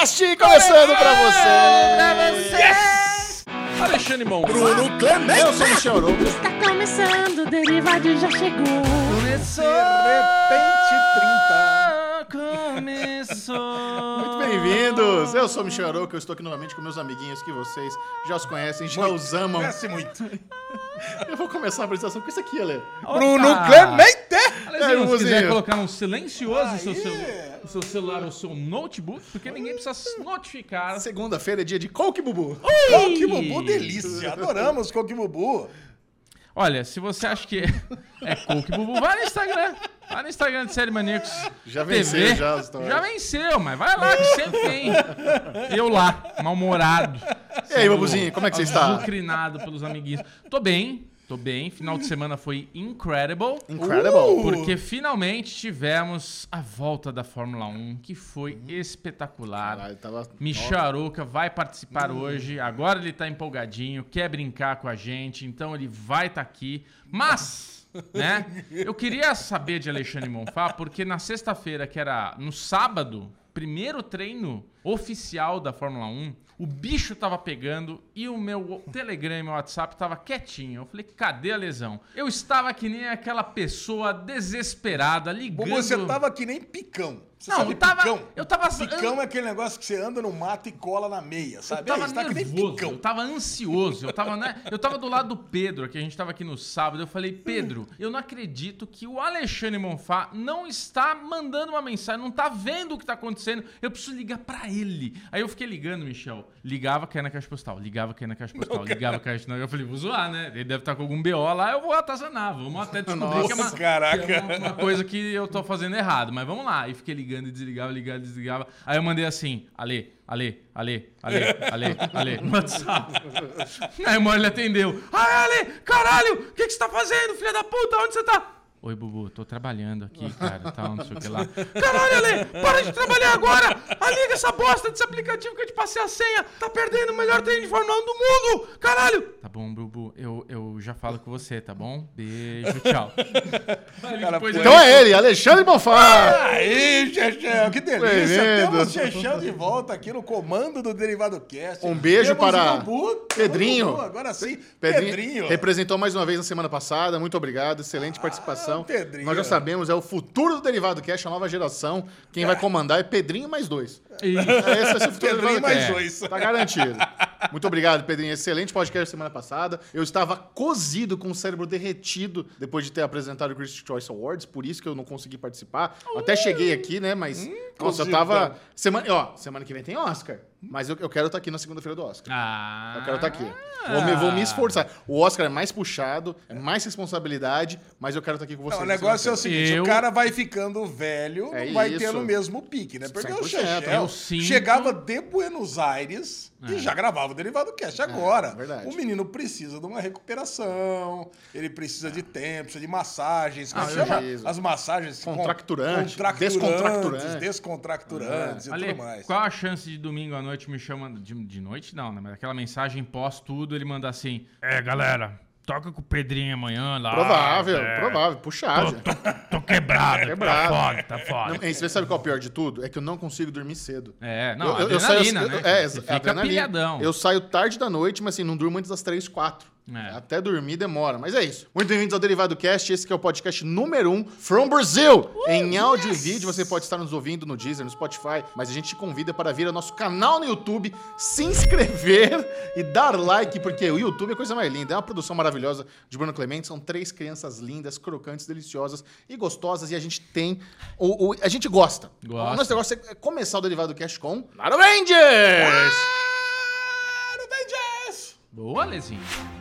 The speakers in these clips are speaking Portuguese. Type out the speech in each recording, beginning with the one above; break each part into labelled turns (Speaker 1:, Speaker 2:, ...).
Speaker 1: Cast começando pra você!
Speaker 2: Yes! Alexandre Mon,
Speaker 1: Bruno Clemente, eu sou o Michel Arouca.
Speaker 3: Está começando, o Derivado já chegou.
Speaker 2: Começou!
Speaker 1: Muito bem-vindos! Eu sou o Michel Arouca, eu estou aqui novamente com meus amiguinhos que vocês já os conhecem, já os amam.
Speaker 2: Conhece muito.
Speaker 1: Eu vou começar a apresentação com isso aqui, Ale.
Speaker 2: Bruno Clemente!
Speaker 1: Alezinho,
Speaker 4: Se quiser
Speaker 1: Bubuzinho.
Speaker 4: colocar um silencioso o seu celular ou o seu notebook, porque ninguém precisa se notificar.
Speaker 1: Segunda-feira é dia de Coke Bubu.
Speaker 2: Coque Bubu, delícia! Adoramos Coque Bubu.
Speaker 4: Olha, se você acha que é Coke Bubu, vai no Instagram. Vai no Instagram de Série Maníacos.
Speaker 1: Já venceu, já, as
Speaker 4: Já venceu, mas vai lá que sempre tem. Eu lá, mal-humorado.
Speaker 1: E aí, Bubuzinho, como é que você está?
Speaker 4: Azucrinado pelos amiguinhos. Tô bem. Final de semana foi incredible.
Speaker 1: Incredible.
Speaker 4: Porque finalmente tivemos a volta da Fórmula 1, que foi espetacular.
Speaker 1: Caralho, tava...
Speaker 4: Michel Arouca vai participar hoje. Agora ele tá empolgadinho, quer brincar com a gente, então ele vai estar aqui. Mas, né, eu queria saber de Alexandre Monfá, porque na sexta-feira, que era no sábado, primeiro treino oficial da Fórmula 1, o bicho tava pegando e o meu Telegram e meu WhatsApp tava quietinho. Eu falei, cadê a lesão? Eu estava que nem aquela pessoa desesperada, ligando...
Speaker 2: Você tava que nem picão. Você
Speaker 4: Não,
Speaker 2: sabe
Speaker 4: eu tava...
Speaker 2: Picão é aquele negócio que você anda no mato e cola na meia, sabe?
Speaker 4: Eu tava
Speaker 2: Você tá que nem
Speaker 4: nervoso,
Speaker 2: picão.
Speaker 4: eu tava ansioso, eu tava do lado do Pedro, que a gente tava aqui no sábado, eu falei, Pedro, eu não acredito que o Alexandre Monfá não está mandando uma mensagem, não tá vendo o que tá acontecendo, eu preciso ligar pra ele. Aí eu fiquei ligando, Michel, ligava, caía na caixa postal, ligava, caía na caixa postal, ligava, caía na... Eu falei, vou zoar, né? Ele deve estar com algum BO lá, eu vou atazanar, vamos até descobrir que é uma coisa que eu tô fazendo errado, mas vamos lá. E fiquei ligando e desligava, ligava, desligava. Aí eu mandei assim, Ale, no WhatsApp. Aí uma hora ele atendeu. Ai, Ale, caralho, o que você tá fazendo, filha da puta? Onde você tá? Oi, Bubu, tô trabalhando aqui, cara, tal, não sei o que lá. Caralho, Ale, para de trabalhar agora! Liga essa bosta desse aplicativo que eu te passei a senha! Tá perdendo o melhor treino de Fórmula 1 do mundo! Caralho! Tá bom, Bubu, eu já falo com você, tá bom? Beijo, tchau.
Speaker 1: Então é ele, Alexandre Monfá.
Speaker 2: Aí, Chechel, que delícia!
Speaker 1: Bem-vindo.
Speaker 2: Temos Chechel de volta aqui no comando do Derivado Cast.
Speaker 1: Um beijo
Speaker 2: Temos
Speaker 1: para
Speaker 2: o Bubu,
Speaker 1: Pedrinho.
Speaker 2: Bubu, agora sim,
Speaker 1: Pedrinho representou mais uma vez na semana passada. Muito obrigado, excelente participação.
Speaker 2: Pedrinho.
Speaker 1: Nós já sabemos, é o futuro do Derivado Cast, a nova geração. Quem vai comandar é Pedrinho mais dois.
Speaker 4: Isso.
Speaker 1: Esse vai ser o futuro do
Speaker 2: Pedrinho
Speaker 1: Derivado
Speaker 2: mais
Speaker 1: Cast.
Speaker 2: dois.
Speaker 1: Tá garantido. Muito obrigado, Pedrinho. Excelente podcast semana passada. Eu estava cozido com o cérebro derretido depois de ter apresentado o Critics' Choice Awards, por isso que eu não consegui participar. Até cheguei aqui, né? Mas, nossa, eu tava... Semana que vem tem Oscar. Mas eu quero estar aqui na segunda-feira do Oscar. Eu quero estar aqui. Vou me esforçar. O Oscar é mais puxado, é mais responsabilidade, mas eu quero estar aqui com vocês.
Speaker 2: Não, o negócio é o seguinte, o cara vai ficando velho,
Speaker 1: É
Speaker 2: não vai
Speaker 1: isso.
Speaker 2: tendo o mesmo pique, né? Porque o
Speaker 1: 100%,
Speaker 2: Chechel
Speaker 4: eu sinto.
Speaker 2: chegava de Buenos Aires e já gravava o Derivado Cast. Agora,
Speaker 1: verdade.
Speaker 2: o menino precisa de uma recuperação, ele precisa de tempo, precisa de massagens. Como
Speaker 1: eu
Speaker 2: chama?
Speaker 1: já-
Speaker 2: As massagens
Speaker 1: Contracturante,
Speaker 2: descontracturantes e
Speaker 4: Ale,
Speaker 2: tudo mais.
Speaker 4: qual a chance de domingo à noite me chamando... De noite não, né? Mas aquela mensagem pós tudo, ele manda assim... galera, toca com o Pedrinho amanhã lá.
Speaker 1: Provável, puxado.
Speaker 4: Tô quebrado,
Speaker 1: Quebrado.
Speaker 4: tá foda.
Speaker 1: Não, e você sabe qual é o pior de tudo? É que eu não consigo dormir cedo.
Speaker 4: Não,
Speaker 1: Eu saio,
Speaker 4: adrenalina, né? cara? Você fica
Speaker 1: adrenalina.
Speaker 4: pilhadão.
Speaker 1: Eu saio tarde da noite, mas assim, não durmo antes das 3, 4. Até dormir demora, mas é isso. Muito bem-vindos ao Derivado Cast, esse que é o podcast número 1 from Brazil. Em áudio e vídeo, você pode estar nos ouvindo no Deezer, no Spotify, mas a gente te convida para vir ao nosso canal no YouTube, se inscrever e dar like, porque o YouTube é a coisa mais linda. É uma produção maravilhosa de Bruno Clemente, são 3 crianças lindas, crocantes, deliciosas e gostosas, e a gente tem... a gente gosta.
Speaker 4: Gosta.
Speaker 1: O nosso negócio é começar o Derivado Cast com... Laro Rangers!
Speaker 4: Boa, Lezinho.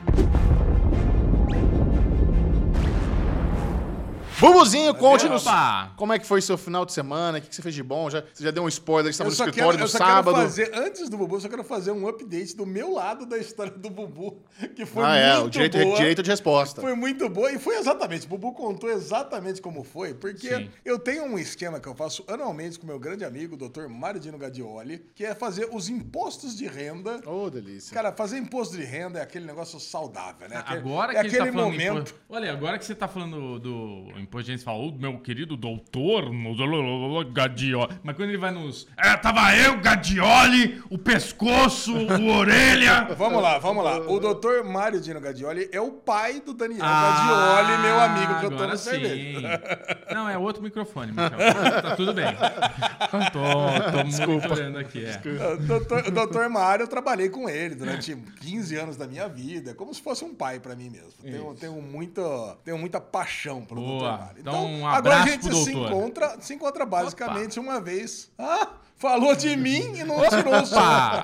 Speaker 1: Bubuzinho, conte-nos
Speaker 4: Opa!
Speaker 1: como é que foi seu final de semana, o que você fez de bom, você já deu um spoiler, você estava no
Speaker 2: Eu
Speaker 1: escritório no
Speaker 2: só
Speaker 1: sábado.
Speaker 2: quero fazer, antes do Bubu, eu só quero fazer um update do meu lado da história do Bubu, que foi
Speaker 1: o
Speaker 2: muito
Speaker 1: direito
Speaker 2: boa.
Speaker 1: de resposta.
Speaker 2: Foi muito boa e foi exatamente, o Bubu contou exatamente como foi, porque
Speaker 4: Sim.
Speaker 2: eu tenho um esquema que eu faço anualmente com meu grande amigo, o Dr. Mário Dino Gadioli, que é fazer os impostos de renda.
Speaker 1: Ô, delícia.
Speaker 2: Cara, fazer imposto de renda é aquele negócio saudável, né?
Speaker 4: Agora
Speaker 2: é
Speaker 4: que ele tá
Speaker 2: aquele
Speaker 4: falando
Speaker 2: momento.
Speaker 4: Olha, agora que você tá falando do imposto Depois a gente fala, meu querido doutor Gadioli. Mas quando ele vai nos... tava eu, Gadioli, o pescoço, o orelha.
Speaker 2: Vamos lá. O doutor Mário Dino Gadioli é o pai do Daniel Gadioli, meu amigo que eu tô no cerveja.
Speaker 4: Não, é outro microfone, Michel. Tá tudo bem. Tô monitorando aqui,
Speaker 2: O doutor Mário, eu trabalhei com ele durante 15 anos da minha vida. É como se fosse um pai pra mim mesmo. Tenho muita paixão pelo doutor Mário.
Speaker 4: Então, um abraço
Speaker 2: agora a gente se encontra basicamente uma vez. Falou de mim e não tirou o som.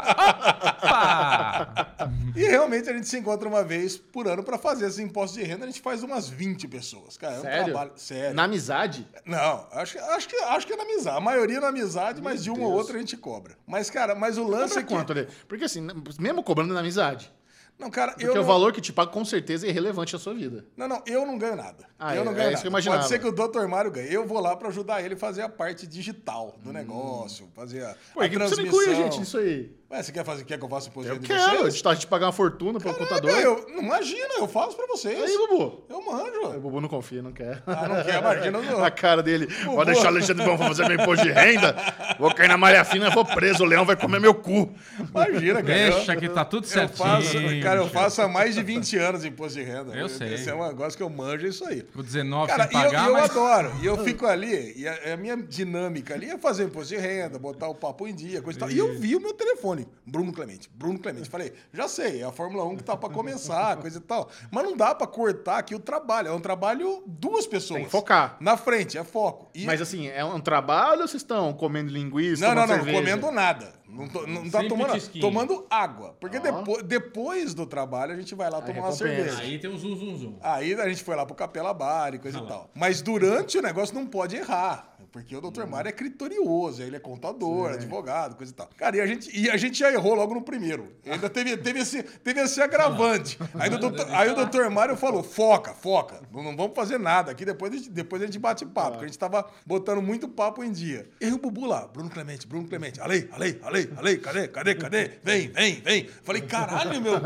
Speaker 2: E realmente a gente se encontra uma vez por ano pra fazer esses impostos de renda. A gente faz umas 20 pessoas. Cara, é um trabalho sério.
Speaker 1: Na amizade?
Speaker 2: Não, acho que é na amizade. A maioria na amizade, mas de uma ou outra a gente cobra. Mas, cara, o lance é que...
Speaker 1: Quanto, Ale? Porque assim, mesmo cobrando na amizade...
Speaker 2: Não, cara,
Speaker 1: porque o valor que te paga com certeza é irrelevante à sua vida.
Speaker 2: Não, eu não ganho nada. Eu não ganho nada.
Speaker 1: Isso que eu imaginava.
Speaker 2: Pode ser que o Dr. Mário ganhe. Eu vou lá pra ajudar ele a fazer a parte digital do negócio, fazer a transmissão. Você não inclui a gente nisso aí. Ué, você quer que eu faça imposto de renda?
Speaker 1: Eu quero. A gente pagar uma fortuna pelo contador.
Speaker 2: Imagina, eu faço pra vocês.
Speaker 1: Aí, Bubu.
Speaker 2: Eu manjo.
Speaker 1: O Bubu não confia, não quer.
Speaker 2: Não quer, imagina.
Speaker 1: A cara dele. Pode deixar o Alexandre Bom fazer meu imposto de renda. Vou cair na malha fina e vou preso. O leão vai comer meu cu.
Speaker 2: Imagina, cara.
Speaker 4: Deixa que tá tudo certinho.
Speaker 2: Eu faço há mais de 20 anos de imposto de renda.
Speaker 4: Eu sei.
Speaker 2: Esse é um negócio que eu manjo, é isso aí.
Speaker 4: O 19
Speaker 2: cara,
Speaker 4: sem pagar,
Speaker 2: eu adoro. E eu fico ali, e a minha dinâmica ali é fazer imposto de renda, botar o papo em dia, coisa e tal. E eu vi o meu telefone, Bruno Clemente. Falei, já sei, é a Fórmula 1 que tá pra começar, coisa e tal. Mas não dá pra cortar aqui o trabalho. É um trabalho duas pessoas.
Speaker 1: Tem que focar.
Speaker 2: Na frente, é foco.
Speaker 1: Mas assim, é um trabalho ou vocês estão comendo linguiça?
Speaker 2: Não comendo nada. Não tá tomando água. Porque depois do trabalho a gente vai lá tomar uma cerveja.
Speaker 4: Aí tem um zum.
Speaker 2: Aí a gente foi lá pro Capela Bar e coisa e tal. Mas durante o negócio não pode errar. Porque o Dr. Mário é criterioso, ele é contador, advogado, coisa e tal. Cara, e a gente já errou logo no primeiro. Ainda teve esse agravante. Aí o Dr. Mário falou, foca. Não vamos fazer nada aqui, depois a gente bate papo. Porque a gente tava botando muito papo em dia. E o Bubu lá, Bruno Clemente. Ale, cadê? Vem. Falei, caralho, meu...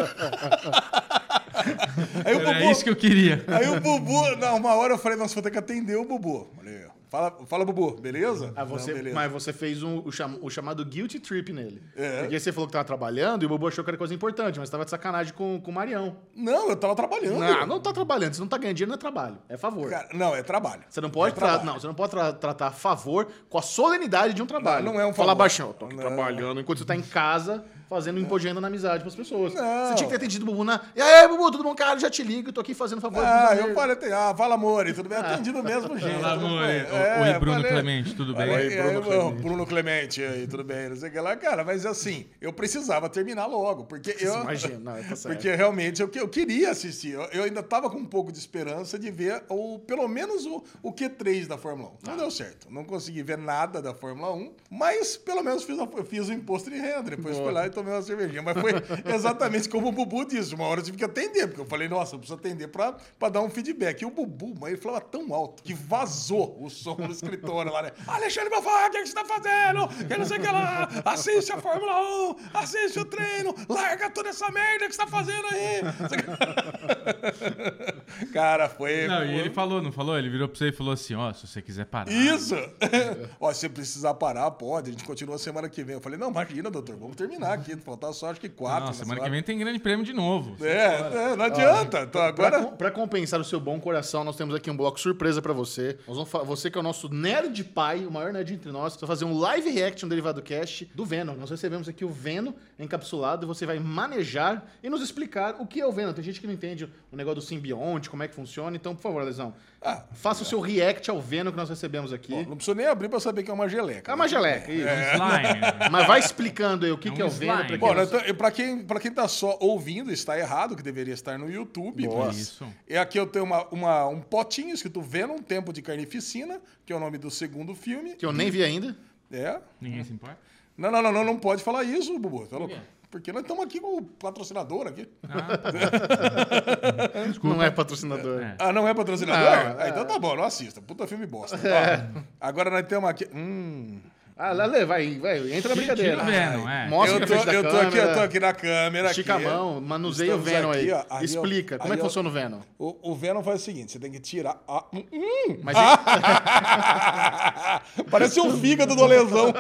Speaker 4: Aí o Bubu, era isso que eu queria.
Speaker 2: Aí o Bubu, uma hora eu falei, nossa, vou ter que atender o Bubu. Falei, fala Bubu, beleza?
Speaker 1: Beleza. Mas você fez o chamado guilty trip nele. Porque você falou que tava trabalhando e o Bubu achou que era coisa importante, mas tava de sacanagem com o Marião.
Speaker 2: Não, eu tava trabalhando.
Speaker 1: Não tá trabalhando. Você não tá ganhando dinheiro, não é trabalho. É favor.
Speaker 2: Cara, não, é trabalho.
Speaker 1: Você não pode, você não pode tratar a favor com a solenidade de um trabalho.
Speaker 2: Não é um favor.
Speaker 1: Falar baixão, eu tô aqui trabalhando enquanto você tá em casa fazendo imposto de renda na amizade pras pessoas.
Speaker 2: Não.
Speaker 1: Você tinha que ter atendido o Bubu E aí, Bubu, tudo bom, cara? Já te ligo, tô aqui fazendo favor.
Speaker 2: Eu falei, fala, amor, tudo bem? Atendido mesmo, gente.
Speaker 4: Fala, amor. Oi, Bruno Clemente, tudo bem?
Speaker 2: Oi, Bruno Clemente, aí, tudo bem? Não sei o que lá. Cara, mas assim, eu precisava terminar logo, porque
Speaker 1: Imagina, tá certo.
Speaker 2: Porque realmente eu queria assistir. Eu ainda tava com um pouco de esperança de ver pelo menos o Q3 da Fórmula 1. Não deu certo. Não consegui ver nada da Fórmula 1, mas pelo menos fiz o imposto de renda. Depois fui lá e tomei uma cervejinha. Mas foi exatamente como o Bubu disse. Uma hora eu tive que atender, porque eu falei, nossa, eu preciso atender pra dar um feedback. E o Bubu, mas ele falava tão alto que vazou o som do escritório lá, né? Alexandre Bonfá, o que você tá fazendo? Que não sei o que lá. Assiste a Fórmula 1, assiste o treino, larga toda essa merda que você tá fazendo aí. Cara, foi...
Speaker 4: Não, e ele falou, não falou? Ele virou pra você e falou assim, se você quiser parar...
Speaker 2: Isso! Se você precisar parar, pode. A gente continua semana que vem. Eu falei, não, imagina, doutor, vamos terminar aqui. Faltar só, acho que 4.
Speaker 4: Não, semana que vem tem grande prêmio de novo.
Speaker 2: Não adianta. Então, agora...
Speaker 1: Pra compensar o seu bom coração, nós temos aqui um bloco surpresa pra você. Você que é o nosso nerd pai, o maior nerd entre nós, vai fazer um live reaction Derivado Cast do Venom. Nós recebemos aqui o Venom encapsulado e você vai manejar e nos explicar o que é o Venom. Tem gente que não entende o negócio do simbionte, como é que funciona. Então, por favor, Lesão, faça o seu react ao Venom que nós recebemos aqui.
Speaker 2: Não preciso nem abrir pra saber que é uma geleca.
Speaker 1: É uma geleca, isso.
Speaker 4: Slime.
Speaker 1: Mas vai explicando aí o que é o Venom.
Speaker 2: Pra quem tá só ouvindo, está errado, que deveria estar no YouTube.
Speaker 4: Isso.
Speaker 2: Aqui eu tenho um potinho escrito Venom, Tempo de Carnificina, que é o nome do segundo filme.
Speaker 1: Que eu nem vi ainda.
Speaker 4: Ninguém se importa?
Speaker 2: Não pode falar isso, Bubu. Tá louco? Porque nós estamos aqui com o patrocinador aqui.
Speaker 1: Desculpa. Não é patrocinador.
Speaker 2: Não é patrocinador? Então tá bom, não assista. Puta filme bosta. Agora nós temos aqui...
Speaker 1: Lê, vai, entra na brincadeira.
Speaker 4: Tira o Venom,
Speaker 1: Mostra na frente da câmera.
Speaker 2: Eu tô aqui na câmera.
Speaker 1: Estica a mão, manuseia o Venom
Speaker 2: aqui,
Speaker 1: aí.
Speaker 2: ó,
Speaker 1: Explica, como é que funciona o Venom?
Speaker 2: O Venom faz o seguinte, você tem que tirar...
Speaker 1: Mas
Speaker 2: Parece um fígado do lesão.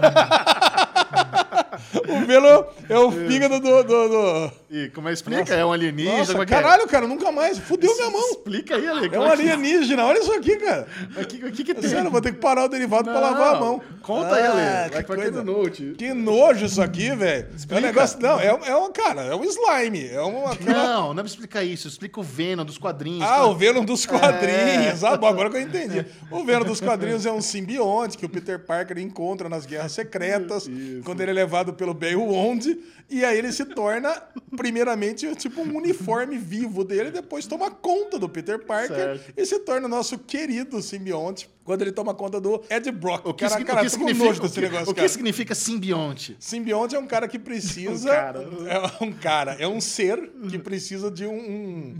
Speaker 2: O Venom é o fígado do...
Speaker 1: E como é que explica? É um alienígena?
Speaker 2: Nossa, caralho, cara, nunca mais. Fudeu minha mão.
Speaker 1: Explica aí, Ale.
Speaker 2: É um alienígena, olha isso aqui, cara.
Speaker 1: O que tem?
Speaker 2: Sério, vou ter que parar o derivado pra lavar a mão.
Speaker 1: Conta aí, Ale. Vai
Speaker 2: coisa.
Speaker 1: no note.
Speaker 2: Que nojo isso aqui, velho. É um negócio... Não, é um slime.
Speaker 1: Não é pra explicar isso. Explica o Venom dos quadrinhos.
Speaker 2: O Venom dos quadrinhos. Agora que eu entendi. O Venom dos quadrinhos é um simbionte que o Peter Parker encontra nas Guerras Secretas, quando ele é levado pelo Barry Wond, e aí ele se torna, primeiramente, tipo um uniforme vivo dele, e depois toma conta do Peter Parker e se torna nosso querido simbionte quando ele toma conta do Ed Brock.
Speaker 1: O que significa simbionte?
Speaker 2: Simbionte é um cara que precisa... É um ser que precisa de um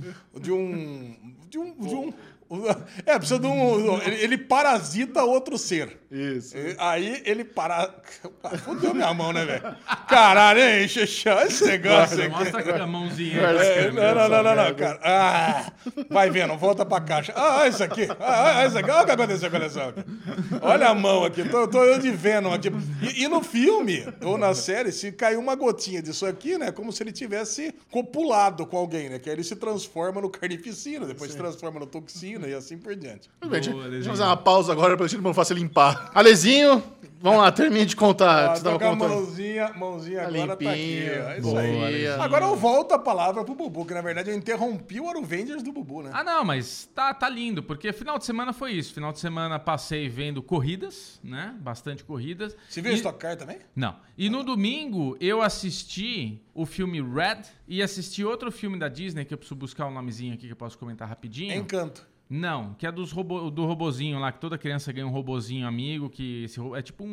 Speaker 2: precisa de um... Ele parasita outro ser.
Speaker 1: Isso.
Speaker 2: Aí ele Fudeu minha mão, né, velho? Caralho, hein, Xexão? Esse negócio aqui.
Speaker 4: Mostra aqui a mãozinha.
Speaker 2: Não, cara. Vai vendo, volta pra caixa. Isso aqui. Isso aqui. Olha o que aconteceu com a lesão aqui. Olha a mão aqui. Tô eu de Venom aqui. E no filme, ou na série, se caiu uma gotinha disso aqui, né? Como se ele tivesse copulado com alguém, né? Que aí ele se transforma no carnificina, depois se transforma no toxina e assim por diante.
Speaker 1: Deixa eu fazer uma pausa agora pra gente não fazer limpar. Alezinho, vamos lá, termine de contar.
Speaker 2: Tô com a mãozinha agora tá aqui. Ó. Isso aí. Agora eu volto a palavra pro Bubu, que na verdade eu interrompi o Aruvengers do Bubu, né?
Speaker 4: Não, mas tá lindo, porque final de semana foi isso. Final de semana passei vendo corridas, né? Bastante corridas.
Speaker 2: Você viu Stock Car também?
Speaker 4: Não. E no domingo eu assisti o filme Red e assisti outro filme da Disney, que eu preciso buscar um nomezinho aqui que eu posso comentar rapidinho.
Speaker 2: Encanto.
Speaker 4: Não, que é do robozinho lá, que toda criança ganha um robozinho amigo, que é tipo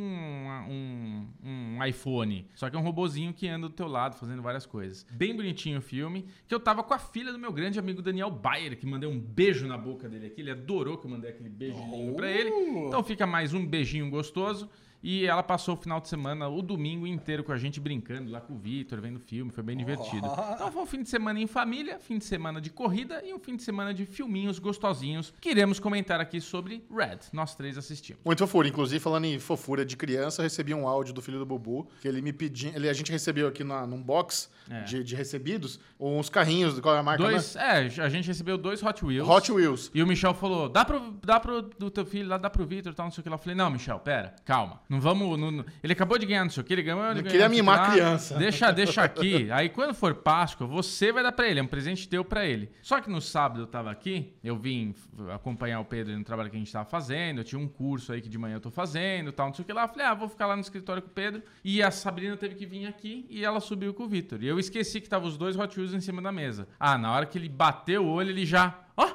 Speaker 4: um iPhone, só que é um robozinho que anda do teu lado, fazendo várias coisas. Bem bonitinho o filme, que eu tava com a filha do meu grande amigo Daniel Bayer, que mandei um beijo na boca dele aqui, ele adorou que eu mandei aquele beijinho pra ele, então fica mais um beijinho gostoso. E ela passou o final de semana, o domingo inteiro com a gente brincando lá com o Vitor, vendo filme, foi bem divertido. Então foi um fim de semana em família, fim de semana de corrida e um fim de semana de filminhos gostosinhos que iremos comentar aqui sobre Red. Nós três assistimos.
Speaker 1: Muito fofura. Inclusive, falando em fofura de criança, eu recebi um áudio do filho do Bubu, que ele me pediu... A gente recebeu aqui num box de recebidos uns carrinhos, qual é a marca?
Speaker 4: A gente recebeu 2 Hot Wheels.
Speaker 1: Hot Wheels.
Speaker 4: E o Michel falou, dá pro do teu filho lá, dá pro Vitor e tal, não sei o que lá. Eu falei, não, Michel, pera, calma. Não vamos... Ele acabou de ganhar não sei o que, ele ganhou...
Speaker 1: Não queria mimar a criança.
Speaker 4: Deixa aqui. Aí quando for Páscoa, você vai dar pra ele. É um presente teu pra ele. Só que no sábado eu tava aqui, eu vim acompanhar o Pedro no trabalho que a gente tava fazendo, eu tinha um curso aí que de manhã eu tô fazendo, tal, não sei o que lá. Eu falei, vou ficar lá no escritório com o Pedro. E a Sabrina teve que vir aqui e ela subiu com o Vitor. E eu esqueci que tava os 2 Hot Wheels em cima da mesa. Na hora que ele bateu o olho, ele já...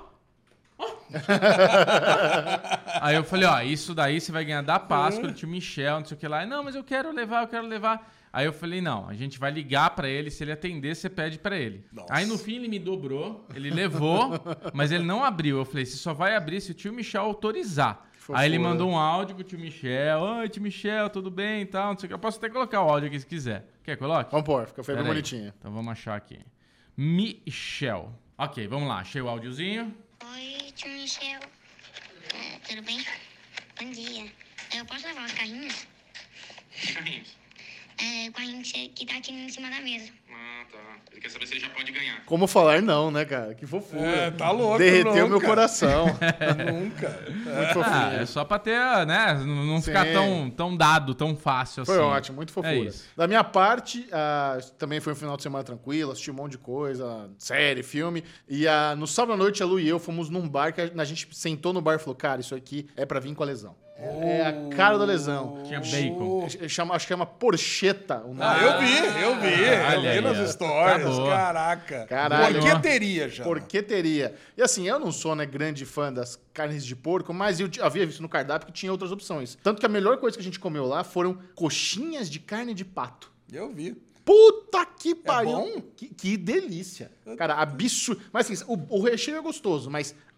Speaker 4: Aí eu falei, isso daí você vai ganhar da Páscoa, do tio Michel, não sei o que lá. Não, mas eu quero levar. Aí eu falei, não, a gente vai ligar pra ele, se ele atender, você pede pra ele. Nossa. Aí no fim ele me dobrou, ele levou, mas ele não abriu. Eu falei, você só vai abrir se o tio Michel autorizar. Aí ele mandou um áudio pro tio Michel. Oi, tio Michel, tudo bem e tal, não sei o que. Eu posso até colocar o áudio aqui se quiser. Quer que coloque?
Speaker 1: Vamos pôr, foi bem bonitinho.
Speaker 4: Então vamos achar aqui. Michel. Ok, vamos lá, achei o áudiozinho.
Speaker 5: Oi, tio Michel. Tudo bem? Bom dia. Eu posso levar os carrinhos?
Speaker 6: Carrinhos?
Speaker 5: O carrinho que tá aqui em cima da mesa.
Speaker 6: Tá. Ele quer saber se ele já pode ganhar.
Speaker 1: Como falar não, né, cara? Que fofura.
Speaker 2: Tá louco.
Speaker 1: Derreteu meu coração.
Speaker 2: Nunca.
Speaker 1: Muito fofura.
Speaker 4: É só pra ter, né? Não ficar tão dado, tão fácil assim.
Speaker 1: Foi ótimo, muito fofura.
Speaker 4: É isso.
Speaker 1: Da minha parte, também foi um final de semana tranquilo, assisti um monte de coisa, série, filme. E no sábado à noite, a Lu e eu fomos num bar que a gente sentou no bar e falou, cara, isso aqui é pra vir com a lesão. É a cara da lesão.
Speaker 4: Tinha bacon.
Speaker 1: Acho que chama porcheta.
Speaker 2: Eu vi nas histórias.
Speaker 4: Acabou.
Speaker 2: Caraca.
Speaker 1: Caralho.
Speaker 2: Porqueteria já.
Speaker 1: Porqueteria. E assim, eu não sou, né, grande fã das carnes de porco, mas eu havia visto no cardápio que tinha outras opções. Tanto que a melhor coisa que a gente comeu lá foram coxinhas de carne de pato.
Speaker 2: Eu vi.
Speaker 1: Puta que pariu.
Speaker 2: Bom?
Speaker 1: Que delícia. Cara, absurdo. Mas assim, o recheio é gostoso, mas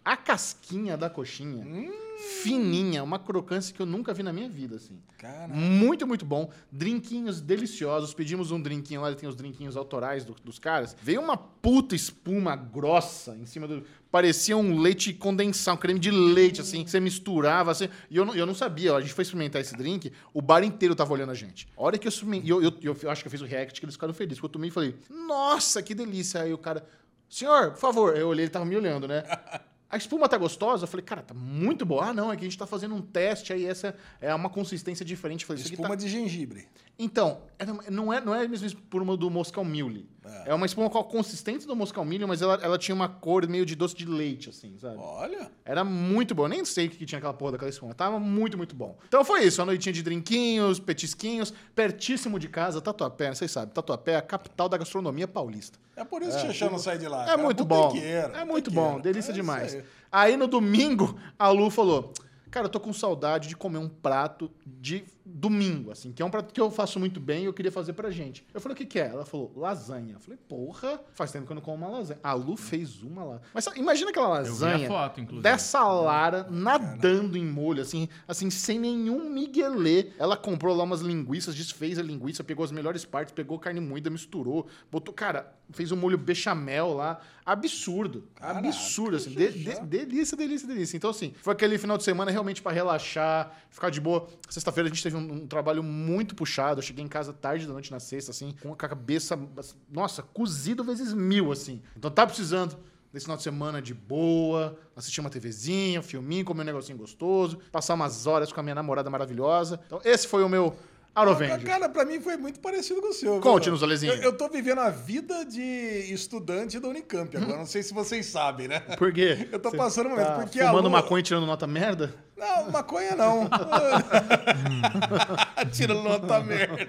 Speaker 1: A casquinha da coxinha, fininha, uma crocância que eu nunca vi na minha vida, assim.
Speaker 2: Caramba.
Speaker 1: Muito, muito bom. Drinquinhos deliciosos. Pedimos um drinquinho lá, tem os drinquinhos autorais dos caras. Veio uma puta espuma grossa em cima do... Parecia um leite condensado, um creme de leite, assim, que você misturava, assim. E eu não sabia, ó, a gente foi experimentar esse drink, o bar inteiro tava olhando a gente. A hora que eu experimentei, eu acho que eu fiz o react, que eles ficaram felizes. Quando eu tomei e falei, nossa, que delícia. Aí o cara, senhor, por favor. Eu olhei, ele tava me olhando, né? A espuma tá gostosa? Eu falei, cara, tá muito boa. Ah, não, é que a gente tá fazendo um teste, aí essa é uma consistência diferente. Eu falei, isso aqui
Speaker 2: Espuma de gengibre.
Speaker 1: Então, não é a mesma espuma do Moscow Mule. É uma espuma com a consistência do Moscow Mule, mas ela tinha uma cor meio de doce de leite, assim, sabe?
Speaker 2: Olha.
Speaker 1: Era muito bom. Eu nem sei o que tinha aquela porra daquela espuma. Tava muito, muito bom. Então foi isso. Uma noitinha de drinquinhos, petisquinhos, pertíssimo de casa, Tatuapé, vocês sabem. Tatuapé é a capital da gastronomia paulista.
Speaker 2: É por isso que o Xexão não sai de lá.
Speaker 1: É
Speaker 2: cara.
Speaker 1: muito bom.
Speaker 2: Botequeiro,
Speaker 1: É muito
Speaker 2: botequeiro.
Speaker 1: bom. Delícia
Speaker 2: É
Speaker 1: demais.
Speaker 2: isso
Speaker 1: Aí no domingo, a Lu falou... Cara, eu tô com saudade de comer um prato de domingo, assim, que é um prato que eu faço muito bem e eu queria fazer pra gente. Eu falei, o que que é? Ela falou, lasanha. Eu falei, porra, faz tempo que eu não como uma lasanha. A Lu fez uma lá. Mas sabe, imagina aquela lasanha
Speaker 4: Eu vi a foto, inclusive.
Speaker 1: dessa Lara nadando em molho, assim, sem nenhum miguelê. Ela comprou lá umas linguiças, desfez a linguiça, pegou as melhores partes, pegou carne moída, misturou, botou, cara, fez um molho bechamel lá. Absurdo.
Speaker 2: Caraca,
Speaker 1: absurdo, assim.
Speaker 2: já.
Speaker 1: Delícia, delícia, delícia. Então, assim, foi aquele final de semana realmente pra relaxar, ficar de boa. Sexta-feira a gente teve um trabalho muito puxado. Eu cheguei em casa tarde da noite na sexta, assim, com a cabeça, nossa, cozido vezes 1000, assim. Então tá precisando desse final de semana de boa, assistir uma TVzinha, um filminho, comer um negocinho gostoso, passar umas horas com a minha namorada maravilhosa. Então esse foi o meu Out of Angels.
Speaker 2: Cara, pra mim foi muito parecido com o seu.
Speaker 1: Conte-nos, Alezinho.
Speaker 2: Eu tô vivendo a vida de estudante da Unicamp agora. Não sei se vocês sabem, né?
Speaker 1: Por quê?
Speaker 2: Eu tô
Speaker 1: Você
Speaker 2: passando um momento.
Speaker 1: tá
Speaker 2: Porque
Speaker 1: fumando
Speaker 2: a Lu...
Speaker 1: maconha e tirando nota merda?
Speaker 2: Não, maconha não. Tirando nota merda.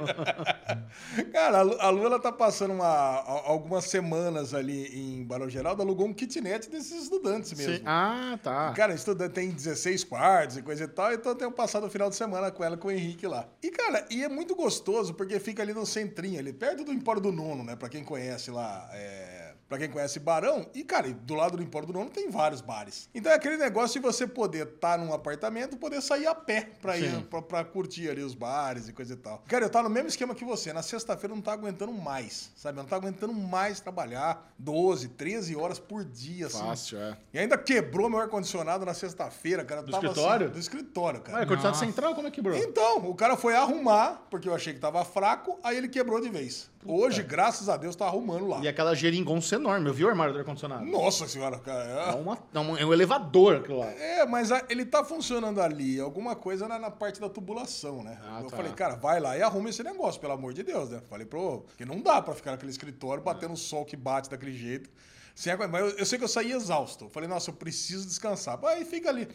Speaker 2: Cara, a Lu, ela tá passando algumas semanas ali em Barão Geraldo, alugou um kitnet desses estudantes mesmo.
Speaker 1: Sim. Ah, tá.
Speaker 2: Cara, estudante tem 16 quartos e coisa e tal, então eu tenho passado o final de semana com ela, com o Henrique lá. E, cara, é muito gostoso, porque fica ali no centrinho, ali perto do Empório do Nono, né? Pra quem conhece lá, pra quem conhece Barão. E, cara, do lado do Empório do Nono tem vários bares. Então é aquele negócio de você poder estar num apartamento, poder sair a pé pra ir, pra curtir ali os bares e coisa e tal. Cara, eu tava no mesmo esquema que você. Na sexta-feira eu não tava aguentando mais, sabe? Eu não tava aguentando mais trabalhar 12, 13 horas por dia, assim.
Speaker 1: Fácil, é.
Speaker 2: E ainda quebrou meu ar-condicionado na sexta-feira, cara.
Speaker 1: Do escritório?
Speaker 2: Assim, do escritório, cara.
Speaker 1: Ué, ar-condicionado central, como é que quebrou?
Speaker 2: Então, o cara foi arrumar, porque eu achei que tava fraco, aí ele quebrou de vez. Hoje, graças a Deus, tá arrumando lá.
Speaker 1: E aquela geringonça enorme, eu vi o armário do ar-condicionado.
Speaker 2: Nossa senhora, cara.
Speaker 1: É um elevador aquilo lá.
Speaker 2: Mas ele tá funcionando ali, alguma coisa na parte da tubulação, né? Eu
Speaker 1: tá.
Speaker 2: falei, cara, vai lá e arruma esse negócio, pelo amor de Deus, né? Falei, porque não dá pra ficar naquele escritório batendo o sol que bate daquele jeito. Mas eu sei que eu saí exausto. Eu falei, nossa, eu preciso descansar. Aí fica ali,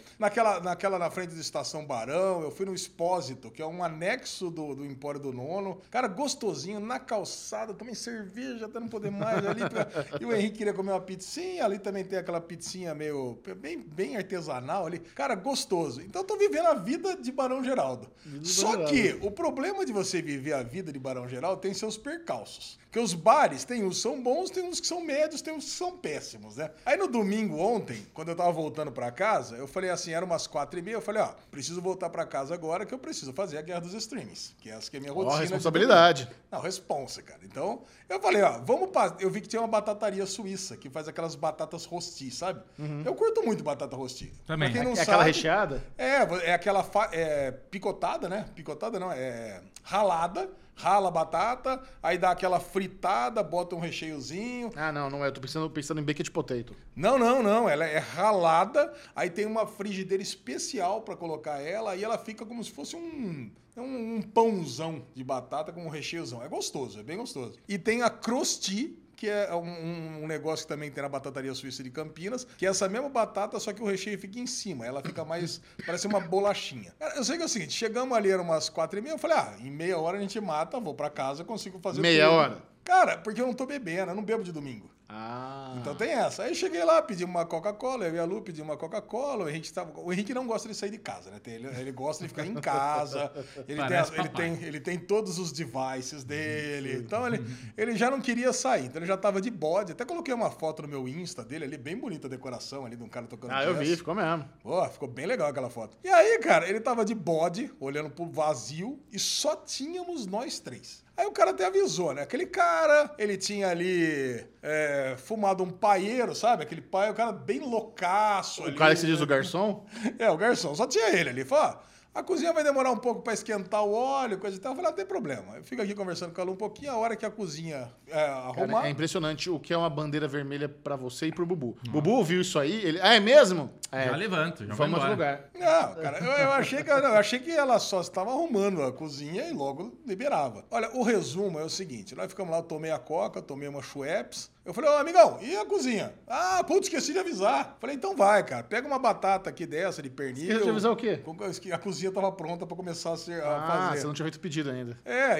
Speaker 2: na frente da Estação Barão, eu fui no Expósito, que é um anexo do Empório do Nono. Cara, gostosinho, na calçada, tomei cerveja até não poder mais ali. E o Henrique queria comer uma pizzinha, ali também tem aquela pizzinha meio, bem artesanal ali. Cara, gostoso. Então eu tô vivendo a vida de Barão Geraldo. Só que o problema de você viver a vida de Barão Geraldo tem seus percalços. Porque os bares, tem uns que são bons, tem uns que são médios, tem uns que são péssimos, né? Aí no domingo ontem, quando eu tava voltando pra casa, eu falei assim, era umas 4h30, eu falei, preciso voltar pra casa agora que eu preciso fazer a guerra dos streamings, que essa que é a minha rotina.
Speaker 1: Responsabilidade.
Speaker 2: Não, responsa, cara. Então, eu falei, eu vi que tem uma batataria suíça, que faz aquelas batatas rosti, sabe? Eu curto muito batata rosti.
Speaker 4: Também.
Speaker 2: Pra quem não
Speaker 1: É
Speaker 2: sabe,
Speaker 1: aquela recheada?
Speaker 2: É aquela picotada, né? Picotada não, ralada. Rala a batata, aí dá aquela fritada, bota um recheiozinho.
Speaker 1: Ah, não é. Eu tô pensando em baked potato.
Speaker 2: Não. Ela é ralada, aí tem uma frigideira especial pra colocar ela, aí ela fica como se fosse um pãozão de batata com um recheiozão. É gostoso, é bem gostoso. E tem a crosti, que é um negócio que também tem na batataria suíça de Campinas, que é essa mesma batata, só que o recheio fica em cima. Ela fica mais, parece uma bolachinha. Eu sei que é o seguinte, chegamos ali, eram umas 4h30, eu falei, em meia hora a gente mata, vou pra casa, consigo fazer
Speaker 1: Meia
Speaker 2: tudo.
Speaker 1: hora?
Speaker 2: Cara, porque eu não tô bebendo, eu não bebo de domingo. Então tem essa. Aí cheguei lá, pedi uma Coca-Cola, eu e a Lu pedi uma Coca-Cola, o Henrique não gosta de sair de casa, né? Ele gosta de ficar em casa, ele tem todos os devices dele, então ele já não queria sair, então ele já tava de bode. Até coloquei uma foto no meu Insta dele ali, bem bonita a decoração ali de um cara tocando jazz.
Speaker 1: Eu vi, ficou mesmo.
Speaker 2: Pô, ficou bem legal aquela foto. E aí, cara, ele tava de bode, olhando pro vazio, e só tínhamos nós três. Aí o cara até avisou, né? Aquele cara, ele tinha ali fumado um paieiro, sabe? Aquele paieiro, o cara bem loucaço.
Speaker 1: O cara que se diz o garçom?
Speaker 2: O garçom. Só tinha ele ali. Falou, a cozinha vai demorar um pouco para esquentar o óleo, coisa e tal. Eu falei, não tem problema. Eu fico aqui conversando com a Lu um pouquinho, a hora que a cozinha arrumar...
Speaker 1: Cara, é impressionante o que é uma bandeira vermelha para você e pro Bubu. Bubu ouviu isso aí, ele... é mesmo?
Speaker 4: Já levanto, já
Speaker 1: vamos
Speaker 4: vai
Speaker 1: no
Speaker 4: embora.
Speaker 1: lugar.
Speaker 2: Não, cara, eu achei que ela só estava arrumando a cozinha e logo liberava. Olha, o resumo é o seguinte, nós ficamos lá, eu tomei a Coca, tomei uma Schweppes, eu falei, amigão, e a cozinha? Putz, esqueci de avisar. Falei, então vai, cara, pega uma batata aqui dessa, de pernil.
Speaker 1: Esqueci de avisar o quê?
Speaker 2: A cozinha estava pronta para começar a fazer.
Speaker 1: Você não tinha feito pedido ainda.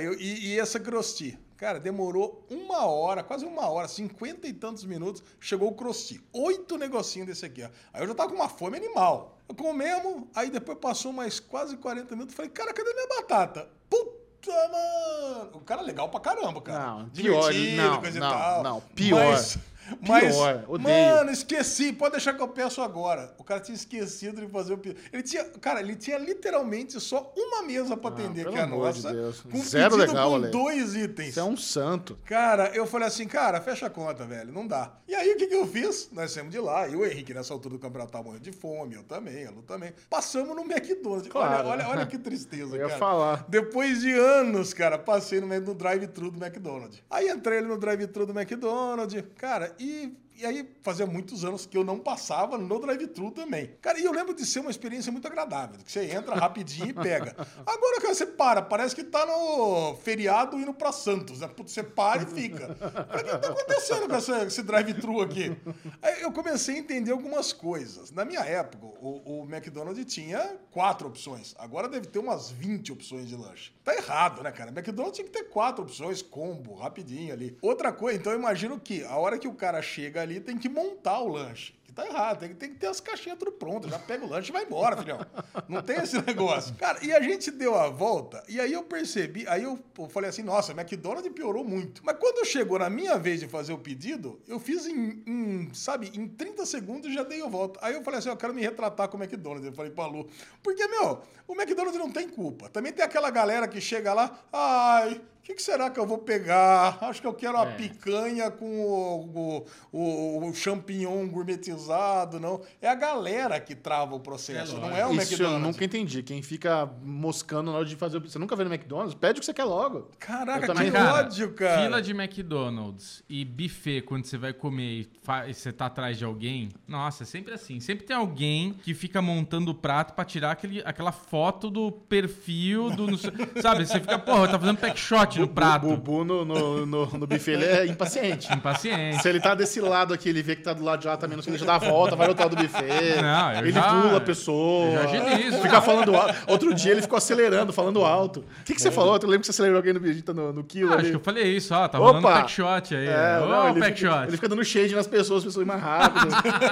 Speaker 2: E essa crosti. Cara, demorou uma hora, quase uma hora, 50 e tantos minutos, chegou o crosti. 8 negocinhos desse aqui, ó. Aí eu já tava com uma fome animal. Comemos, aí depois passou mais quase 40 minutos, falei, cara, cadê minha batata? Puta, mano! O cara é legal pra caramba, cara.
Speaker 1: Não, pior,
Speaker 2: coisa e tal.
Speaker 1: Não, pior.
Speaker 2: Mas,
Speaker 1: pior, odeio.
Speaker 2: Mano, esqueci. Pode deixar que eu peço agora. O cara tinha esquecido de fazer o pedido. Ele tinha literalmente só uma mesa pra atender, que é a nossa.
Speaker 1: De Deus.
Speaker 2: Com
Speaker 1: Zero
Speaker 2: pedido
Speaker 1: legal,
Speaker 2: com
Speaker 1: Ale.
Speaker 2: 2 itens.
Speaker 1: Você é um santo.
Speaker 2: Cara, eu falei assim, cara, fecha a conta, velho. Não dá. E aí, o que eu fiz? Nós saímos de lá. E o Henrique, nessa altura do campeonato, tava morrendo de fome. Eu também, a Lu também. Passamos no McDonald's.
Speaker 1: Claro.
Speaker 2: Olha que tristeza,
Speaker 1: Eu ia
Speaker 2: cara.
Speaker 1: falar.
Speaker 2: Depois de anos, cara, passei no drive-thru do McDonald's. Aí entrei ali no drive-thru do McDonald's, cara, e aí fazia muitos anos que eu não passava no drive-thru também. Cara, e eu lembro de ser uma experiência muito agradável, que você entra rapidinho e pega. Agora, cara, você parece que tá no feriado indo pra Santos, né? Você para e fica. O que tá acontecendo com esse drive-thru aqui? Aí eu comecei a entender algumas coisas. Na minha época, o McDonald's tinha 4 opções. Agora deve ter umas 20 opções de lanche. Tá errado, né, cara? McDonald's tinha que ter 4 opções, combo, rapidinho ali. Outra coisa, então eu imagino que a hora que o cara chega ali, tem que montar o lanche. Que tá errado, tem que ter as caixinhas tudo pronto. Já pega o lanche e vai embora, filhão. Não tem esse negócio. Cara, e a gente deu a volta, e aí eu percebi, aí eu falei assim, nossa, McDonald's piorou muito. Mas quando chegou na minha vez de fazer o pedido, eu fiz em 30 segundos já dei a volta. Aí eu falei assim, eu quero me retratar com o McDonald's. Eu falei pra Lu, porque, o McDonald's não tem culpa. Também tem aquela galera que chega lá, o que será que eu vou pegar? Acho que eu quero a picanha com o champignon gourmetizado, não. É a galera que trava o processo, não é o McDonald's.
Speaker 1: Isso eu nunca entendi. Quem fica moscando na hora de fazer... Você nunca vê no McDonald's? Pede o que você quer logo.
Speaker 2: Caraca, que ódio, cara.
Speaker 4: Fila de McDonald's e buffet, quando você vai comer e você tá atrás de alguém, nossa, é sempre assim. Sempre tem alguém que fica montando o prato pra tirar aquela foto do perfil do... sabe, você fica, tá fazendo pack shot no prato.
Speaker 1: O Bubu no buffet, ele é impaciente. Se ele tá desse lado aqui, ele vê que tá do lado de lá também, não se deixa dar a volta, vai no tal do buffet.
Speaker 4: Não,
Speaker 1: ele pula a pessoa.
Speaker 4: Eu já agilizo.
Speaker 1: Fica falando alto. Outro dia ele ficou acelerando, falando alto. O que você falou? Eu lembro que você acelerou alguém no quilo ali.
Speaker 4: Acho que eu falei isso, tá rolando pack shot aí.
Speaker 1: Ele fica dando shade nas pessoas, as pessoas ir mais rápido.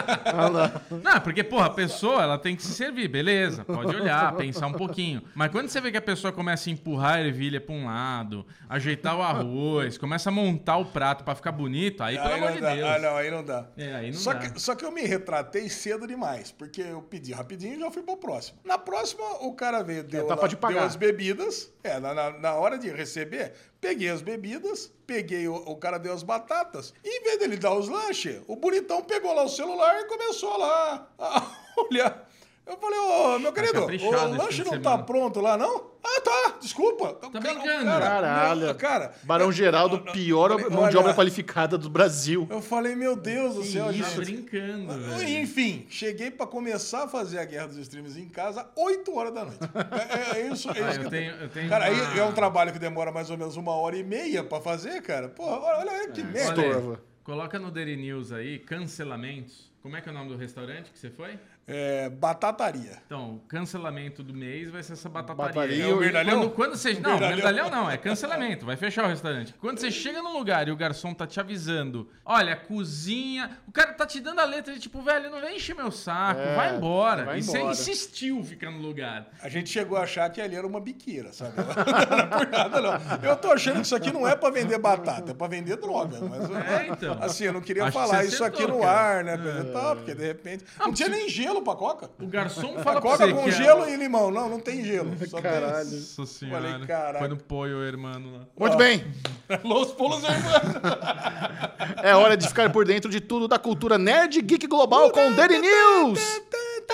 Speaker 4: Não, porque, a pessoa, ela tem que se servir, beleza. Pode olhar, pensar um pouquinho. Mas quando você vê que a pessoa começa a empurrar a ervilha pra um lado, ajeitar o arroz, começa a montar o prato pra ficar bonito, aí pelo amor de Deus.
Speaker 2: Aí não dá.
Speaker 4: Aí não dá.
Speaker 2: Só que eu me retratei cedo demais, porque eu pedi rapidinho e já fui pro próximo. Na próxima, o cara veio, deu as bebidas. Na hora de receber, peguei as bebidas, o cara deu as batatas. E em vez dele dar os lanches, o bonitão pegou lá o celular e começou lá a olhar. Eu falei, meu querido, o lanche não tá pronto lá, não? Tá, desculpa.
Speaker 4: Tá brincando.
Speaker 1: Caralho. Barão Geraldo, pior mão de obra qualificada do Brasil.
Speaker 2: Eu falei, meu Deus do céu,
Speaker 4: gente. Brincando, velho.
Speaker 2: Enfim, cheguei pra começar a fazer a Guerra dos Streams em casa 8 horas da noite. É isso
Speaker 4: eu tenho
Speaker 2: cara, aí é um trabalho que demora mais ou menos 1h30 pra fazer, cara. Porra, olha que merda.
Speaker 4: Coloca no Daily News aí, cancelamentos. Como é que é o nome do restaurante que você foi?
Speaker 2: Batataria.
Speaker 4: Então, o cancelamento do mês vai ser essa batataria.
Speaker 1: Batataria.
Speaker 2: É o Merdalhão?
Speaker 4: Quando você... Não, Merdalhão não, é cancelamento. Vai fechar o restaurante. Quando você chega num lugar e o garçom tá te avisando, olha, cozinha... O cara tá te dando a letra de tipo, velho, não vem encher meu saco, vai embora.
Speaker 1: vai
Speaker 4: E você
Speaker 1: embora.
Speaker 4: insistiu ficar no lugar.
Speaker 2: A gente chegou a achar que ali era uma biqueira, sabe? Não era por nada, não. Eu tô achando que isso aqui não é pra vender batata, é pra vender droga. Mas,
Speaker 4: Então.
Speaker 2: Assim, eu não queria
Speaker 4: Acho que
Speaker 2: falar
Speaker 4: você
Speaker 2: isso aqui
Speaker 4: acertou,
Speaker 2: no
Speaker 4: cara.
Speaker 2: ar, né? Tá, porque de repente... Não tinha nem gelo pra coca.
Speaker 4: O garçom fala
Speaker 2: A
Speaker 4: pra
Speaker 2: coca
Speaker 4: você
Speaker 2: com
Speaker 4: que
Speaker 2: gelo e limão. Não tem gelo. Só
Speaker 1: Caralho.
Speaker 4: Nossa senhora.
Speaker 2: Falei, caralho.
Speaker 4: Foi no Poio, hermano, lá.
Speaker 1: Muito bem.
Speaker 2: Tem... Los Pulos Hermanos.
Speaker 1: É hora de ficar por dentro de tudo da cultura nerd geek global com Daily News.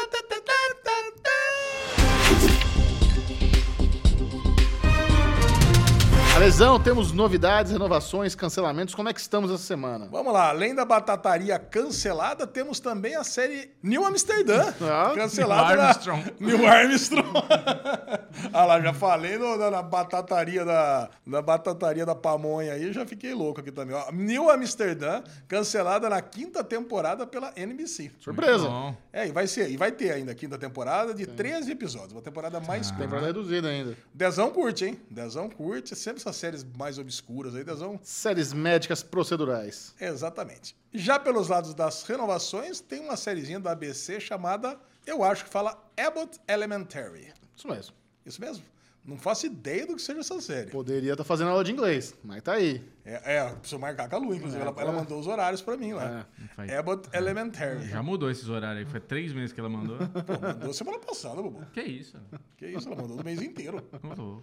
Speaker 1: Alesão, temos novidades, renovações, cancelamentos. Como é que estamos essa semana?
Speaker 2: Vamos lá, além da batataria cancelada, temos também a série New Amsterdã, cancelada.
Speaker 4: Neil Armstrong.
Speaker 2: Neil Armstrong. Ah lá, já falei na batataria da batataria da pamonha aí, já fiquei louco aqui também. Ó, New Amsterdã, cancelada na 5ª temporada pela NBC.
Speaker 1: Surpresa.
Speaker 4: Bom.
Speaker 2: E vai ter ainda a 5ª temporada de 13 episódios, uma temporada mais curta.
Speaker 1: Temporada reduzida ainda.
Speaker 2: Dezão curte, hein? Dezão curte, sempre essas séries mais obscuras aí, Dezão.
Speaker 1: Séries médicas procedurais.
Speaker 2: Exatamente. Já pelos lados das renovações, tem uma sériezinha da ABC chamada, eu acho que fala Abbott Elementary.
Speaker 1: Isso mesmo.
Speaker 2: Isso mesmo? Não faço ideia do que seja essa série.
Speaker 1: Poderia estar fazendo aula de inglês, mas tá aí.
Speaker 2: Preciso marcar com a Lu, inclusive. Ela mandou os horários pra mim lá.
Speaker 4: faz-
Speaker 2: Abbott Elementary.
Speaker 4: Já mudou esses horários aí. Foi 3 meses que ela mandou.
Speaker 2: Pô, mandou semana passada, Bubu.
Speaker 4: Que isso?
Speaker 2: Que isso, ela mandou o mês inteiro.
Speaker 4: Ô, louco.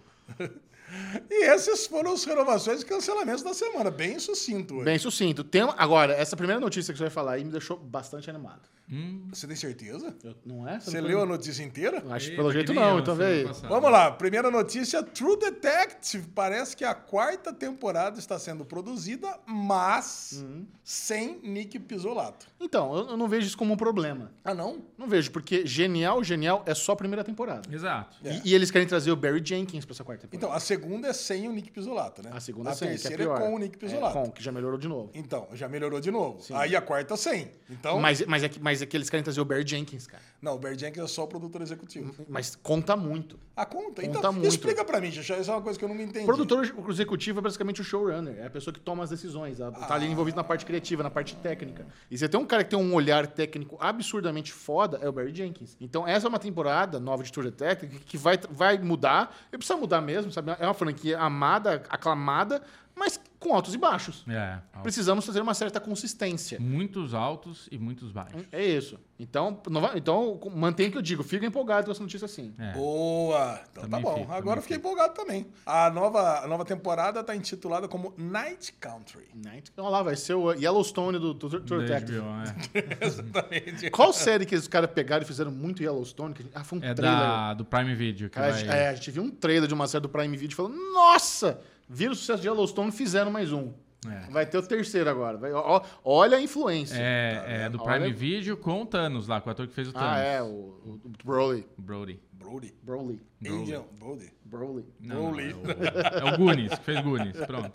Speaker 2: E essas foram as renovações e cancelamentos da semana. Bem sucinto hoje.
Speaker 1: Bem sucinto. Agora, essa primeira notícia que você vai falar aí me deixou bastante animado.
Speaker 2: Você tem certeza?
Speaker 1: Não é?
Speaker 2: Você leu a notícia inteira?
Speaker 1: Acho que
Speaker 4: Eita,
Speaker 1: pelo
Speaker 4: que
Speaker 1: jeito
Speaker 4: nem
Speaker 1: não,
Speaker 4: eu,
Speaker 1: então
Speaker 4: semana
Speaker 1: vê aí.
Speaker 4: passada.
Speaker 2: Vamos lá, primeira notícia, True Detective. Parece que a 4ª temporada está sendo produzida, mas sem Nick Pizzolatto.
Speaker 1: Então, eu não vejo isso como um problema.
Speaker 2: Ah, não?
Speaker 1: Não vejo, porque Genial é só a primeira temporada.
Speaker 4: Exato.
Speaker 1: E eles querem trazer o Barry Jenkins pra essa 4ª temporada.
Speaker 2: Então, a segunda é sem o Nick Pizzolatto, né?
Speaker 1: A segunda sem, que é
Speaker 2: terceira
Speaker 1: pior.
Speaker 2: é com o Nick Pizzolatto.
Speaker 1: Com, que já melhorou de novo.
Speaker 2: Então, já melhorou de novo. Aí a 4ª sem. Então,
Speaker 1: Mas é que eles querem trazer o Barry Jenkins, cara.
Speaker 2: não, o Barry Jenkins é só o produtor executivo.
Speaker 1: Mas conta muito.
Speaker 2: Ah, conta?
Speaker 1: Conta
Speaker 2: Então,
Speaker 1: muito.
Speaker 2: explica pra mim, Xixá, isso é uma coisa que eu não entendi.
Speaker 1: O produtor executivo é basicamente o showrunner. É a pessoa que toma as decisões. Tá ali envolvido na parte criativa, na parte técnica. E você tem um cara que tem um olhar técnico absurdamente foda, é o Barry Jenkins. Então, essa é uma temporada nova de True Detective que vai mudar. E precisa mudar mesmo, sabe? É uma franquia amada, aclamada, mas com altos e baixos. Precisamos fazer uma certa consistência.
Speaker 4: Muitos altos e muitos baixos.
Speaker 1: É isso. Então mantém o que eu digo. Fica empolgado com essa notícia assim.
Speaker 4: É.
Speaker 2: Boa! Então
Speaker 4: Também
Speaker 2: tá bom.
Speaker 4: fico,
Speaker 2: Agora
Speaker 4: também
Speaker 2: eu fiquei
Speaker 4: fico.
Speaker 2: empolgado também. A nova temporada tá intitulada como Night Country.
Speaker 1: Então lá vai ser o Yellowstone do True
Speaker 4: Da
Speaker 1: Detective.
Speaker 4: HBO, é.
Speaker 2: Exatamente.
Speaker 1: Qual série que os caras pegaram e fizeram muito Yellowstone? Foi um
Speaker 4: É
Speaker 1: trailer.
Speaker 4: do Prime Video. Que
Speaker 1: Cara,
Speaker 4: vai...
Speaker 1: a gente viu um trailer de uma série do Prime Video e falou: nossa! Viram o sucesso de Yellowstone e fizeram mais um.
Speaker 4: É.
Speaker 1: Vai ter o terceiro agora. Olha a influência.
Speaker 4: É do Prime
Speaker 1: Olha-
Speaker 4: Video com o Thanos lá, com o ator que fez o Thanos.
Speaker 1: O Broly.
Speaker 4: Brody.
Speaker 2: Brody.
Speaker 1: Broly.
Speaker 2: Angel. Brody.
Speaker 1: Broly.
Speaker 4: Não,
Speaker 2: Broly.
Speaker 4: é o Goonies, que fez Goonies. Pronto.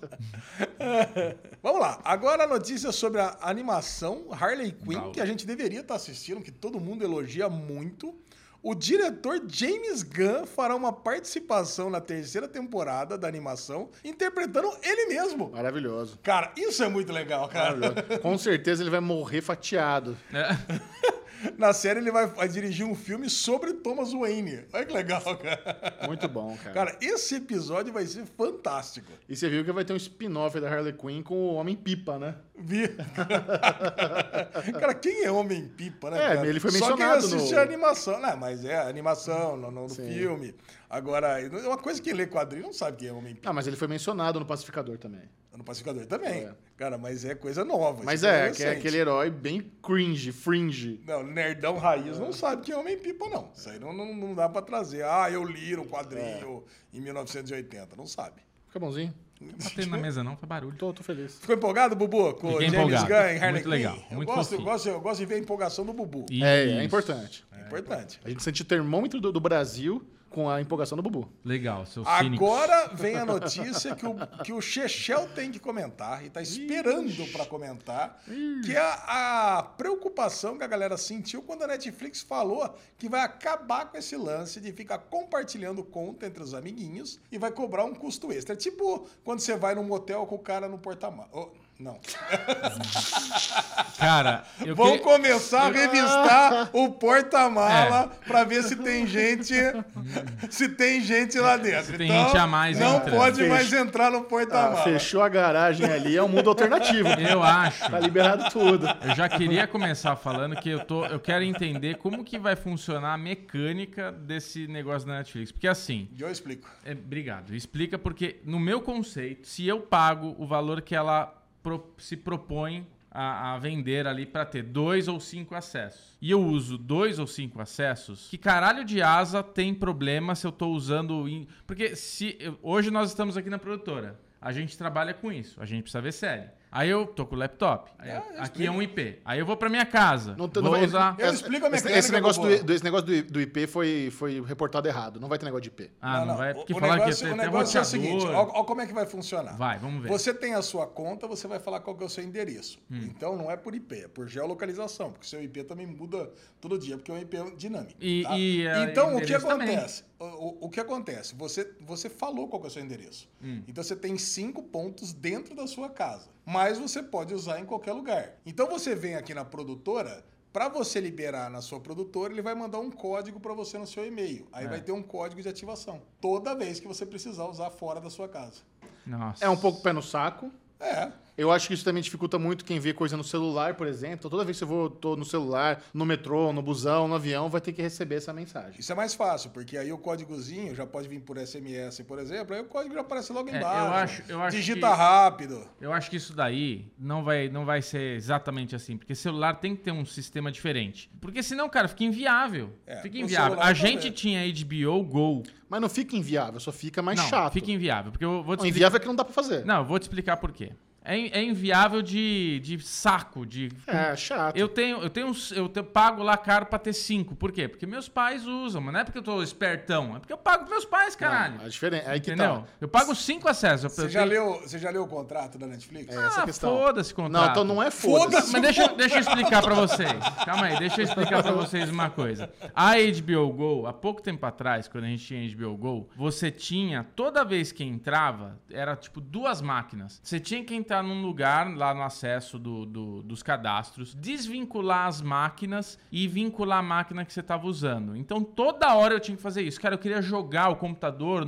Speaker 2: Vamos lá. Agora a notícia sobre a animação Harley Quinn,
Speaker 4: Bravo.
Speaker 2: que a gente deveria estar assistindo, que todo mundo elogia muito. O diretor James Gunn fará uma participação na 3ª temporada da animação, interpretando ele mesmo.
Speaker 1: Maravilhoso.
Speaker 2: Cara, isso é muito legal, cara.
Speaker 1: Maravilhoso. Com certeza ele vai morrer fatiado.
Speaker 4: É.
Speaker 2: Na série ele vai dirigir um filme sobre Thomas Wayne. Olha que legal, cara.
Speaker 1: Muito bom, cara.
Speaker 2: Cara, esse episódio vai ser fantástico.
Speaker 1: E você viu que vai ter um spin-off da Harley Quinn com o Homem-Pipa, né?
Speaker 2: Vi. Cara, quem é Homem-Pipa, né?
Speaker 1: É,
Speaker 2: cara?
Speaker 1: ele foi
Speaker 2: Só
Speaker 1: mencionado
Speaker 2: quem assiste
Speaker 1: no-
Speaker 2: a animação. Não, mas é a animação, no
Speaker 1: Sim.
Speaker 2: filme. Agora, é uma coisa que lê quadrinho não sabe quem é Homem-Pipa.
Speaker 1: Ah, mas ele foi mencionado no Pacificador também.
Speaker 2: No Pacificador também.
Speaker 1: É.
Speaker 2: Cara, mas é coisa nova.
Speaker 1: Mas
Speaker 2: isso
Speaker 1: que é
Speaker 2: recente.
Speaker 1: aquele herói bem cringe, fringe.
Speaker 2: Não, nerdão raiz não sabe quem é Homem-Pipa, não. Isso aí não dá pra trazer. Ah, eu li um quadrinho em 1980. Não sabe.
Speaker 1: Fica bonzinho.
Speaker 4: Batendo na mesa não, faz barulho.
Speaker 1: Tô feliz.
Speaker 2: Ficou empolgado, Bubu? Com o
Speaker 4: Fiquei
Speaker 2: James
Speaker 4: empolgado.
Speaker 2: Gunn em Harley
Speaker 4: Muito
Speaker 2: Quinn?
Speaker 4: legal,
Speaker 2: Eu
Speaker 4: muito
Speaker 2: gosto
Speaker 4: fofinho.
Speaker 2: de ver a empolgação do Bubu.
Speaker 1: É
Speaker 4: Isso.
Speaker 1: importante.
Speaker 2: É importante.
Speaker 1: A gente sente o termômetro do Brasil com a empolgação do Bubu.
Speaker 4: Legal, seu cínico.
Speaker 2: Agora vem a notícia que o Chechel tem que comentar, e tá esperando para comentar, que é a preocupação que a galera sentiu quando a Netflix falou que vai acabar com esse lance de ficar compartilhando conta entre os amiguinhos e vai cobrar um custo extra. É tipo quando você vai num motel com o cara no porta-malas. Não.
Speaker 4: Cara,
Speaker 2: Vamos começar a revistar o porta-mala pra ver se tem gente lá dentro.
Speaker 4: Se tem gente a mais
Speaker 2: não
Speaker 4: entrando.
Speaker 2: pode mais entrar no porta-mala.
Speaker 1: Fechou a garagem ali, é um mundo alternativo.
Speaker 4: Eu acho.
Speaker 1: Tá liberado tudo.
Speaker 4: Eu já queria começar falando que eu quero entender como que vai funcionar a mecânica desse negócio da Netflix. Porque assim...
Speaker 2: Eu explico.
Speaker 4: Obrigado. Explica porque, no meu conceito, se eu pago o valor que ela se propõe a vender ali para ter 2 ou 5 acessos, e eu uso 2 ou 5 acessos, que caralho de asa tem problema se eu tô usando... Porque hoje nós estamos aqui na produtora, a gente trabalha com isso, a gente precisa ver série. Aí eu tô com o laptop. Aqui é um IP. Aí eu vou pra minha casa. Vou usar...
Speaker 2: Eu explico a mecânica.
Speaker 1: Esse negócio do IP foi reportado errado. Não vai ter negócio de IP.
Speaker 4: Não vai. Porque
Speaker 2: O
Speaker 4: falaram
Speaker 2: negócio,
Speaker 4: que
Speaker 2: o
Speaker 4: tem até
Speaker 2: negócio é o
Speaker 4: roteador.
Speaker 2: seguinte, ó como é que vai funcionar.
Speaker 4: Vai, vamos ver.
Speaker 2: Você tem a sua conta, você vai falar qual que é o seu endereço. Então não é por IP, é por geolocalização, porque seu IP também muda todo dia, porque é um IP dinâmico. Então o que acontece? O que acontece? Você falou qual que é o seu endereço. Então você tem 5 pontos dentro da sua casa, mas você pode usar em qualquer lugar. Então você vem aqui na produtora, para você liberar na sua produtora, ele vai mandar um código para você no seu e-mail. Aí vai ter um código de ativação. Toda vez que você precisar usar fora da sua casa.
Speaker 4: Nossa.
Speaker 1: É um pouco pé no saco.
Speaker 2: É.
Speaker 1: Eu acho que isso também dificulta muito quem vê coisa no celular, por exemplo. Então, toda vez que eu tô no celular, no metrô, no busão, no avião, vai ter que receber essa mensagem.
Speaker 2: Isso é mais fácil, porque aí o códigozinho já pode vir por SMS, por exemplo, aí o código já aparece logo embaixo.
Speaker 4: Eu acho
Speaker 2: digita
Speaker 4: que,
Speaker 2: rápido.
Speaker 4: Eu acho que isso daí não vai ser exatamente assim, porque celular tem que ter um sistema diferente. Porque senão, cara, fica inviável. Fica inviável. A gente tinha HBO Go.
Speaker 1: Mas não fica inviável, só fica mais chato.
Speaker 4: Fica inviável, porque eu vou te
Speaker 1: inviável é que não dá pra fazer.
Speaker 4: Não, eu vou te explicar por quê. É inviável de saco.
Speaker 1: Chato.
Speaker 4: Eu pago lá caro pra ter 5. Por quê? Porque meus pais usam, mas não é porque eu tô espertão. É porque eu pago pros meus pais, caralho.
Speaker 1: Não, é diferente. Aí que
Speaker 4: entendeu?
Speaker 1: Tá.
Speaker 4: Eu pago 5 acessos.
Speaker 2: Você já leu o contrato da Netflix?
Speaker 1: Essa questão.
Speaker 4: Foda-se o contrato.
Speaker 1: Não, então não é foda-se.
Speaker 4: Mas deixa eu explicar pra vocês. Calma aí, deixa eu explicar pra vocês uma coisa. A HBO Go, há pouco tempo atrás, quando a gente tinha HBO Go, você tinha, toda vez que entrava, era tipo 2 máquinas. Você tinha que entrar num lugar, lá no acesso dos cadastros, desvincular as máquinas e vincular a máquina que você estava usando. Então, toda hora eu tinha que fazer isso. Cara, eu queria jogar o computador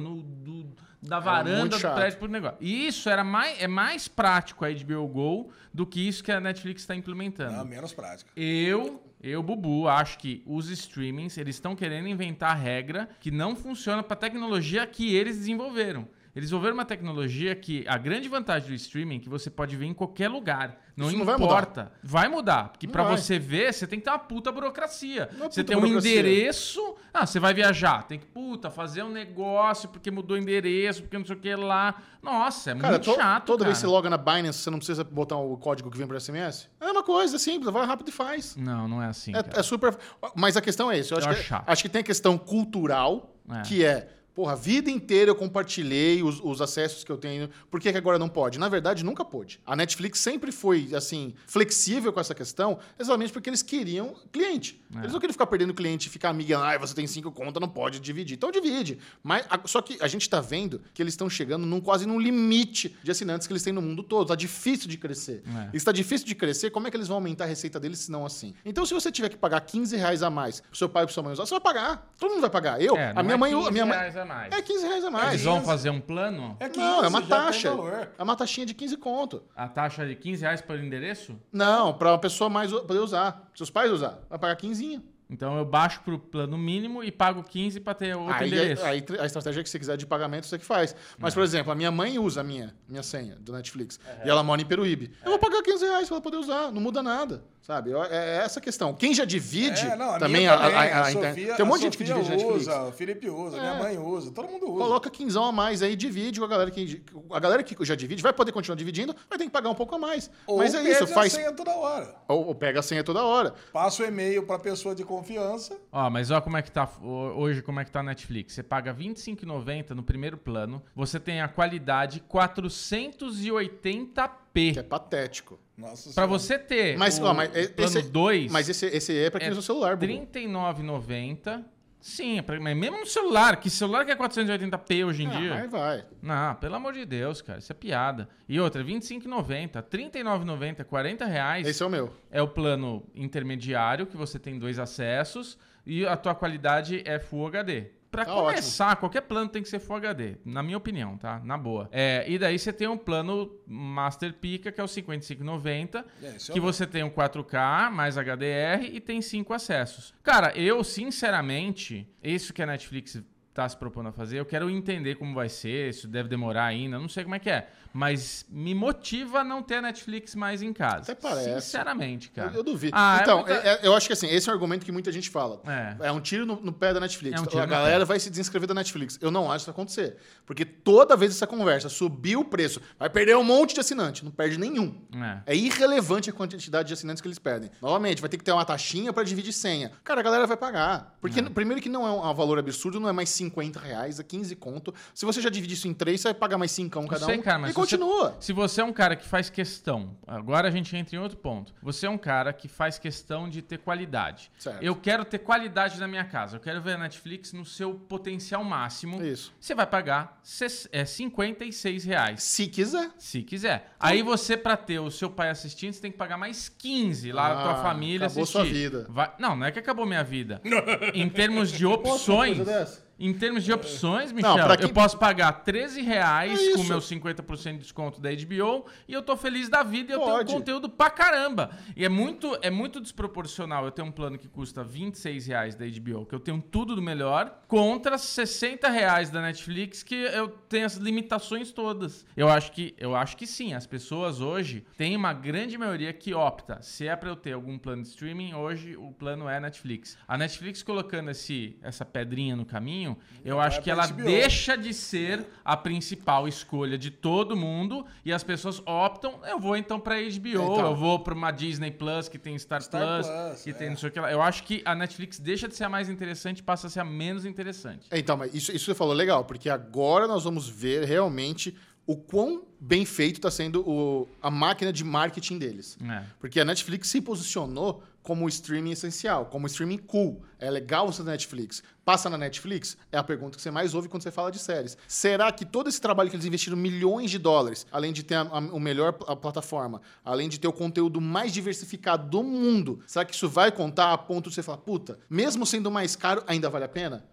Speaker 4: da varanda do prédio pro negócio. E isso é mais prático a HBO Go do que isso que a Netflix está implementando.
Speaker 2: Não, menos prático.
Speaker 4: Eu, Bubu, acho que os streamings, eles estão querendo inventar regra que não funciona para a tecnologia que eles desenvolveram. Eles desenvolveram uma tecnologia que a grande vantagem do streaming é que você pode ver em qualquer lugar. Não importa. Vai mudar. Porque pra você ver, você tem que ter uma puta burocracia. Você tem um endereço. Você vai viajar. Tem que, fazer um negócio porque mudou o endereço, porque não sei o que lá. Nossa, é muito chato.
Speaker 1: Toda vez que você loga na Binance, você não precisa botar o código que vem por SMS? É uma coisa, é simples. Vai rápido e faz.
Speaker 4: Não é assim.
Speaker 1: É super. Mas a questão é isso. Eu acho que tem a questão cultural, que é. Porra, a vida inteira eu compartilhei os acessos que eu tenho. Por que agora não pode? Na verdade, nunca pôde. A Netflix sempre foi, assim, flexível com essa questão, exatamente porque eles queriam cliente. Eles não queriam ficar perdendo cliente e ficar amigando. Você tem 5 contas, não pode dividir. Então divide. Mas, só que a gente tá vendo que eles estão chegando quase num limite de assinantes que eles têm no mundo todo. Tá difícil de crescer. E se tá difícil de crescer, como é que eles vão aumentar a receita deles se não assim? Então, se você tiver que pagar R$15 a mais pro seu pai e pro sua mãe usar, você vai pagar. Todo mundo vai pagar. A minha mãe...
Speaker 4: Mais.
Speaker 1: É R$15 a mais.
Speaker 4: Eles vão fazer um plano?
Speaker 1: Não, é uma taxa. É uma taxinha de 15 conto.
Speaker 4: A taxa de R$15 por endereço?
Speaker 1: Não, para uma pessoa mais poder usar. Seus pais usar. Vai pagar 15.
Speaker 4: Então eu baixo pro plano mínimo e pago 15 para ter outro endereço.
Speaker 1: Aí a estratégia que você quiser de pagamento, você que faz. Mas, por exemplo, a minha mãe usa a minha senha do Netflix. E ela mora em Peruíbe. Eu vou pagar R$15 para ela poder usar. Não muda nada. Sabe? É essa a questão. Quem já divide também a internet. Tem um monte de gente que divide Netflix.
Speaker 2: O Felipe usa, minha mãe usa, todo mundo usa.
Speaker 1: Coloca 15 a mais aí, divide com a galera que. A galera que já divide vai poder continuar dividindo, vai ter que pagar um pouco a mais. Mas é isso,
Speaker 2: faz. Pega a senha toda hora.
Speaker 1: Ou pega a senha toda hora.
Speaker 2: Passa o e-mail para a pessoa de confiança confiança.
Speaker 4: Ó, mas como é que tá hoje, como é que tá a Netflix? Você paga R$ 25,90 no primeiro plano, você tem a qualidade 480p.
Speaker 1: Que é patético.
Speaker 2: Nossa
Speaker 4: Pra
Speaker 2: Senhora.
Speaker 4: você ter
Speaker 1: Mas,
Speaker 4: o
Speaker 1: ó, mas
Speaker 4: plano 2...
Speaker 1: Mas esse é pra quem usa o celular,
Speaker 4: R$
Speaker 1: Bubu.
Speaker 4: 39,90. Sim, mas mesmo no celular. Que celular que é 480p hoje em dia?
Speaker 1: Mas vai.
Speaker 4: Não, pelo amor de Deus, cara. Isso é piada. E outra, R$ 25,90. R$ 39,90, R$ 40.
Speaker 1: Esse é o meu.
Speaker 4: É o plano intermediário, que você tem 2 acessos. E a tua qualidade é Full HD. Pra
Speaker 1: Tá
Speaker 4: começar, qualquer plano tem que ser Full HD, na minha opinião, tá? Na boa. E daí você tem um plano Master Pica, que é o 55,90, que você tem um 4K, mais HDR e tem 5 acessos. Cara, eu, sinceramente, isso que a Netflix tá se propondo a fazer, eu quero entender como vai ser, isso deve demorar ainda, não sei como é que é. Mas me motiva a não ter a Netflix mais em casa.
Speaker 1: Até parece.
Speaker 4: Sinceramente, cara.
Speaker 1: Eu duvido.
Speaker 4: Ah,
Speaker 1: então, eu acho que assim, esse é um argumento que muita gente fala.
Speaker 4: É
Speaker 1: um tiro no pé da Netflix.
Speaker 4: É um tiro
Speaker 1: A
Speaker 4: no
Speaker 1: galera vai se desinscrever da Netflix. Eu não acho isso acontecer. Porque toda vez essa conversa subiu o preço, vai perder um monte de assinante. Não perde nenhum. É irrelevante a quantidade de assinantes que eles perdem. Novamente, vai ter que ter uma taxinha pra dividir senha. Cara, a galera vai pagar. Porque, primeiro que não é um valor absurdo, não é mais R$50, é 15 conto. Se você já dividir isso em 3, você vai pagar mais 5 cada um.
Speaker 4: Cara, mas
Speaker 1: e continua.
Speaker 4: Se você é um cara que faz questão, agora a gente entra em outro ponto. Você é um cara que faz questão de ter qualidade.
Speaker 1: Certo.
Speaker 4: Eu quero ter qualidade na minha casa. Eu quero ver a Netflix no seu potencial máximo.
Speaker 1: Isso.
Speaker 4: Você vai pagar R$56.
Speaker 1: Se quiser.
Speaker 4: Se quiser. Aí você, pra ter o seu pai assistindo, você tem que pagar mais 15 lá na tua família
Speaker 1: acabou
Speaker 4: assistir.
Speaker 1: sua vida.
Speaker 4: Não é que acabou minha vida. Em termos de opções... Em termos de opções, Michel, eu posso pagar R$13 com o meu 50% de desconto da HBO e eu tô feliz da vida e eu tenho conteúdo pra caramba. E é muito desproporcional eu ter um plano que custa R$26 da HBO, que eu tenho tudo do melhor, contra R$60 da Netflix, que eu tenho as limitações todas. Eu acho que sim, as pessoas hoje têm uma grande maioria que opta. Se é pra eu ter algum plano de streaming, hoje o plano é Netflix. A Netflix colocando essa pedrinha no caminho, eu acho que ela deixa de ser a principal escolha de todo mundo e as pessoas optam, eu vou então pra HBO, eu vou pra uma Disney Plus que tem Star Plus, que tem não sei o que lá. Eu acho que a Netflix deixa de ser a mais interessante e passa a ser a menos interessante.
Speaker 1: Então, mas isso você falou legal, porque agora nós vamos ver realmente o quão bem feito está sendo a máquina de marketing deles. Porque a Netflix se posicionou como streaming essencial, como streaming cool. É legal você ter Netflix. Passa na Netflix? É a pergunta que você mais ouve quando você fala de séries. Será que todo esse trabalho que eles investiram milhões de dólares, além de ter o melhor plataforma, além de ter o conteúdo mais diversificado do mundo, será que isso vai contar a ponto de você falar, puta, mesmo sendo mais caro, ainda vale a pena?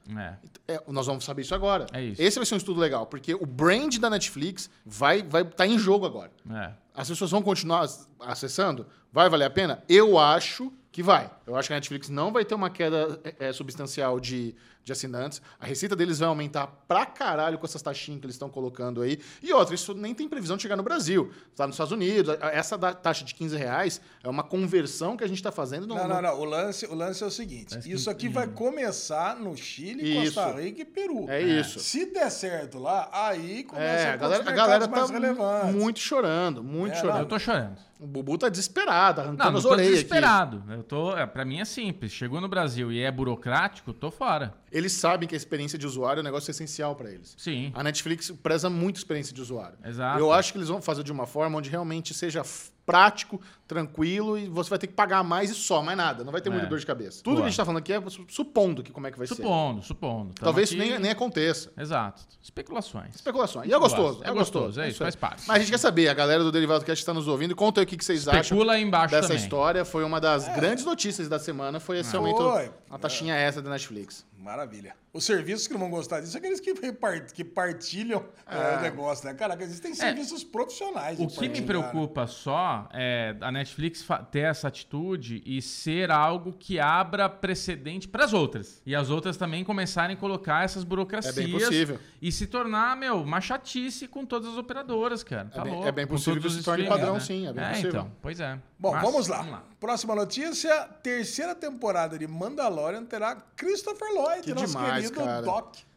Speaker 1: Nós vamos saber isso agora.
Speaker 4: É isso.
Speaker 1: Esse vai ser um estudo legal, porque o brand da Netflix vai estar em jogo agora. As pessoas vão continuar acessando? Vai valer a pena? Eu acho que vai. Eu acho que a Netflix não vai ter uma queda substancial de assinantes. A receita deles vai aumentar pra caralho com essas taxinhas que eles estão colocando aí. E outra, isso nem tem previsão de chegar no Brasil. Está nos Estados Unidos. Essa taxa de R$15 é uma conversão que a gente está fazendo.
Speaker 2: Não. O lance é o seguinte. Isso aqui vai começar no Chile, Costa Rica e Peru.
Speaker 1: É isso.
Speaker 2: Se der certo lá, aí começa
Speaker 1: a galera tá
Speaker 2: relevantes.
Speaker 1: muito chorando.
Speaker 4: Eu tô chorando.
Speaker 1: O Bubu tá desesperado, arrancando as
Speaker 4: tô
Speaker 1: orelhas
Speaker 4: desesperado. Pra mim é simples. Chegou no Brasil e é burocrático, tô fora.
Speaker 1: Eles sabem que a experiência de usuário é um negócio essencial para eles.
Speaker 4: Sim.
Speaker 1: A Netflix preza muito a experiência de usuário.
Speaker 4: Exato.
Speaker 1: Eu acho que eles vão fazer de uma forma onde realmente seja prático, tranquilo, e você vai ter que pagar mais e só, mais nada. Não vai ter muita dor de cabeça. Tudo que a gente tá falando aqui é supondo que como é que vai ser. Supondo. Talvez isso nem aconteça.
Speaker 4: Exato. Especulações.
Speaker 1: E é gostoso.
Speaker 4: É gostoso, é isso, faz parte.
Speaker 1: Mas a gente quer saber, a galera do Derivado Cast está nos ouvindo, conta aí o que vocês acham
Speaker 4: aí embaixo
Speaker 1: dessa
Speaker 4: também.
Speaker 1: história. Foi uma das grandes notícias da semana, foi esse aumento, a taxinha essa da Netflix.
Speaker 2: Maravilha. Os serviços que não vão gostar disso é aqueles que partilham o negócio, né? Caraca, existem serviços profissionais.
Speaker 4: O que me preocupa só é a Netflix ter essa atitude e ser algo que abra precedente para as outras. E as outras também começarem a colocar essas burocracias.
Speaker 1: É bem possível.
Speaker 4: E se tornar, uma chatice com todas as operadoras, cara. Tá louco.
Speaker 1: É bem possível que se torne padrão, né? Sim. É bem possível.
Speaker 4: Então, pois é.
Speaker 2: Bom, vamos lá. Próxima notícia, terceira temporada de Mandalorian terá Christopher Lloyd,
Speaker 1: Que
Speaker 2: nosso
Speaker 1: demais,
Speaker 2: querido
Speaker 1: cara.
Speaker 2: Doc.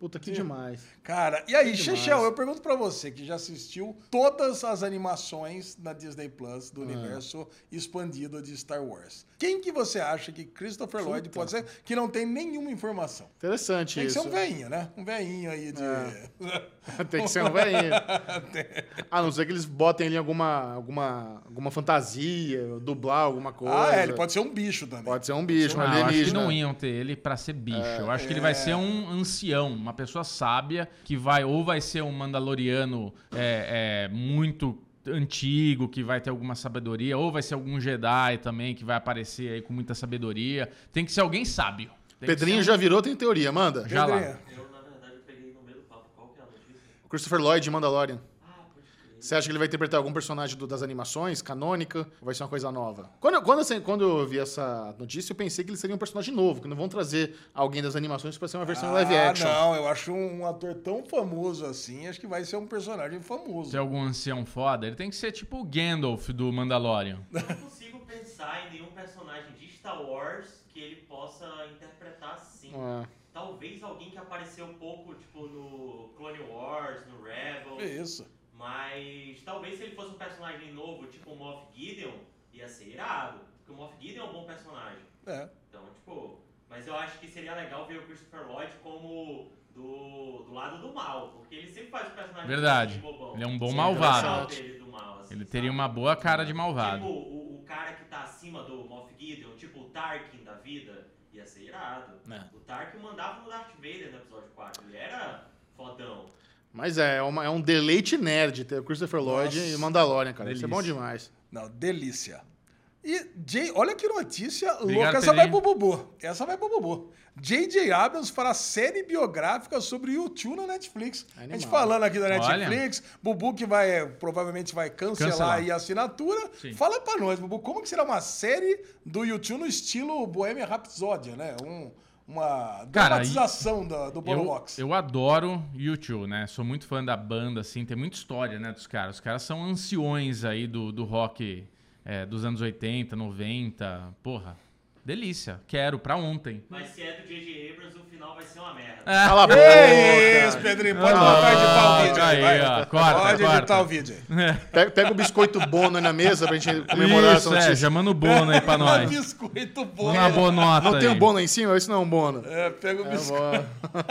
Speaker 1: Puta, que demais.
Speaker 2: Cara, e aí,
Speaker 1: Que demais.
Speaker 2: Chechel, eu pergunto pra você, que já assistiu todas as animações na Disney Plus do universo expandido de Star Wars. Quem que você acha que Christopher Lloyd pode ser que não tem nenhuma informação?
Speaker 1: Interessante
Speaker 2: Tem que
Speaker 1: isso.
Speaker 2: ser um velhinho, né? Um velhinho aí de...
Speaker 1: Tem que ser um velhinho. A não ser que eles botem ali alguma fantasia, dublar alguma coisa.
Speaker 2: Ele pode ser um bicho também.
Speaker 1: Pode ser um bicho, um
Speaker 4: Eu acho que
Speaker 1: alienígena.
Speaker 4: não iam ter ele pra ser bicho. Eu acho que ele vai ser um ancião, uma pessoa sábia que vai ser um Mandaloriano muito antigo, que vai ter alguma sabedoria, ou vai ser algum Jedi também que vai aparecer aí com muita sabedoria. Tem que ser alguém sábio. Tem que
Speaker 1: Pedrinho
Speaker 4: ser
Speaker 1: já virou, tem teoria, manda.
Speaker 4: Já lá.
Speaker 2: Pedrinho.
Speaker 7: Eu, na verdade, peguei no meio do papo. Qual que é a notícia?
Speaker 1: Christopher Lloyd de Mandalorian.
Speaker 7: Ah, pode crer.
Speaker 1: Você acha que ele vai interpretar algum personagem das animações, canônica, ou vai ser uma coisa nova? Quando eu vi essa notícia, eu pensei que ele seria um personagem novo, que não vão trazer alguém das animações pra ser uma versão live action.
Speaker 2: Não, eu acho um ator tão famoso assim, acho que vai ser um personagem famoso.
Speaker 4: Se é algum ancião foda, ele tem que ser tipo o Gandalf do Mandalorian.
Speaker 7: Eu não consigo pensar em nenhum personagem de Star Wars que ele possa interpretar assim. Talvez alguém que apareceu um pouco, tipo, no Clone Wars, no Rebels.
Speaker 2: Isso.
Speaker 7: Mas talvez se ele fosse um personagem novo, tipo o Moff Gideon, ia ser irado. Porque o Moff Gideon é um bom personagem. Então, tipo... Mas eu acho que seria legal ver o Christopher Lloyd como do lado do mal. Porque ele sempre faz o personagem
Speaker 4: Verdade.
Speaker 7: bobão.
Speaker 4: Ele é um bom
Speaker 1: Sim,
Speaker 4: malvado.
Speaker 7: Dele do mal, assim,
Speaker 4: Ele teria
Speaker 7: sabe?
Speaker 4: uma boa cara de malvado.
Speaker 7: Tipo, o cara que tá acima do Moff Gideon, tipo o Tarkin da vida, ia ser irado. O Tarkin mandava no Darth Vader no episódio 4. Ele era fodão.
Speaker 1: Mas é um deleite nerd ter o Christopher Lloyd e Mandalorian, cara. Isso é bom
Speaker 4: Delícia.
Speaker 1: demais.
Speaker 2: Não, delícia. E, olha que notícia
Speaker 4: Obrigado,
Speaker 2: louca. Essa
Speaker 4: Pedrinho.
Speaker 2: vai pro Bubu. Essa vai pro Bubu. J.J. Abrams fará série biográfica sobre U2 na Netflix. A gente
Speaker 1: Animal.
Speaker 2: falando aqui da
Speaker 4: Olha.
Speaker 2: Netflix, Bubu que provavelmente vai cancelar aí a assinatura.
Speaker 4: Sim.
Speaker 2: Fala pra nós, Bubu, como que será uma série do U2 no estilo Bohemian Rhapsody, né? Uma
Speaker 4: Cara,
Speaker 2: dramatização do Bonovox.
Speaker 4: Eu adoro U2, né? Sou muito fã da banda, assim. Tem muita história, né, dos caras. Os caras são anciões aí do rock dos anos 80, 90. Porra, delícia. Quero pra ontem.
Speaker 7: Mas se é do J.J. Abrams, o final vai ser uma merda.
Speaker 1: Cala a boca.
Speaker 2: É isso, Pedrinho. Pode botar editar o vídeo aí.
Speaker 4: aí,
Speaker 2: Vai.
Speaker 4: ó. Corta,
Speaker 2: Pode
Speaker 4: corta.
Speaker 2: editar o vídeo aí.
Speaker 1: Pega o biscoito Bono aí na mesa pra gente comemorar essa
Speaker 4: Isso,
Speaker 1: notícia.
Speaker 4: chamando o Bono aí pra nós.
Speaker 2: Biscoito bom.
Speaker 4: Vamos na boa nota
Speaker 1: Não tem
Speaker 4: aí.
Speaker 1: um Bono aí em cima? Esse não é um Bono.
Speaker 2: Pega o biscoito.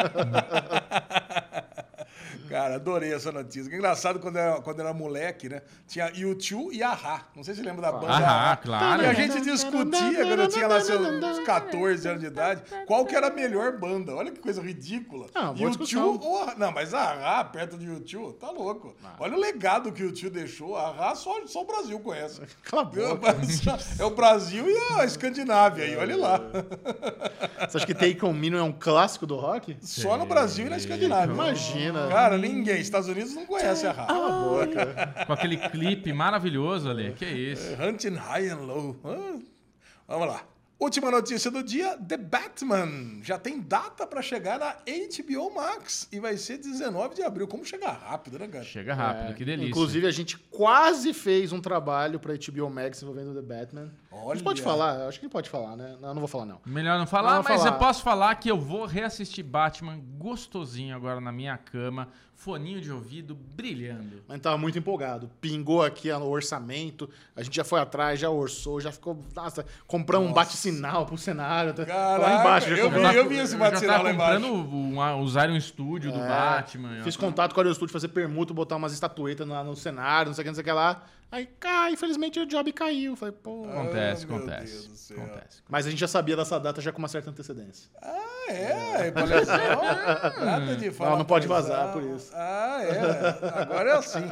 Speaker 2: Cara, adorei essa notícia. Que engraçado, quando era moleque, né? Tinha U2 e A-Ha. Não sei se você lembra da banda.
Speaker 4: A-Ha, claro.
Speaker 2: E a gente discutia, quando eu tinha lá seus 14 anos de idade, qual que era a melhor banda. Olha que coisa ridícula.
Speaker 1: Ah, boa
Speaker 2: U2
Speaker 1: discussão.
Speaker 2: ou A-Ha. Não, mas A-Ha, perto de U2, tá louco. Olha o legado que o U2 deixou. A-Ha só o Brasil conhece.
Speaker 1: Cala a boca.
Speaker 2: É o Brasil e a Escandinávia aí, olha lá.
Speaker 1: Você acha que Take On Me não é um clássico do rock?
Speaker 2: Só no Brasil e na Escandinávia.
Speaker 1: Imagina.
Speaker 2: Cara, ninguém. Estados Unidos não conhece a Cala
Speaker 1: a boca.
Speaker 4: Com aquele clipe maravilhoso ali. Que isso.
Speaker 2: Hunting High and Low. Vamos lá. Última notícia do dia, The Batman. Já tem data pra chegar na HBO Max e vai ser 19 de abril. Como chegar rápido, né, cara?
Speaker 4: Chega rápido, que delícia.
Speaker 1: Inclusive, a gente quase fez um trabalho pra HBO Max envolvendo The Batman. A gente pode falar? Acho que pode falar, né? Não vou falar, não.
Speaker 4: Melhor não falar,
Speaker 1: Não,
Speaker 4: mas
Speaker 1: falar.
Speaker 4: eu posso falar que eu vou reassistir Batman gostosinho agora na minha cama, foninho de ouvido brilhando.
Speaker 1: Mas tava muito empolgado. Pingou aqui o orçamento, a gente já foi atrás, já orçou, já ficou... Nossa, compramos um bate-sinal pro cenário. Tá
Speaker 2: Caraca,
Speaker 1: lá embaixo. Já compramos.
Speaker 2: eu vi esse bate-sinal lá embaixo.
Speaker 4: comprando usar um estúdio do Batman.
Speaker 1: Fiz contato com o Audio Studio, fazer permuta, botar umas estatuetas no cenário, não sei o que lá. Aí, infelizmente, o job caiu. Falei, pô...
Speaker 4: Acontece,
Speaker 2: meu
Speaker 4: acontece.
Speaker 2: Deus do céu.
Speaker 4: Acontece.
Speaker 1: Mas a gente já sabia dessa data já com uma certa antecedência.
Speaker 2: Palhação. Nada de falar.
Speaker 1: Não pode
Speaker 2: palhação.
Speaker 1: vazar por isso.
Speaker 2: Agora é assim.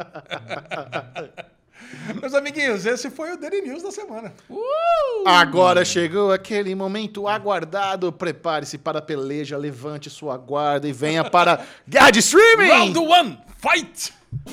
Speaker 2: Meus amiguinhos, esse foi o Daily News da semana.
Speaker 1: Agora chegou aquele momento aguardado. Prepare-se para a peleja, levante sua guarda e venha para Guerra de Streaming!
Speaker 2: Round 1, fight!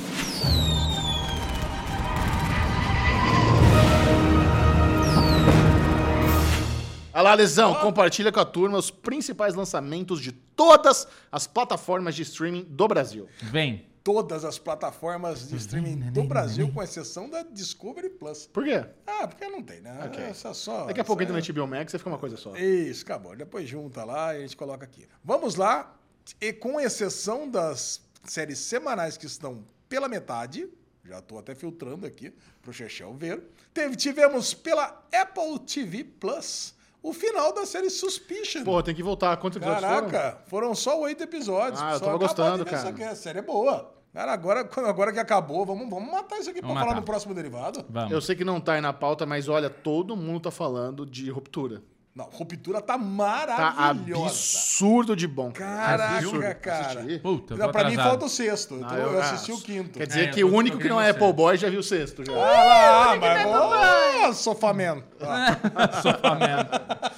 Speaker 1: Olha lá, Lesão, compartilha com a turma os principais lançamentos de todas as plataformas de streaming do Brasil.
Speaker 4: Vem.
Speaker 2: Todas as plataformas de streaming do Brasil, com exceção da Discovery Plus.
Speaker 1: Por quê?
Speaker 2: Porque não tem, né?
Speaker 1: Ok.
Speaker 2: Essa só,
Speaker 1: Daqui a pouco entra na HBO Max e fica uma coisa só.
Speaker 2: Isso, acabou. Depois junta lá e a gente coloca aqui. Vamos lá. E com exceção das séries semanais que estão pela metade, já estou até filtrando aqui pro Chechel ver, tivemos pela Apple TV Plus o final da série Suspicion.
Speaker 1: Pô, tem que voltar. Quantos episódios foram?
Speaker 2: Caraca, foram só 8 episódios.
Speaker 1: Ah, eu
Speaker 2: só
Speaker 1: tava gostando,
Speaker 2: acabou de ver
Speaker 1: cara.
Speaker 2: isso aqui, a série é boa. Cara, agora que acabou, vamos matar isso aqui pra falar no próximo derivado.
Speaker 4: Vamos.
Speaker 1: Eu sei que não tá aí na pauta, mas olha, todo mundo tá falando de Ruptura.
Speaker 2: Não, Ruptura tá
Speaker 1: Tá
Speaker 2: maravilhosa.
Speaker 1: absurdo de bom.
Speaker 2: Caraca,
Speaker 1: Absurdo.
Speaker 2: cara.
Speaker 1: Assisti.
Speaker 4: Puta, eu tô
Speaker 2: Não, pra mim
Speaker 4: atrasado.
Speaker 2: falta o sexto. Eu assisti o quinto.
Speaker 1: Quer dizer que
Speaker 4: eu
Speaker 1: o
Speaker 4: tô
Speaker 1: único que não é
Speaker 4: querendo
Speaker 1: Apple Boy já viu o sexto. Já.
Speaker 2: Ah lá, mas vou... Sofaman.
Speaker 4: Sofamento.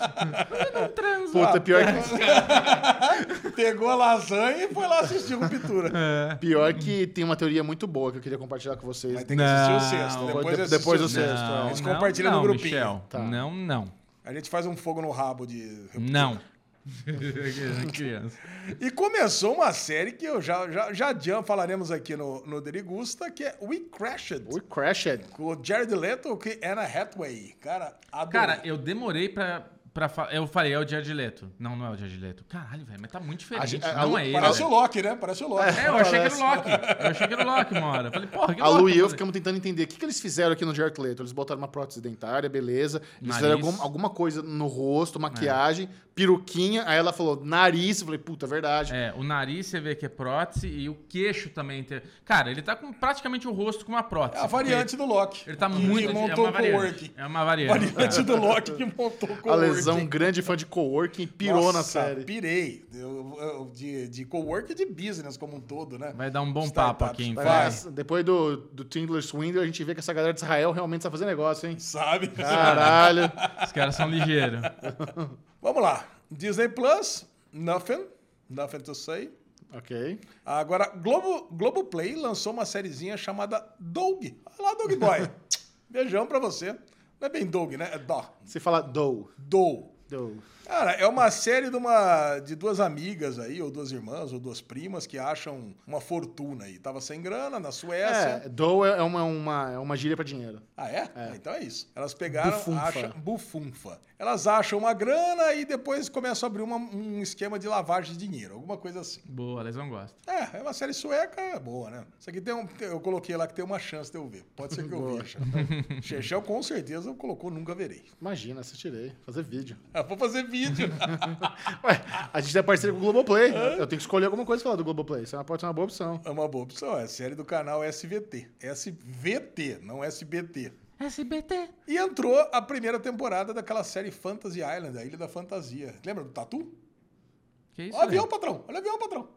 Speaker 1: Puta,
Speaker 2: Pegou a lasanha e foi lá assistir Ruptura.
Speaker 1: pior que tem uma teoria muito boa que eu queria compartilhar com vocês.
Speaker 2: Mas tem que assistir o sexto.
Speaker 1: Depois
Speaker 2: Depois
Speaker 1: do
Speaker 2: assistir o
Speaker 1: sexto.
Speaker 2: Eles compartilham no grupinho.
Speaker 4: Michel.
Speaker 1: Tá.
Speaker 4: Não.
Speaker 2: A gente faz um fogo no rabo de Ruptura.
Speaker 4: Não. Criança.
Speaker 2: E começou uma série que eu já falaremos aqui no Derigusta, que é We Crashed.
Speaker 1: We Crashed.
Speaker 2: Com o Jared Leto e Anna Hathaway. Cara, adorei.
Speaker 4: Cara, eu demorei pra eu falei, é o Jared Leto. Não é o Jared Leto. Caralho, velho, mas tá muito diferente. Não é ele.
Speaker 2: Parece
Speaker 4: velho.
Speaker 2: o Loki, né? Parece o Loki.
Speaker 4: Eu achei que era o Loki. Eu achei que era o Loki uma hora. Eu falei, porra, que
Speaker 1: A Lu
Speaker 4: Loki,
Speaker 1: e eu
Speaker 4: fazer?
Speaker 1: ficamos tentando entender o que eles fizeram aqui no Jared Leto. Eles botaram uma prótese dentária, beleza. Eles
Speaker 4: Nariz.
Speaker 1: fizeram alguma coisa no rosto, maquiagem, peruquinha. Aí ela falou, nariz. Eu falei, puta, é verdade.
Speaker 4: O nariz você vê que é prótese e o queixo também. Cara, ele tá com praticamente o rosto com uma prótese.
Speaker 2: É a variante do Loki.
Speaker 4: Ele tá
Speaker 2: que
Speaker 4: muito...
Speaker 2: montou
Speaker 4: é
Speaker 2: o coworking.
Speaker 4: É uma variante.
Speaker 2: Variante do Loki que montou o coworking.
Speaker 1: A Lesão, grande fã de coworking, pirou na série.
Speaker 2: Pirei. De coworking e de business como um todo, né?
Speaker 4: Vai dar um bom
Speaker 2: Startups.
Speaker 4: papo aqui, hein?
Speaker 1: Mas, depois do Tindler Swindler, a gente vê que essa galera de Israel realmente sabe fazer negócio, hein?
Speaker 2: Sabe?
Speaker 1: Caralho.
Speaker 4: Os caras são ligeiros.
Speaker 2: Vamos lá. Disney Plus, Nothing to Say.
Speaker 1: Ok.
Speaker 2: Agora, Globoplay lançou uma sériezinha chamada Doug. Olha lá, Doug Boy. Beijão pra você. Não é bem Doug, né? É Dó.
Speaker 1: Você fala Doe.
Speaker 2: Doug.
Speaker 1: Doe.
Speaker 2: Cara, é uma série de duas amigas aí, ou duas irmãs, ou duas primas, que acham uma fortuna aí. Tava sem grana na Suécia.
Speaker 1: Doe é uma gíria pra dinheiro.
Speaker 2: Ah, é? Então é isso. Elas pegaram,
Speaker 1: Bufunfa.
Speaker 2: Bufunfa. Elas acham uma grana e depois começam a abrir um esquema de lavagem de dinheiro, alguma coisa assim.
Speaker 4: Boa, a Lesão gosta.
Speaker 2: É uma série sueca boa, né? Isso aqui eu coloquei lá que tem uma chance de eu ver. Pode ser que eu veja. Chechel com certeza colocou, nunca verei.
Speaker 1: Imagina, assistirei. Fazer vídeo.
Speaker 2: Vou fazer vídeo.
Speaker 1: Ué, a gente é parceiro com o Globoplay. Eu tenho que escolher alguma coisa pra falar do Globoplay. Isso pode ser uma boa opção.
Speaker 2: É uma boa opção. É série do canal SVT. SVT, não SBT.
Speaker 3: SBT.
Speaker 2: E entrou a primeira temporada daquela série Fantasy Island, a Ilha da Fantasia. Lembra do Tatu?
Speaker 4: Que isso,
Speaker 2: Olha o avião,
Speaker 4: velho?
Speaker 2: patrão. Olha o avião, patrão.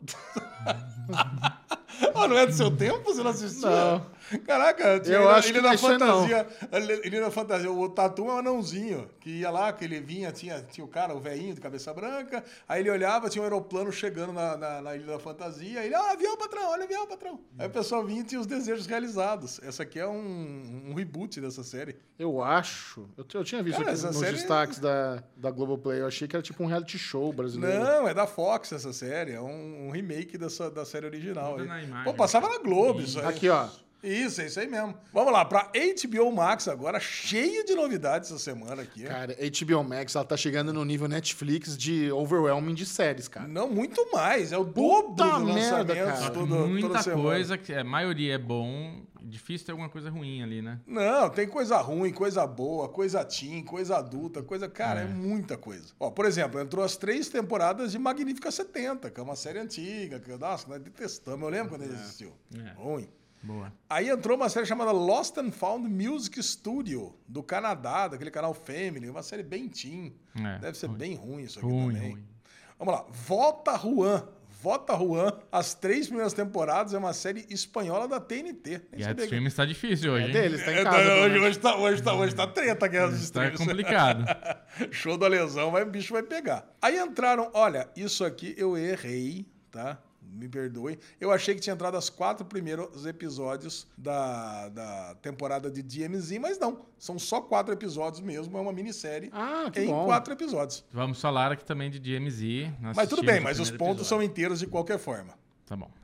Speaker 2: Não é do seu tempo? Você não assistiu?
Speaker 1: Não.
Speaker 2: Caraca, tinha
Speaker 1: Eu acho
Speaker 2: Ilha
Speaker 1: que
Speaker 2: da
Speaker 1: isso aí não.
Speaker 2: Fantasia. Ilha da Fantasia. O Tatu é um anãozinho que ia lá, que ele vinha, tinha o cara, o velhinho de cabeça branca. Aí ele olhava, tinha um aeroplano chegando na Ilha da Fantasia. Aí ele, olha o avião, patrão, olha o avião, patrão. Aí o pessoal vinha e tinha os desejos realizados. Essa aqui é um reboot dessa série.
Speaker 1: Eu acho. Eu tinha visto
Speaker 2: Cara,
Speaker 1: aqui
Speaker 2: essa
Speaker 1: nos
Speaker 2: série-
Speaker 1: destaques da Globoplay. Eu achei que era tipo um reality show brasileiro.
Speaker 2: Não, é da Fox essa série. É um remake da série original.
Speaker 4: Muda
Speaker 2: aí.
Speaker 4: na imagem.
Speaker 2: Pô, passava na Globo isso aí.
Speaker 1: Aqui, ó.
Speaker 2: Isso, é isso aí mesmo. Vamos lá, pra HBO Max agora, cheio de novidades essa semana aqui.
Speaker 1: Cara, HBO Max, ela tá chegando no nível Netflix de overwhelming de séries, cara.
Speaker 2: Não, muito mais. É o
Speaker 1: Puta
Speaker 2: dobro do
Speaker 1: merda,
Speaker 2: lançamento
Speaker 1: cara.
Speaker 2: toda
Speaker 4: Muita
Speaker 2: semana.
Speaker 4: coisa, que a maioria é bom. Difícil ter alguma coisa ruim ali, né?
Speaker 2: Não, tem coisa ruim, coisa boa, coisa teen, coisa adulta, coisa... Cara, é muita coisa. Ó, por exemplo, entrou as 3 temporadas de Magnífica 70, que é uma série antiga, que, nossa, nós detestamos. Eu lembro quando ele existiu. Ruim.
Speaker 4: Boa.
Speaker 2: Aí entrou uma série chamada Lost and Found Music Studio, do Canadá, daquele canal Family, uma série bem teen. Deve ser bem ruim isso aqui também.
Speaker 4: Ruim.
Speaker 2: Vamos lá, Volta Juan. Volta Juan, as 3 primeiras temporadas é uma série espanhola da TNT. Nem
Speaker 4: Guerra
Speaker 2: sabia
Speaker 4: dos Streams tá difícil hoje,
Speaker 1: É
Speaker 4: hein?
Speaker 1: deles, tá em casa. pelo menos.
Speaker 2: Hoje tá treta a Guerra dos
Speaker 4: Tá
Speaker 2: Streams.
Speaker 4: complicado.
Speaker 2: Show da lesão, o bicho vai pegar. Aí entraram, olha, isso aqui eu errei, tá? Me perdoe. Eu achei que tinha entrado as 4 primeiros episódios da temporada de DMZ, mas não. São só 4 episódios mesmo, é uma minissérie
Speaker 1: Ah, que
Speaker 2: em
Speaker 1: bom.
Speaker 2: 4 episódios.
Speaker 4: Vamos falar aqui também de DMZ.
Speaker 2: Mas tudo bem, mas os pontos são inteiros de qualquer forma.
Speaker 4: Tá bom.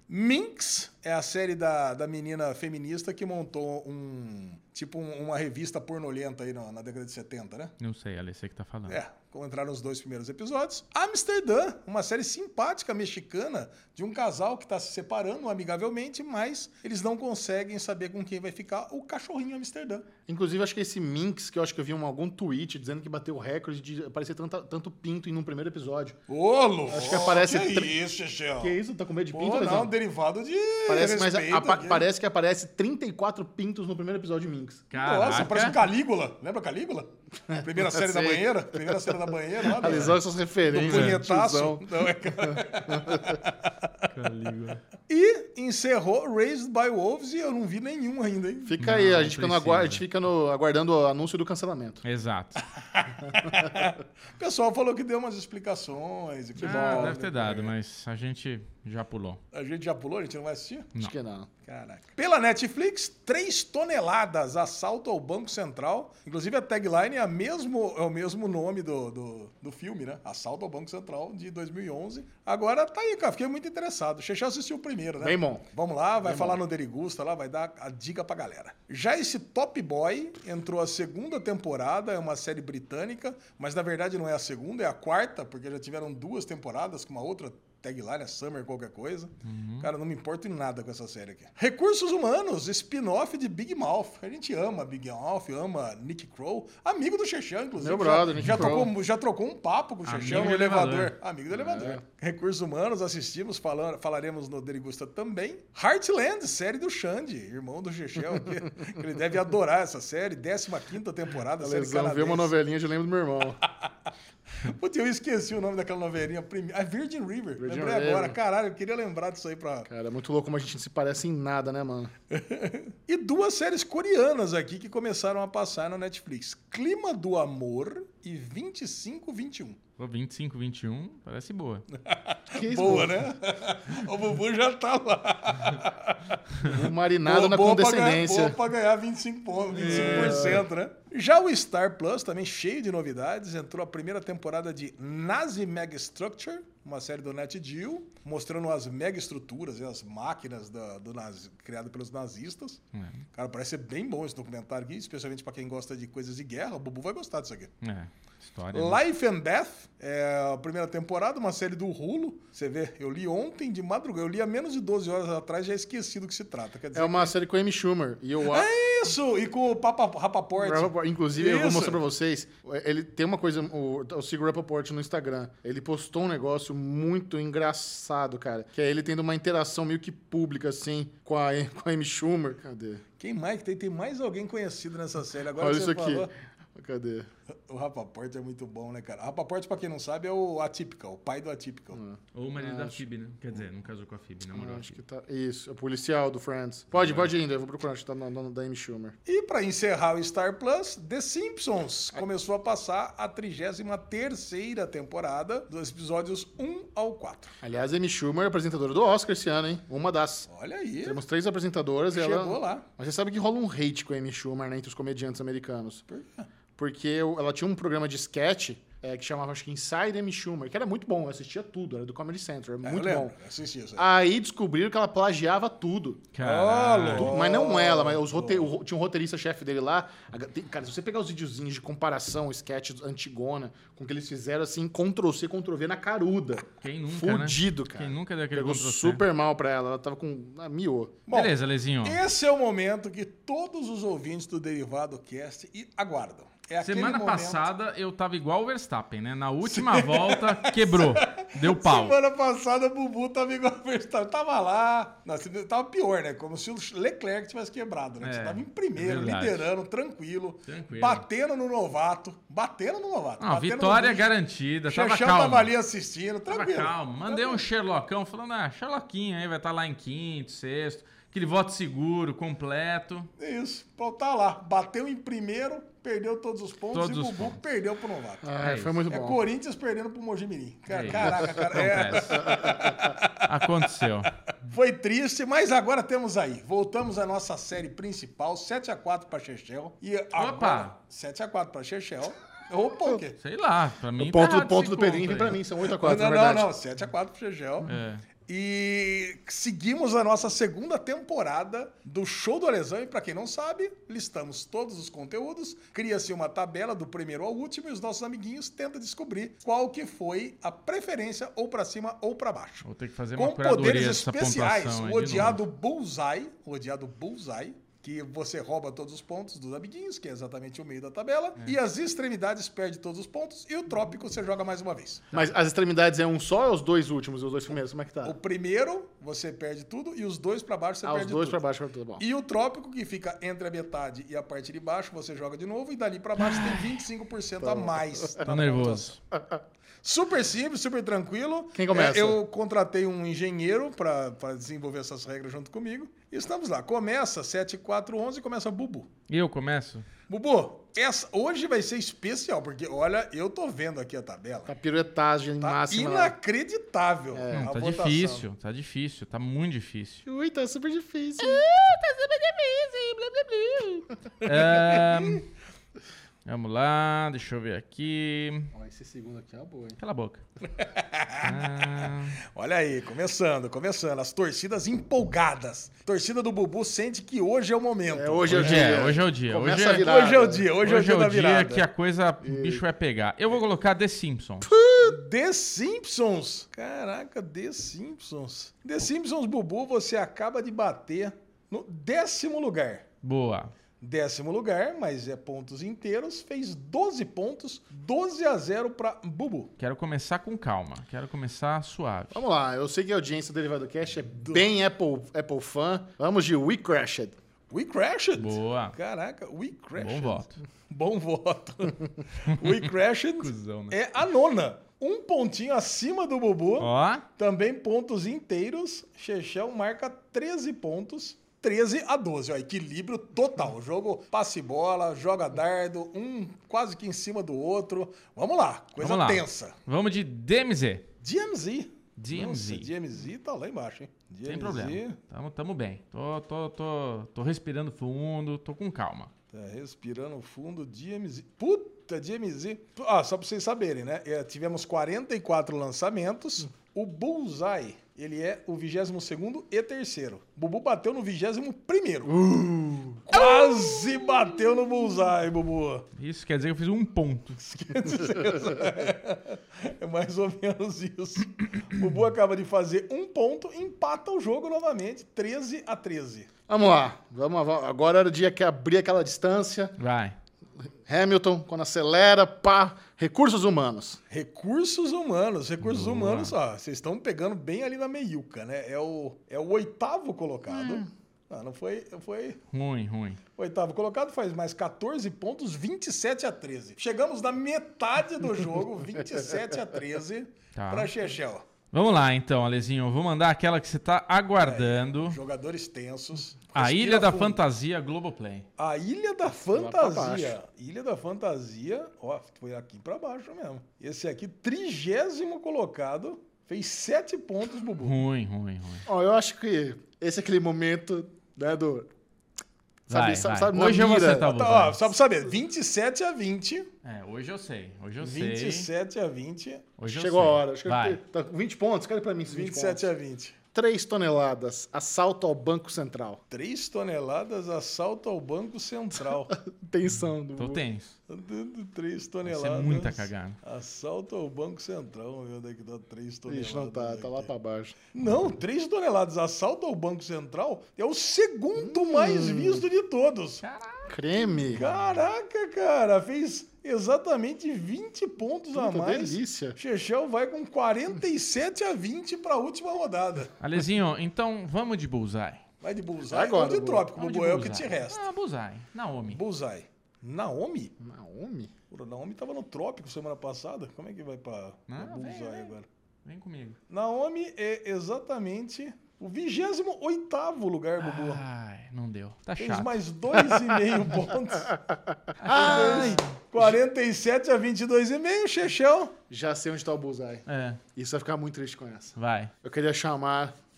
Speaker 2: Minx é a série da menina feminista que montou uma revista pornolenta aí na década de 70, né?
Speaker 4: Não sei, Ale, você que tá falando.
Speaker 2: Como entraram os 2 primeiros episódios. Amsterdã, uma série simpática mexicana de um casal que está se separando amigavelmente, mas eles não conseguem saber com quem vai ficar o cachorrinho Amsterdã.
Speaker 1: Inclusive, acho que esse Minx, que eu acho que eu vi algum tweet dizendo que bateu o recorde de aparecer tanto pinto em um primeiro episódio.
Speaker 2: Ô, louco!
Speaker 1: Acho que aparece...
Speaker 2: Que isso, Chechel?
Speaker 1: Que isso? Tá com medo de pinto?
Speaker 2: Não, derivado de
Speaker 1: parece que aparece 34 pintos no primeiro episódio de Minx.
Speaker 4: Caraca.
Speaker 2: Nossa, parece um Calígula. Lembra Calígula? Primeira série da banheira? Primeira série da banheira. Lá,
Speaker 1: Alisou essas referências.
Speaker 2: Do punhetaço. Não,
Speaker 4: Calígula.
Speaker 2: E encerrou Raised by Wolves e eu não vi nenhum ainda, hein?
Speaker 1: Fica aí, a gente fica aguardando o anúncio do cancelamento.
Speaker 4: Exato.
Speaker 2: O pessoal falou que deu umas explicações.
Speaker 4: Deve ter dado, mas a gente já pulou.
Speaker 2: A gente já pulou? A gente não vai assistir?
Speaker 1: Acho que não.
Speaker 2: Caraca. Pela Netflix, 3 toneladas, assalto ao Banco Central. Inclusive a tagline é o mesmo nome do filme, né? Assalto ao Banco Central, de 2011. Agora tá aí, cara. Fiquei muito interessado. O Xexé assistiu o primeiro, né?
Speaker 1: Bem bom.
Speaker 2: Vamos lá, vai falar no Derigusta lá, vai dar a dica pra galera. Já esse Top Boy entrou a 2ª temporada, é uma série britânica, mas na verdade não é a 2ª, é a 4ª, porque já tiveram 2 temporadas com uma outra tagline, é Summer qualquer coisa. Cara, não me importo em nada com essa série aqui. Recursos Humanos, spin-off de Big Mouth. A gente ama Big Mouth, ama Nick Kroll. Amigo do Chechão, inclusive.
Speaker 1: Meu brother, Nick Kroll.
Speaker 2: Já trocou um papo com o Chechão no elevador. Amigo do elevador. Recursos Humanos, assistimos, falaremos no Derigusta também. Heartland, série do Xande, irmão do Chechão, que ele deve adorar essa série. 15ª temporada, série canadense.
Speaker 1: Ver uma novelinha, eu lembro do meu irmão.
Speaker 2: Putz, eu esqueci o nome daquela novelinha. A Virgin River. Lembrei agora. Caralho, eu queria lembrar disso aí pra...
Speaker 1: Cara, é muito louco como a gente não se parece em nada, né, mano?
Speaker 2: E 2 séries coreanas aqui que começaram a passar no Netflix. Clima do Amor e 2521.
Speaker 4: 25-21 parece boa.
Speaker 2: Que boa, né? O Bubu já tá lá.
Speaker 1: Marinado na condescendência.
Speaker 2: Boa pra ganhar 25%, né? Já o Star Plus, também cheio de novidades, entrou a 1ª temporada de Nazi Mega Structure, uma série do NetGeo, mostrando as mega estruturas e as máquinas criadas pelos nazistas. Cara, parece ser bem bom esse documentário aqui, especialmente pra quem gosta de coisas de guerra. O Bubu vai gostar disso aqui.
Speaker 4: História,
Speaker 2: Life and Death, é a 1ª temporada, uma série do Hulu. Você vê, eu li ontem de madrugada, eu li há menos de 12 horas atrás, já esqueci do que se trata. Quer dizer,
Speaker 1: é uma série com a Amy Schumer.
Speaker 2: É isso! E com o Rapaport.
Speaker 1: Inclusive, eu vou mostrar pra vocês. Ele tem uma coisa, eu sigo o Rapaport no Instagram. Ele postou um negócio muito engraçado, cara. Que é ele tendo uma interação meio que pública, assim, com a Amy Schumer. Cadê?
Speaker 2: Quem mais? Tem mais alguém conhecido nessa série. Agora
Speaker 1: olha
Speaker 2: isso
Speaker 1: aqui.
Speaker 2: Falou...
Speaker 1: Cadê?
Speaker 2: O Rapaport é muito bom, né, cara? Rapaport, pra quem não sabe, é o Atypical, o pai do Atypical.
Speaker 4: Ou o marido da Phoebe, né? Quer dizer, não casou com a Phoebe, namorou a
Speaker 1: Acho
Speaker 4: Phoebe.
Speaker 1: que tá... Isso, é o policial do Friends. Pode ir ainda, eu vou procurar, acho que tá no da Amy Schumer.
Speaker 2: E pra encerrar o Star Plus, The Simpsons começou a passar a 33ª temporada, dos episódios 1 ao 4.
Speaker 1: Aliás, a Amy Schumer é apresentadora do Oscar esse ano, hein? Uma das.
Speaker 2: Olha aí.
Speaker 1: Temos 3 apresentadoras e ela...
Speaker 2: Chegou lá.
Speaker 1: Mas você sabe que rola um hate com a Amy Schumer, né, entre os comediantes americanos.
Speaker 2: Por quê?
Speaker 1: Porque ela tinha um programa de sketch que chamava, acho que Inside Amy Schumer, que era muito bom, eu assistia tudo, era do Comedy Central, era muito bom.
Speaker 2: Assisti isso
Speaker 1: aí descobriram que ela plagiava tudo.
Speaker 4: Caralho.
Speaker 1: Mas não ela, mas tinha um roteirista-chefe dele lá. Cara, se você pegar os videozinhos de comparação, sketch antigona, com o que eles fizeram, assim, Ctrl-C, Ctrl-V na caruda.
Speaker 4: Quem nunca,
Speaker 1: fudido,
Speaker 4: né?
Speaker 1: cara.
Speaker 4: Quem nunca deu aquele
Speaker 1: Pegou
Speaker 4: Ctrl-C?
Speaker 1: super mal pra ela, ela tava com... miou.
Speaker 2: Bom,
Speaker 4: beleza, Lezinho.
Speaker 2: Esse é o momento que todos os ouvintes do Derivado Cast aguardam. É
Speaker 4: Semana passada eu tava igual o Verstappen, né? Na última volta, quebrou. Deu pau.
Speaker 2: Semana passada o Bubu tava igual o Verstappen. Tava lá. Nossa, tava pior, né? Como se o Leclerc tivesse quebrado, né? Você tava em primeiro, liderando, tranquilo. Batendo no novato.
Speaker 4: Não, vitória garantida. Tava
Speaker 2: Xexão
Speaker 4: calmo.
Speaker 2: tava ali assistindo, tranquilo.
Speaker 4: Tava calmo. Mandei um Sherlockão falando, Sherlockinho aí vai estar lá em quinto, sexto. Aquele voto seguro, completo.
Speaker 2: Isso. Tá lá. Bateu em primeiro, perdeu todos os pontos e o Bubu perdeu pro novato.
Speaker 1: Foi muito bom.
Speaker 2: É Corinthians perdendo pro Mojimirim. Caraca, cara.
Speaker 4: Aconteceu.
Speaker 2: Foi triste, mas agora temos aí. Voltamos à nossa série principal, 7-4 pra Chechel. E agora, 7-4 pra Chechel. Opa, o quê?
Speaker 4: Sei lá, pra mim
Speaker 1: o ponto do Pedrinho vem pra mim, são 8-4,
Speaker 2: Não, 7-4 pro Chechel. E seguimos a nossa segunda temporada do Show do Alesão. E para quem não sabe, listamos todos os conteúdos, cria-se uma tabela do primeiro ao último e os nossos amiguinhos tentam descobrir qual que foi a preferência, ou para cima ou para baixo.
Speaker 4: Vou ter que fazer uma
Speaker 2: Com
Speaker 4: curadoria
Speaker 2: poderes
Speaker 4: dessa
Speaker 2: especiais,
Speaker 4: pontuação aí
Speaker 2: o
Speaker 4: de novo.
Speaker 2: odiado Bullseye, que você rouba todos os pontos dos amiguinhos, que é exatamente o meio da tabela, e as extremidades perde todos os pontos, e o trópico você joga mais uma vez.
Speaker 1: Mas as extremidades é um só ou os dois últimos e os dois primeiros? Como é que tá?
Speaker 2: O primeiro, você perde tudo, e os dois pra baixo você perde
Speaker 1: os dois
Speaker 2: tudo.
Speaker 1: pra baixo, tudo bom.
Speaker 2: E o trópico, que fica entre a metade e a parte de baixo, você joga de novo, e dali pra baixo tem 25% a mais.
Speaker 4: Tô nervoso.
Speaker 2: Super simples, super tranquilo.
Speaker 1: Quem começa?
Speaker 2: Eu contratei um engenheiro para desenvolver essas regras junto comigo. E estamos lá. Começa 7, 4, 11, começa Bubu.
Speaker 4: Eu começo?
Speaker 2: Bubu, hoje vai ser especial, porque olha, eu tô vendo aqui a tabela.
Speaker 1: Tá piruetagem
Speaker 2: Tá
Speaker 1: máxima.
Speaker 2: inacreditável.
Speaker 4: Não,
Speaker 2: a
Speaker 4: tá
Speaker 2: votação.
Speaker 4: difícil, tá muito difícil.
Speaker 1: Ui, tá super difícil.
Speaker 4: Vamos lá, deixa eu ver aqui.
Speaker 1: Ó, esse segundo aqui é uma boa, hein?
Speaker 4: Cala a boca.
Speaker 2: Olha aí, começando. As torcidas empolgadas. A torcida do Bubu sente que hoje é o momento.
Speaker 1: Hoje é o dia. Começa a
Speaker 2: Hoje
Speaker 1: virada.
Speaker 2: é o dia, hoje é o dia da virada.
Speaker 4: que a coisa, o bicho vai pegar. Eu vou colocar The Simpsons.
Speaker 2: The Simpsons. Caraca, The Simpsons. The Simpsons, Bubu, você acaba de bater no 10º lugar.
Speaker 4: Boa.
Speaker 2: 10º lugar, mas é pontos inteiros. Fez 12 pontos, 12-0 pra Bubu.
Speaker 4: Quero começar com calma. Quero começar suave.
Speaker 1: Vamos lá, eu sei que a audiência do Derivado Cast é bem Apple fã. Vamos de We Crashed.
Speaker 2: We Crashed.
Speaker 4: Boa.
Speaker 2: Caraca, We Crashed.
Speaker 4: Bom voto.
Speaker 2: Bom voto. We Crashed
Speaker 4: Cusão, né?
Speaker 2: é a 9ª. Um pontinho acima do Bubu.
Speaker 4: Ó.
Speaker 2: Também pontos inteiros. Chechel marca 13 pontos. 13-12, ó, equilíbrio total. O jogo passe bola, joga dardo, um quase que em cima do outro. Vamos lá, coisa
Speaker 4: Vamos lá.
Speaker 2: tensa.
Speaker 4: Vamos de DMZ.
Speaker 2: DMZ.
Speaker 4: DMZ.
Speaker 2: Nossa, DMZ tá lá embaixo, hein? DMZ.
Speaker 4: Sem problema. Tamo bem. Tô respirando fundo, tô com calma.
Speaker 2: Tá respirando fundo, DMZ. Puta, DMZ. Ah, só pra vocês saberem, né? Tivemos 44 lançamentos. O Bullseye, ele é o 22º e 3º. Bubu bateu no 21º. Quase bateu no Bullseye, Bubu.
Speaker 4: Isso quer dizer que eu fiz um ponto.
Speaker 2: É mais ou menos isso. O Bubu acaba de fazer um ponto, empata o jogo novamente, 13-13.
Speaker 1: Vamos lá. Agora era o dia que abrir aquela distância.
Speaker 4: Vai.
Speaker 1: Hamilton, quando acelera, pá. Recursos humanos.
Speaker 2: Recursos humanos, ó. Vocês estão pegando bem ali na meiuca, né? É o 8º colocado. Não foi...
Speaker 4: Ruim.
Speaker 2: O 8º colocado faz mais 14 pontos, 27-13. Chegamos na metade do jogo, 27-13
Speaker 4: Tá.
Speaker 2: para Chechel.
Speaker 4: Vamos lá, então, Alezinho. Eu vou mandar aquela que você tá aguardando.
Speaker 2: Jogadores tensos.
Speaker 4: A
Speaker 2: Respira
Speaker 4: Ilha da
Speaker 2: fundo.
Speaker 4: Fantasia Globoplay.
Speaker 2: A Ilha da Fantasia. Ilha da Fantasia, ó, foi aqui pra baixo mesmo. Esse aqui, 30º colocado, fez 7 pontos, Bubu.
Speaker 4: Ruim.
Speaker 1: Ó, eu acho que esse é aquele momento, né, do...
Speaker 4: Vai.
Speaker 1: Sabe,
Speaker 4: Hoje eu vou acertar o
Speaker 2: Tá, ó,
Speaker 4: Bullseye.
Speaker 2: só pra saber, 27-20.
Speaker 4: Hoje eu sei.
Speaker 2: 27-20.
Speaker 4: Hoje eu
Speaker 1: Chegou a
Speaker 4: sei.
Speaker 1: hora. Acho que
Speaker 4: Vai.
Speaker 1: tá com 20 pontos. Cadê pra mim esses 20 pontos?
Speaker 2: 27-20.
Speaker 1: 3 toneladas. Assalto ao Banco Central.
Speaker 2: 3 toneladas, assalto ao Banco Central.
Speaker 1: Tensão do...
Speaker 4: Tô tenso.
Speaker 2: 3
Speaker 4: Vai
Speaker 2: toneladas.
Speaker 4: ser muita cagada.
Speaker 2: Assalto ao Banco Central. Vamos ver onde é que dá 3 toneladas.
Speaker 1: Ixi, não tá. Tá lá
Speaker 2: aqui.
Speaker 1: pra baixo.
Speaker 2: Não, 3 toneladas. Assalto ao Banco Central é o segundo mais visto de todos.
Speaker 1: Creme.
Speaker 2: Caraca, cara. Fez exatamente 20 pontos a
Speaker 1: Puta,
Speaker 2: mais.
Speaker 1: delícia.
Speaker 2: Chechel vai com 47-20 para a última rodada.
Speaker 4: Alezinho, então vamos de Bullseye.
Speaker 2: Vai de Bullseye
Speaker 1: Agora,
Speaker 2: ou de
Speaker 1: Bubu.
Speaker 2: Trópico,
Speaker 4: Vamos de
Speaker 2: Bubu, é o que te
Speaker 4: Bullseye.
Speaker 2: resta.
Speaker 4: Bullseye. Naomi.
Speaker 2: Bullseye. Naomi?
Speaker 1: Naomi?
Speaker 2: Pô, Naomi tava no Trópico semana passada. Como é que vai pra Bullseye
Speaker 4: vem.
Speaker 2: agora?
Speaker 4: Vem comigo.
Speaker 2: Naomi é exatamente o 28º lugar, Bubu.
Speaker 4: Ai, não deu. Tá
Speaker 2: Fez
Speaker 4: chato.
Speaker 2: mais 2,5 pontos. 47-22,5, Chechel.
Speaker 1: Já sei onde tá o Bullseye.
Speaker 4: É,
Speaker 1: Isso vai ficar muito triste com essa.
Speaker 4: vai.
Speaker 1: Eu queria chamar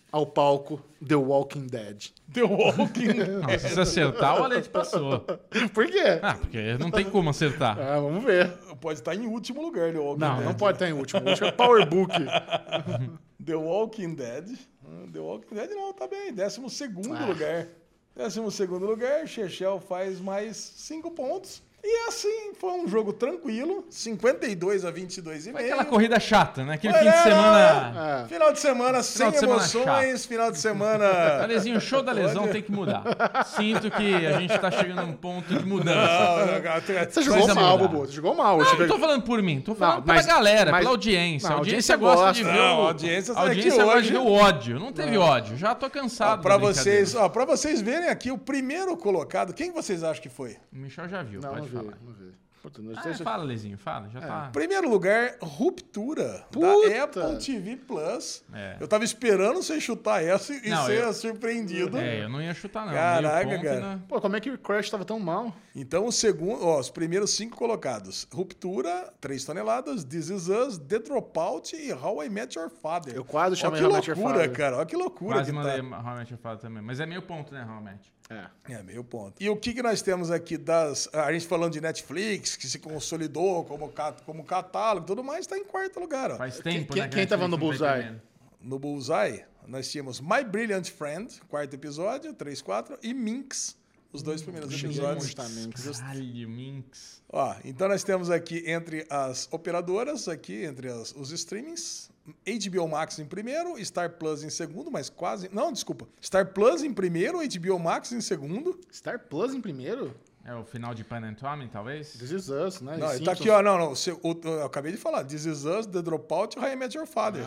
Speaker 1: ao palco The Walking Dead.
Speaker 2: The Walking Dead.
Speaker 4: Não, se você acertar, o Alete passou.
Speaker 1: Por quê?
Speaker 4: Porque não tem como acertar.
Speaker 1: Vamos ver.
Speaker 2: Pode estar em último lugar, The Walking Dead.
Speaker 1: Não pode estar em último. O último é Power Book.
Speaker 2: The Walking Dead. The Walking Dead não, tá bem. 12º lugar. 12º lugar, Chechel faz mais 5 pontos. E assim, foi um jogo tranquilo, 52-22,5.
Speaker 4: Foi aquela corrida chata, né? Aquele fim de semana...
Speaker 2: Final de semana sem emoções, final de semana...
Speaker 4: Alezinho, o show da lesão tem que mudar. Sinto que a gente tá chegando num ponto de mudança.
Speaker 1: Você jogou mal, Bobo. Você jogou mal.
Speaker 4: Não tô falando por mim, tô falando pela galera, pela audiência. A audiência gosta de ver
Speaker 2: a audiência
Speaker 4: gosta de ver o ódio. Não teve ódio, já tô cansado.
Speaker 2: Pra vocês verem aqui, o primeiro colocado, quem vocês acham que foi?
Speaker 4: O Michel já viu, pode falar.
Speaker 1: Vamos ver.
Speaker 4: Fala, Lezinho, fala. Já tá.
Speaker 2: Primeiro lugar, Ruptura, da Apple TV Plus. Eu tava esperando você chutar essa e ser surpreendido.
Speaker 4: Eu não ia chutar, não.
Speaker 2: Caraca, cara.
Speaker 1: Pô, como é que o Crash tava tão mal?
Speaker 2: Então, os primeiros 5 colocados. Ruptura, 3 toneladas, This Is Us, The Dropout e How I Met Your Father.
Speaker 1: Eu quase chamei How I Met Your Father.
Speaker 2: Que loucura, cara. Olha que loucura.
Speaker 4: Quase mandei How I Met Your Father também. Mas é meio ponto, né, How I Met?
Speaker 2: É meio ponto. E o que nós temos aqui a gente falando de Netflix, que se consolidou como catálogo e tudo mais, tá em 4º lugar. Ó.
Speaker 4: Faz tempo,
Speaker 1: Quem tava no Bullseye?
Speaker 2: No Bullseye, nós tínhamos My Brilliant Friend, 4º episódio, 3, 4, e Minx, os 2 primeiros episódios.
Speaker 4: Caralho, Minx.
Speaker 2: Ó, então nós temos aqui entre as operadoras, entre os streamings, HBO Max em primeiro, Star Plus em segundo, mas quase... Não, desculpa. Star Plus em primeiro, HBO Max em segundo.
Speaker 1: Star Plus em primeiro?
Speaker 4: É o final de Pan and Tommy, talvez?
Speaker 1: This Is Us, né?
Speaker 2: Não, ele tá aqui, ó. Não. Eu acabei de falar. This Is Us, The Dropout e How I Met Your Father.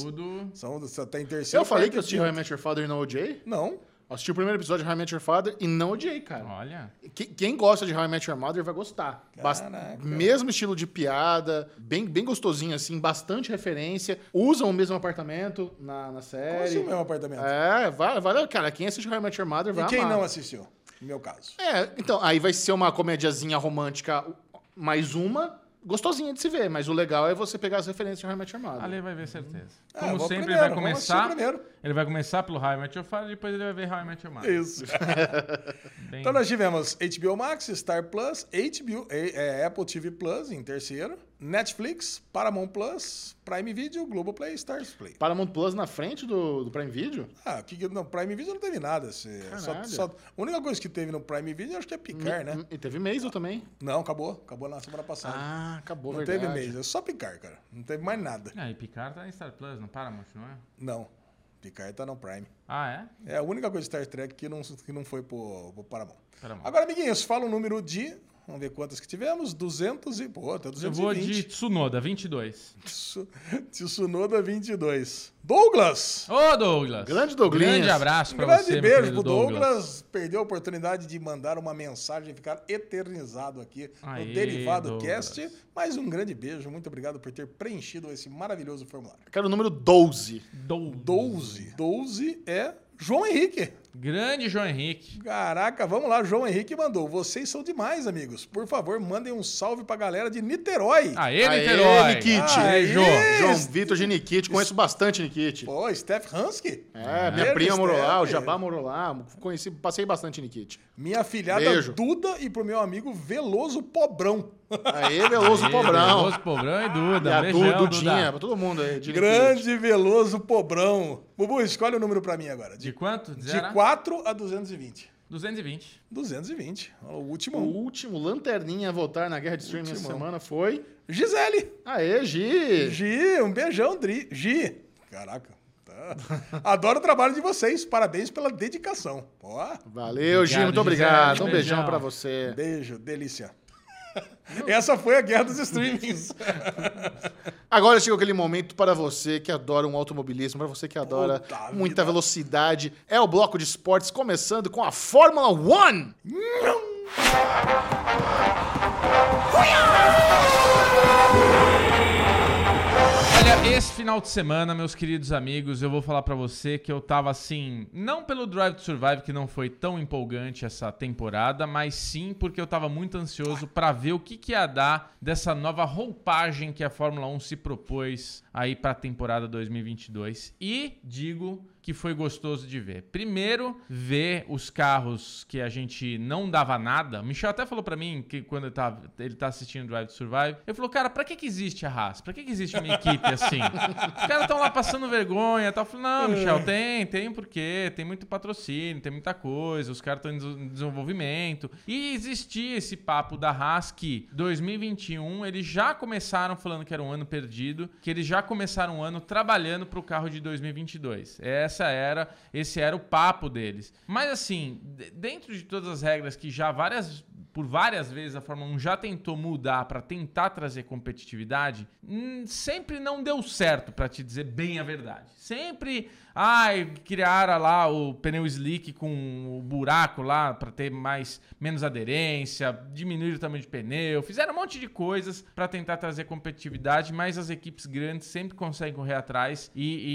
Speaker 2: Tá em terceiro.
Speaker 1: Eu falei que eu assisti How I Met Your Father e não odiei?
Speaker 2: Não.
Speaker 1: Eu assisti o primeiro episódio de How I Met Your Father e não odiei, cara.
Speaker 4: Olha.
Speaker 1: Quem gosta de How I Met Your Mother vai gostar. Mesmo estilo de piada, bem gostosinho, assim, bastante referência. Usam o mesmo apartamento na série.
Speaker 2: Como assim o mesmo apartamento?
Speaker 1: Vale. Cara, quem assiste How I Met Your Mother vai amar.
Speaker 2: E quem não assistiu? No meu caso.
Speaker 1: Então, aí vai ser uma comediazinha romântica, mais uma, gostosinha de se ver, mas o legal é você pegar as referências de How I Met Your Mother.
Speaker 4: Ali vai ver certeza. Como sempre, ele vai começar pelo How I Met Your Father e depois ele vai ver How I Met Your Mother.
Speaker 2: Isso. Então nós tivemos HBO Max, Star Plus, Apple TV Plus em terceiro, Netflix, Paramount Plus, Prime Video, Globoplay, Stars Play.
Speaker 1: Paramount Plus na frente do Prime Video?
Speaker 2: Não, Prime Video não teve nada. A única coisa que teve no Prime Video acho que é Picar, né?
Speaker 1: E teve Maisel também?
Speaker 2: Não, acabou na semana passada.
Speaker 1: Acabou,
Speaker 2: não
Speaker 1: verdade.
Speaker 2: Não teve Maisel, é só Picar, cara. Não teve mais nada.
Speaker 4: E Picar tá em Star Plus, no Paramount, não é?
Speaker 2: Não. Picar tá no Prime.
Speaker 4: É?
Speaker 2: É a única coisa de Star Trek que não foi pro Paramount. Agora, amiguinhos, fala o número de... Vamos ver quantas que tivemos. 200 e... Pô, até 220.
Speaker 4: Eu vou de Tsunoda, 22.
Speaker 2: Tsunoda, 22. Douglas!
Speaker 4: Ô, Douglas!
Speaker 1: Grande Douglas!
Speaker 4: Grande abraço pra você,
Speaker 2: grande beijo pro Douglas. Perdeu a oportunidade de mandar uma mensagem e ficar eternizado aqui no Derivado Cast. Mais um grande beijo. Muito obrigado por ter preenchido esse maravilhoso formulário.
Speaker 1: Quero o número 12.
Speaker 2: 12 é João Henrique.
Speaker 4: Grande João Henrique.
Speaker 2: Caraca, vamos lá. João Henrique mandou. Vocês são demais, amigos. Por favor, mandem um salve pra galera de Niterói.
Speaker 4: Aê, Niterói.
Speaker 1: Nikit. João Vitor de Nikit. Conheço bastante Nikit.
Speaker 2: Pô, Steph Hansky.
Speaker 1: Minha prima morou lá, o Jabá morou lá. Passei bastante Nikit.
Speaker 2: Minha filhada Duda e pro meu amigo Veloso Pobrão.
Speaker 1: Aê, Veloso Pobrão.
Speaker 4: Veloso Pobrão e Duda.
Speaker 1: E a Dudinha, pra todo mundo aí.
Speaker 2: Grande Veloso Pobrão. Bubu, escolhe o número pra mim agora.
Speaker 4: De quanto?
Speaker 2: De 4 a 220.
Speaker 4: 220.
Speaker 2: O último.
Speaker 1: O último lanterninha a voltar na guerra de streaming essa semana foi...
Speaker 2: Gisele.
Speaker 1: Aê, Gi.
Speaker 2: Gi, um beijão, Gi. Caraca. Adoro o trabalho de vocês. Parabéns pela dedicação.
Speaker 1: Valeu, Gi. Muito obrigado. Um beijão pra você.
Speaker 2: Beijo, delícia. Essa foi a guerra dos streamings.
Speaker 1: Agora chegou aquele momento para você que adora um automobilismo, para você que adora muita velocidade. É o bloco de esportes, começando com a Fórmula 1.
Speaker 4: Olha, esse final de semana, meus queridos amigos, eu vou falar pra você que eu tava assim, não pelo Drive to Survive, que não foi tão empolgante essa temporada, mas sim porque eu tava muito ansioso pra ver o que ia dar dessa nova roupagem que a Fórmula 1 se propôs aí pra temporada 2022. E digo que foi gostoso de ver. Primeiro, ver os carros que a gente não dava nada. O Michel até falou pra mim que quando ele tá assistindo Drive to Survive, ele falou, cara, pra que existe a Haas? Pra que existe uma equipe assim? Os caras estão lá passando vergonha e tal. Eu falei, não, Michel, tem porquê, tem muito patrocínio, tem muita coisa, os caras estão em desenvolvimento. E existia esse papo da Haas que 2021 eles já começaram falando que era um ano perdido, que eles já começaram o ano trabalhando pro carro de 2022. Esse era o papo deles. Mas assim, dentro de todas as regras que já por várias vezes a Fórmula 1 já tentou mudar para tentar trazer competitividade, sempre não deu certo, para te dizer bem a verdade. Sempre, criaram lá o pneu slick com o buraco lá para ter menos aderência, diminuir o tamanho de pneu, fizeram um monte de coisas para tentar trazer competitividade, mas as equipes grandes sempre conseguem correr atrás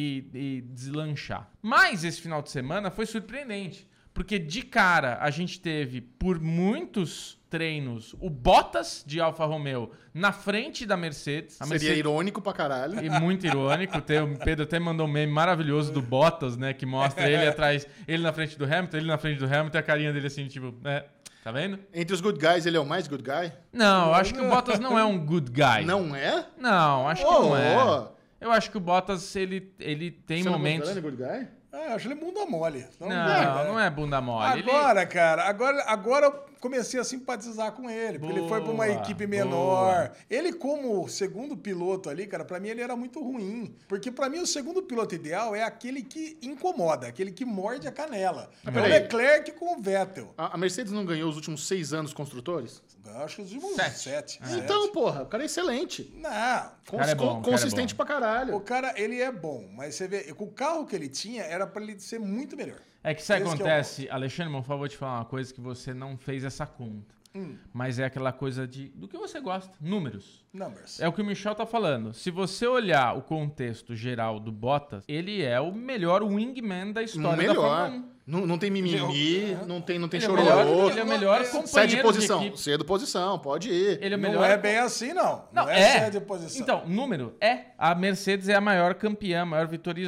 Speaker 4: e deslanchar. Mas esse final de semana foi surpreendente. Porque de cara a gente teve, por muitos treinos, o Bottas de Alfa Romeo na frente da Mercedes.
Speaker 1: Seria irônico pra caralho.
Speaker 4: E muito irônico. O Pedro até mandou um meme maravilhoso do Bottas, né? Que mostra ele atrás, ele na frente do Hamilton, ele na frente do Hamilton e a carinha dele assim, tipo, tá vendo?
Speaker 1: Entre os good guys, ele é o mais good guy?
Speaker 4: Não, eu acho que o Bottas não é um good guy.
Speaker 1: Não é?
Speaker 4: Não, acho que não é. Eu acho que o Bottas, ele tem
Speaker 1: Você
Speaker 4: momentos...
Speaker 1: Não good guy?
Speaker 2: Eu acho ele bunda mole.
Speaker 4: Não é bunda mole.
Speaker 2: Agora, cara, agora eu comecei a simpatizar com ele, porque ele foi pra uma equipe menor. Ele, como segundo piloto ali, cara, pra mim ele era muito ruim. Porque pra mim o segundo piloto ideal é aquele que incomoda, aquele que morde a canela. É o Leclerc com o Vettel.
Speaker 1: A Mercedes não ganhou os últimos 6 anos construtores?
Speaker 2: Acho que os últimos 7.
Speaker 1: Então, porra, o cara é excelente.
Speaker 2: Não.
Speaker 1: Consistente pra caralho.
Speaker 2: O cara, ele é bom, mas você vê, com o carro que ele tinha, era pra ele ser muito melhor.
Speaker 4: É que isso acontece, Alexandre, por favor, vou te falar uma coisa que você não fez essa conta. Mas é aquela coisa do que você gosta, números.
Speaker 2: Numbers.
Speaker 4: É o que o Michel tá falando. Se você olhar o contexto geral do Bottas, ele é o melhor wingman da história da Fórmula 1.
Speaker 1: Não tem mimimi, não tem chororô.
Speaker 4: Ele é o melhor companheiro
Speaker 1: Cede posição.
Speaker 4: de equipe.
Speaker 1: Cedo posição, pode ir.
Speaker 4: Ele é o melhor...
Speaker 2: Não é bem assim, não.
Speaker 4: Não
Speaker 2: é cede posição.
Speaker 4: Então, número a Mercedes é a maior campeã, a maior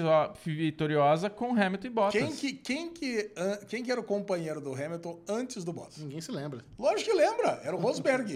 Speaker 4: vitoriosa com Hamilton e Bottas.
Speaker 2: Quem que era o companheiro do Hamilton antes do Bottas?
Speaker 1: Ninguém se lembra.
Speaker 2: Lógico que lembra. Era o Rosberg.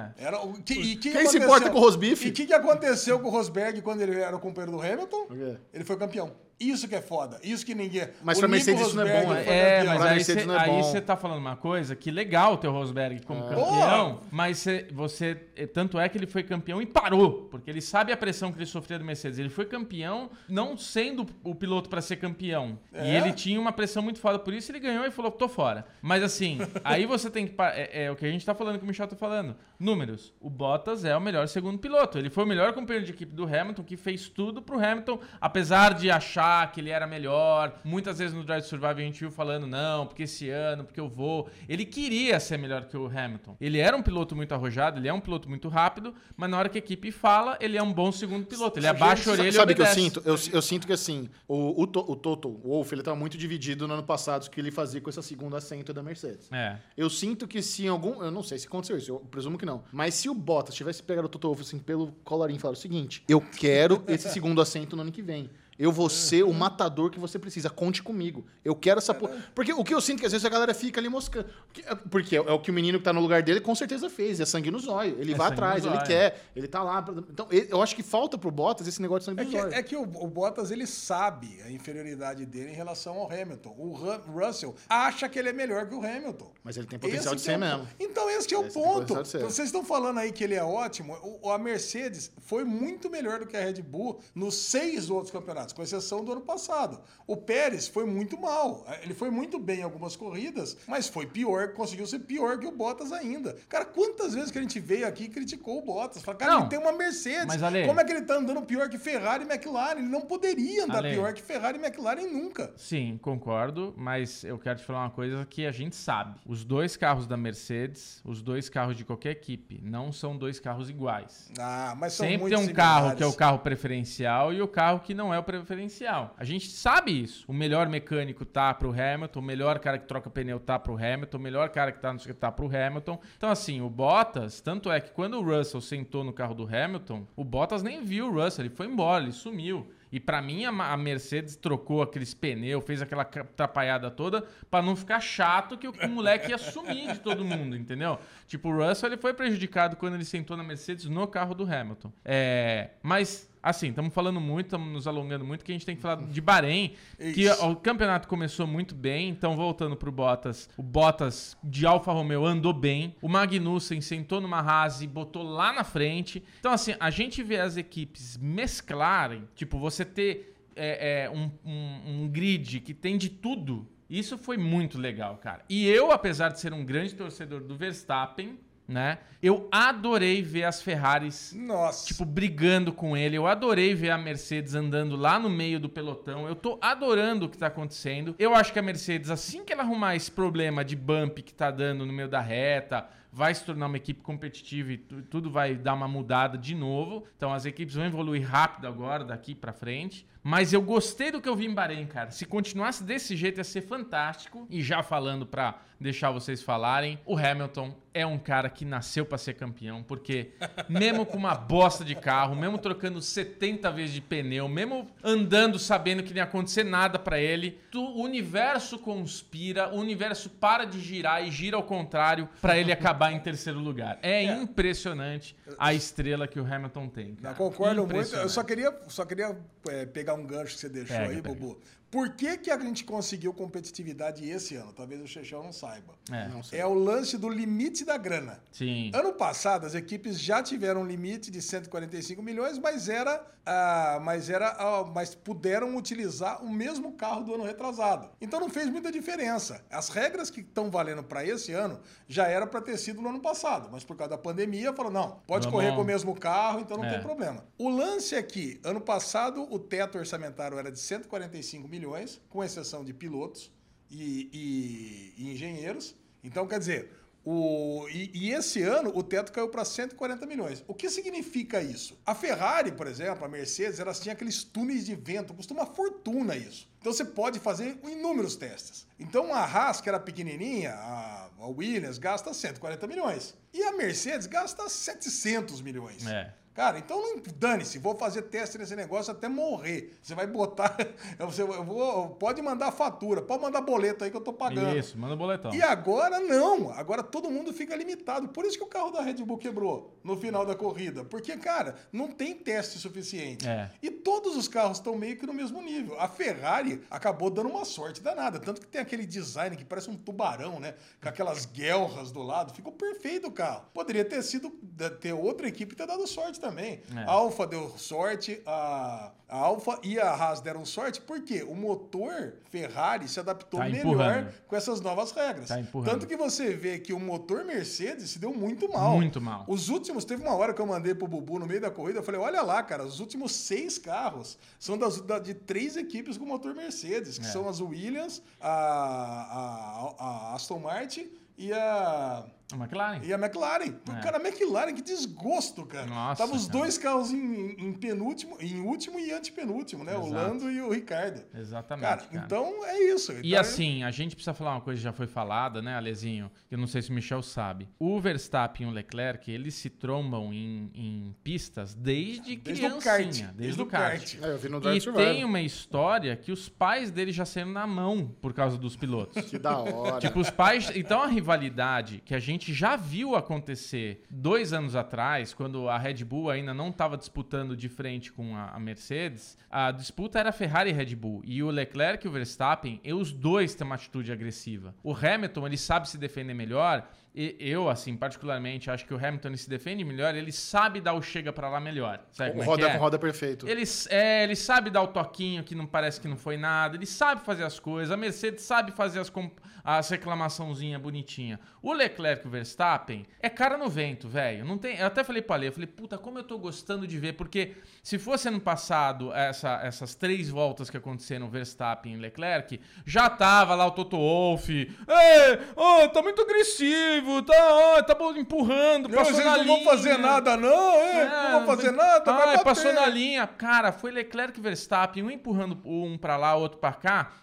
Speaker 1: Quem se importa com o Rosbife?
Speaker 2: E o que aconteceu com o Rosberg quando ele era o companheiro do Hamilton? Ele foi campeão. Isso que é foda. Isso que ninguém...
Speaker 1: Mas pra Mercedes isso não é bom,
Speaker 4: né? Mas aí você tá falando uma coisa que legal ter o Rosberg como campeão, mas você... Tanto é que ele foi campeão e parou, porque ele sabe a pressão que ele sofria do Mercedes. Ele foi campeão não sendo o piloto pra ser campeão. E ele tinha uma pressão muito foda, por isso ele ganhou e falou, tô fora. Mas assim, aí você tem que... É o que a gente tá falando, que o Michel tá falando. Números. O Bottas é o melhor segundo piloto. Ele foi o melhor companheiro de equipe do Hamilton, que fez tudo pro Hamilton, apesar de achar que ele era melhor. Muitas vezes no Drive to Survive a gente viu falando, não, porque esse ano, porque eu vou. Ele queria ser melhor que o Hamilton. Ele era um piloto muito arrojado, ele é um piloto muito rápido, mas na hora que a equipe fala, ele é um bom segundo piloto. Ele abaixa a orelha e
Speaker 1: sabe o que eu
Speaker 4: obedece.
Speaker 1: sinto? Eu sinto que assim, o Toto Wolff, ele tava muito dividido no ano passado, o que ele fazia com essa segunda assento da Mercedes. Eu sinto que se eu não sei se aconteceu isso, eu presumo que não, mas se o Bottas tivesse pegado o Toto Wolff assim, pelo colarinho e falado o seguinte, eu quero esse segundo assento no ano que vem. Eu vou ser o matador que você precisa. Conte comigo. Eu quero essa porra. Porque o que eu sinto é que às vezes a galera fica ali moscando. Porque é o que o menino que tá no lugar dele com certeza fez. É sangue nos olhos. Ele vai atrás, ele quer. Ele tá lá. Então, eu acho que falta pro Bottas esse negócio de sangue nos olhos.
Speaker 2: É que o Bottas, ele sabe a inferioridade dele em relação ao Hamilton. O Russell acha que ele é melhor que o Hamilton.
Speaker 1: Mas ele tem potencial de ser mesmo.
Speaker 2: Então esse que é o ponto. Vocês estão falando aí que ele é ótimo. A Mercedes foi muito melhor do que a Red Bull nos 6 outros campeonatos, com exceção do ano passado. O Pérez foi muito mal. Ele foi muito bem em algumas corridas, mas foi pior, conseguiu ser pior que o Bottas ainda. Cara, quantas vezes que a gente veio aqui e criticou o Bottas? Fala, cara, ele tem uma Mercedes.
Speaker 4: Mas, Ale,
Speaker 2: como é que ele tá andando pior que Ferrari e McLaren? Ele não poderia andar pior que Ferrari e McLaren nunca.
Speaker 4: Sim, concordo, mas eu quero te falar uma coisa que a gente sabe. Os 2 carros da Mercedes, os 2 carros de qualquer equipe, não são 2 carros iguais.
Speaker 2: Mas são
Speaker 4: sempre
Speaker 2: muito
Speaker 4: tem um
Speaker 2: similares.
Speaker 4: carro que é o carro preferencial e o carro que não é o preferencial. A gente sabe isso. O melhor mecânico tá pro Hamilton, o melhor cara que troca pneu tá pro Hamilton, o melhor cara que tá pro Hamilton. Então, assim, o Bottas, tanto é que quando o Russell sentou no carro do Hamilton, o Bottas nem viu o Russell, ele foi embora, ele sumiu. E pra mim, a Mercedes trocou aqueles pneus, fez aquela atrapalhada toda pra não ficar chato que o moleque ia sumir de todo mundo, entendeu? Tipo, o Russell ele foi prejudicado quando ele sentou na Mercedes no carro do Hamilton. Mas... Assim, estamos falando muito, estamos nos alongando muito, que a gente tem que falar de Bahrein, que o campeonato começou muito bem, então voltando pro Bottas, o Bottas de Alfa Romeo andou bem, o Magnussen sentou numa Haas e botou lá na frente. Então assim, a gente vê as equipes mesclarem, tipo, você ter um grid que tem de tudo, isso foi muito legal, cara. E eu, apesar de ser um grande torcedor do Verstappen, né? Eu adorei ver as Ferraris, tipo, brigando com ele. Eu adorei ver a Mercedes andando lá no meio do pelotão. Eu tô adorando o que tá acontecendo. Eu acho que a Mercedes, assim que ela arrumar esse problema de bump que tá dando no meio da reta, vai se tornar uma equipe competitiva e tudo vai dar uma mudada de novo. Então as equipes vão evoluir rápido agora, daqui pra frente. Mas eu gostei do que eu vi em Bahrein, cara. Se continuasse desse jeito, ia ser fantástico. E já falando pra deixar vocês falarem, o Hamilton é um cara que nasceu pra ser campeão, porque mesmo com uma bosta de carro, mesmo trocando 70 vezes de pneu, mesmo andando sabendo que não ia acontecer nada pra ele, o universo conspira, o universo para de girar e gira ao contrário pra ele acabar em terceiro lugar. É impressionante a estrela que o Hamilton tem, cara.
Speaker 2: Eu concordo muito. Eu só queria pegar um gancho que você deixou aí, Bubu. Por que a gente conseguiu competitividade esse ano? Talvez o Chechão não saiba. É o lance do limite da grana.
Speaker 4: Sim.
Speaker 2: Ano passado, as equipes já tiveram um limite de 145 milhões, mas puderam utilizar o mesmo carro do ano retrasado. Então não fez muita diferença. As regras que estão valendo para esse ano já era para ter sido no ano passado, mas por causa da pandemia, falou, não, pode correr com o mesmo carro, então não tem problema. O lance é que, ano passado, o teto orçamentário era de 145 milhões, com exceção de pilotos e engenheiros. Então, quer dizer, esse ano o teto caiu para 140 milhões. O que significa isso? A Ferrari, por exemplo, a Mercedes, elas tinham aqueles túneis de vento, custa uma fortuna isso. Então você pode fazer inúmeros testes. Então a Haas, que era pequenininha, a Williams, gasta 140 milhões. E a Mercedes gasta 700 milhões. Cara, então não dane-se, vou fazer teste nesse negócio até morrer. Você vai botar... pode mandar fatura, pode mandar boleto aí que eu tô pagando.
Speaker 4: Isso, manda boletão.
Speaker 2: E agora não, agora todo mundo fica limitado. Por isso que o carro da Red Bull quebrou no final da corrida. Porque, cara, não tem teste suficiente. E todos os carros estão meio que no mesmo nível. A Ferrari acabou dando uma sorte danada. Tanto que tem aquele design que parece um tubarão, né? Com aquelas guelras do lado. Ficou perfeito o carro. Poderia ter outra equipe ter dado sorte também. A Alfa deu sorte, a Alfa e a Haas deram sorte, porque o motor Ferrari se adaptou melhor com essas novas regras. Tanto que você vê que o motor Mercedes se deu muito mal.
Speaker 4: Muito mal.
Speaker 2: Os últimos, teve uma hora que eu mandei pro Bubu no meio da corrida, eu falei, olha lá, cara, os últimos 6 carros são de 3 equipes com motor Mercedes, que são as Williams, a Aston Martin e a McLaren. Cara, a McLaren, que desgosto, cara.
Speaker 4: Nossa,
Speaker 2: tava os dois carros em penúltimo, em último e antepenúltimo, né? Exato. O Lando e o Ricardo.
Speaker 4: Exatamente.
Speaker 2: Cara, então é isso.
Speaker 4: E assim, a gente precisa falar uma coisa que já foi falada, né, Alezinho? Eu não sei se o Michel sabe. O Verstappen e o Leclerc, eles se trombam em pistas desde criancinha. Desde o kart.
Speaker 1: Eu vi no
Speaker 4: Drive to Survive. Tem uma história que os pais dele já saíram na mão por causa dos pilotos.
Speaker 1: Que da hora.
Speaker 4: Tipo, os pais... Então a rivalidade que a gente já viu acontecer 2 anos atrás, quando a Red Bull ainda não estava disputando de frente com a Mercedes, a disputa era Ferrari e Red Bull. E o Leclerc e o Verstappen, os dois têm uma atitude agressiva. O Hamilton, ele sabe se defender melhor. E eu, assim, particularmente, acho que o Hamilton ele se defende melhor, ele sabe dar o chega pra lá melhor. Sabe como
Speaker 1: roda com roda perfeito.
Speaker 4: Ele sabe dar o toquinho que não parece que não foi nada, ele sabe fazer as coisas, a Mercedes sabe fazer as reclamaçãozinhas bonitinhas. O Leclerc e o Verstappen é cara no vento, velho. Não tem, eu até falei pra Ale, eu falei, puta, como eu tô gostando de ver, porque se fosse ano passado essas 3 voltas que aconteceram, Verstappen e Leclerc, já tava lá o Toto Wolff, tá muito agressivo, tá empurrando, passou na linha.
Speaker 2: Não vão fazer nada, não, não vão fazer nada, vai bater.
Speaker 4: Passou na linha. Cara, foi Leclerc e Verstappen, um empurrando um pra lá, outro pra cá.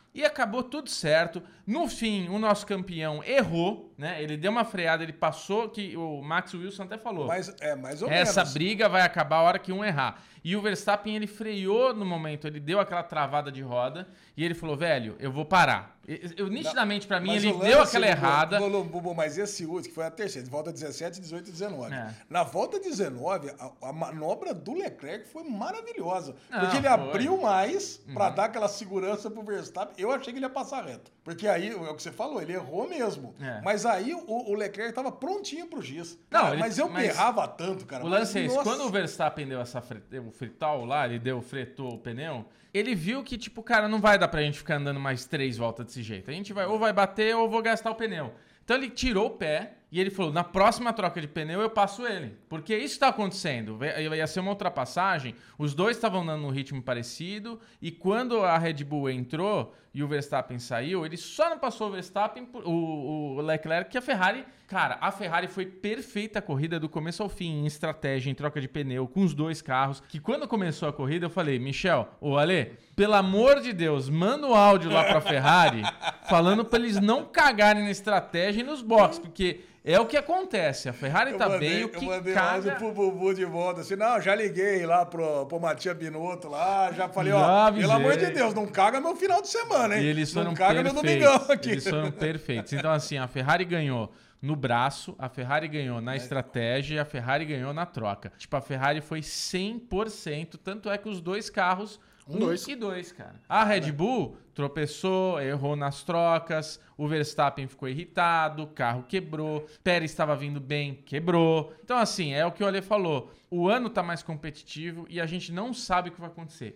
Speaker 4: e acabou tudo certo. No fim, o nosso campeão errou, né? Ele deu uma freada, ele passou, que o Max Wilson até falou.
Speaker 2: Mais ou
Speaker 4: Essa
Speaker 2: menos.
Speaker 4: briga vai acabar a hora que um errar. E o Verstappen, ele freou no momento, ele deu aquela travada de roda e ele falou, velho, eu vou parar. Nitidamente, pra mim, ele deu aquela errada.
Speaker 2: Mas esse último, que foi a terceira, volta 17, 18 e 19.
Speaker 4: É.
Speaker 2: Na volta 19, a manobra do Leclerc foi maravilhosa.
Speaker 4: Não,
Speaker 2: porque ele
Speaker 4: foi.
Speaker 2: abriu mais pra dar aquela segurança pro Verstappen. Eu achei que ele ia passar reto. Porque aí, é o que você falou, ele errou mesmo.
Speaker 4: É.
Speaker 2: Mas aí o Leclerc tava prontinho pro giz.
Speaker 4: Não,
Speaker 2: Cara, mas eu berrava tanto, cara.
Speaker 4: O lance é esse,
Speaker 2: nossa.
Speaker 4: quando o Verstappen deu o frital lá, ele fretou o pneu, ele viu que, tipo, cara, não vai dar pra gente ficar andando mais 3 voltas desse jeito. A gente vai, ou vai bater ou vou gastar o pneu. Então ele tirou o pé e ele falou, na próxima troca de pneu eu passo ele. Porque isso tá acontecendo. Ia ser uma ultrapassagem, os dois estavam andando num ritmo parecido e quando a Red Bull entrou e o Verstappen saiu, ele só não passou o Verstappen, o Leclerc, que a Ferrari... Cara, a Ferrari foi perfeita a corrida do começo ao fim, em estratégia, em troca de pneu, com os dois carros, que quando começou a corrida eu falei, Michel, ô Ale, pelo amor de Deus, manda o áudio lá pra Ferrari, falando pra eles não cagarem na estratégia e nos boxes, porque... É o que acontece, a Ferrari tá bem, o que
Speaker 2: eu mandei
Speaker 4: caga...
Speaker 2: pro Bubu de volta, assim, não, já liguei lá pro Matias Binotto lá, já falei,
Speaker 4: Já
Speaker 2: ó,
Speaker 4: avisei.
Speaker 2: pelo amor de Deus, não caga meu final de semana, hein?
Speaker 4: E eles foram
Speaker 2: não caga meu
Speaker 4: perfeitos.
Speaker 2: domingão aqui.
Speaker 4: Eles foram perfeitos. Então, assim, a Ferrari ganhou no braço, a Ferrari ganhou na estratégia e a Ferrari ganhou na troca. Tipo, a Ferrari foi 100%, tanto é que os dois carros... 1 e 2, cara. A Red Bull tropeçou, errou nas trocas, o Verstappen ficou irritado, o carro quebrou, Pérez estava vindo bem, quebrou. Então, assim, é o que o Ale falou. O ano tá mais competitivo e a gente não sabe o que vai acontecer.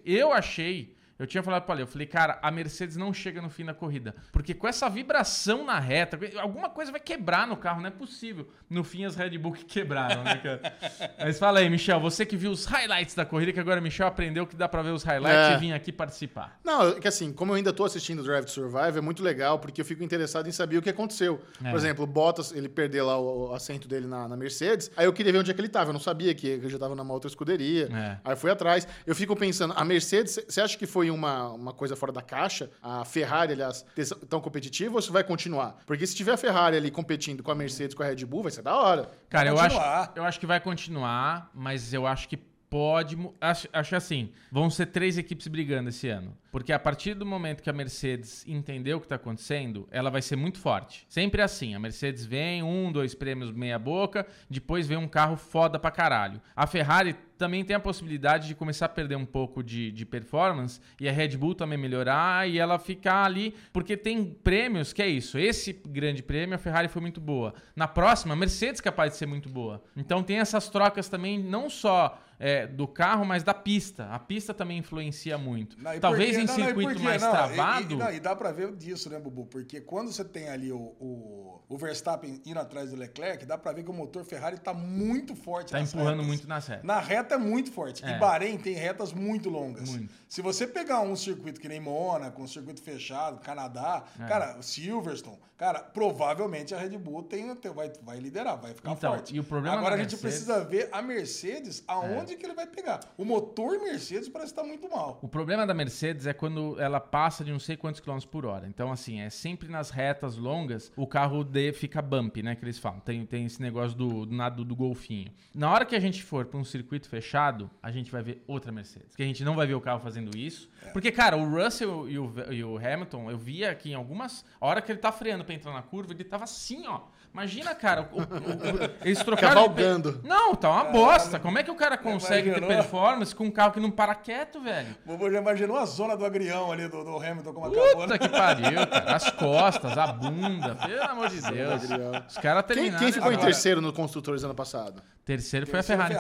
Speaker 4: Eu tinha falado pra Ale, eu falei, cara, a Mercedes não chega no fim da corrida. Porque com essa vibração na reta, alguma coisa vai quebrar no carro, não é possível. No fim, as Red Bull que quebraram, né, cara? Mas fala aí, Michel, você que viu os highlights da corrida, que agora o Michel aprendeu que dá pra ver os highlights e vir aqui participar.
Speaker 1: Não, é que assim, como eu ainda tô assistindo o Drive to Survive, é muito legal, porque eu fico interessado em saber o que aconteceu. Por exemplo, o Bottas, ele perdeu lá o assento dele na Mercedes, aí eu queria ver onde é que ele tava, eu não sabia que ele já tava numa outra escuderia, aí eu fui atrás. Eu fico pensando, a Mercedes, você acha que foi uma coisa fora da caixa? A Ferrari, aliás, tão competitiva ou isso vai continuar? Porque se tiver a Ferrari ali competindo com a Mercedes, com a Red Bull, vai ser da hora.
Speaker 4: Cara, eu acho que vai continuar, mas eu acho que pode... Acho assim, vão ser 3 equipes brigando esse ano. Porque a partir do momento que a Mercedes entendeu o que tá acontecendo, ela vai ser muito forte. Sempre assim, a Mercedes vem, 1, 2 prêmios meia boca, depois vem um carro foda pra caralho. A Ferrari também tem a possibilidade de começar a perder um pouco de performance e a Red Bull também melhorar e ela ficar ali, porque tem prêmios que é isso. Esse grande prêmio, a Ferrari foi muito boa. Na próxima, a Mercedes é capaz de ser muito boa. Então tem essas trocas também, não só do carro, mas da pista. A pista também influencia muito. Talvez em circuito mais travado...
Speaker 2: E dá pra ver disso, né, Bubu? Porque quando você tem ali o Verstappen indo atrás do Leclerc, dá pra ver que o motor Ferrari tá muito forte
Speaker 4: nas retas. Tá empurrando muito nas retas.
Speaker 2: Na reta é muito forte. E Bahrein tem retas muito longas.
Speaker 4: Muito.
Speaker 2: Se você pegar um circuito que nem Mônaco, um circuito fechado, Canadá, cara, Silverstone, cara, provavelmente a Red Bull vai liderar, vai ficar forte.
Speaker 4: E o problema
Speaker 2: agora a
Speaker 4: Mercedes...
Speaker 2: gente precisa ver a Mercedes, aonde que ele vai pegar. O motor Mercedes parece estar muito mal.
Speaker 4: O problema da Mercedes é quando ela passa de não sei quantos quilômetros por hora. Então, assim, é sempre nas retas longas, o carro fica bump, né, que eles falam. Tem esse negócio do golfinho. Na hora que a gente for para um circuito fechado, a gente vai ver outra Mercedes. Porque a gente não vai ver o carro fazendo isso. Porque, cara, o Russell e o Hamilton, eu via aqui em algumas... A hora que ele tá freando pra entrar na curva, ele tava assim, ó. Imagina, cara, eles trocaram...
Speaker 1: Cavalgando.
Speaker 4: Não, tá uma bosta. Como é que o cara consegue ter performance com um carro que não para quieto, velho?
Speaker 2: O Bobo já imaginou a zona do agrião ali do Hamilton, como
Speaker 4: Puta
Speaker 2: acabou, né?
Speaker 4: que pariu, cara. As costas, a bunda. Pelo amor de Deus. Os caras terminaram...
Speaker 1: Quem ficou em terceiro no Construtores ano passado?
Speaker 4: Terceiro foi a Ferrari.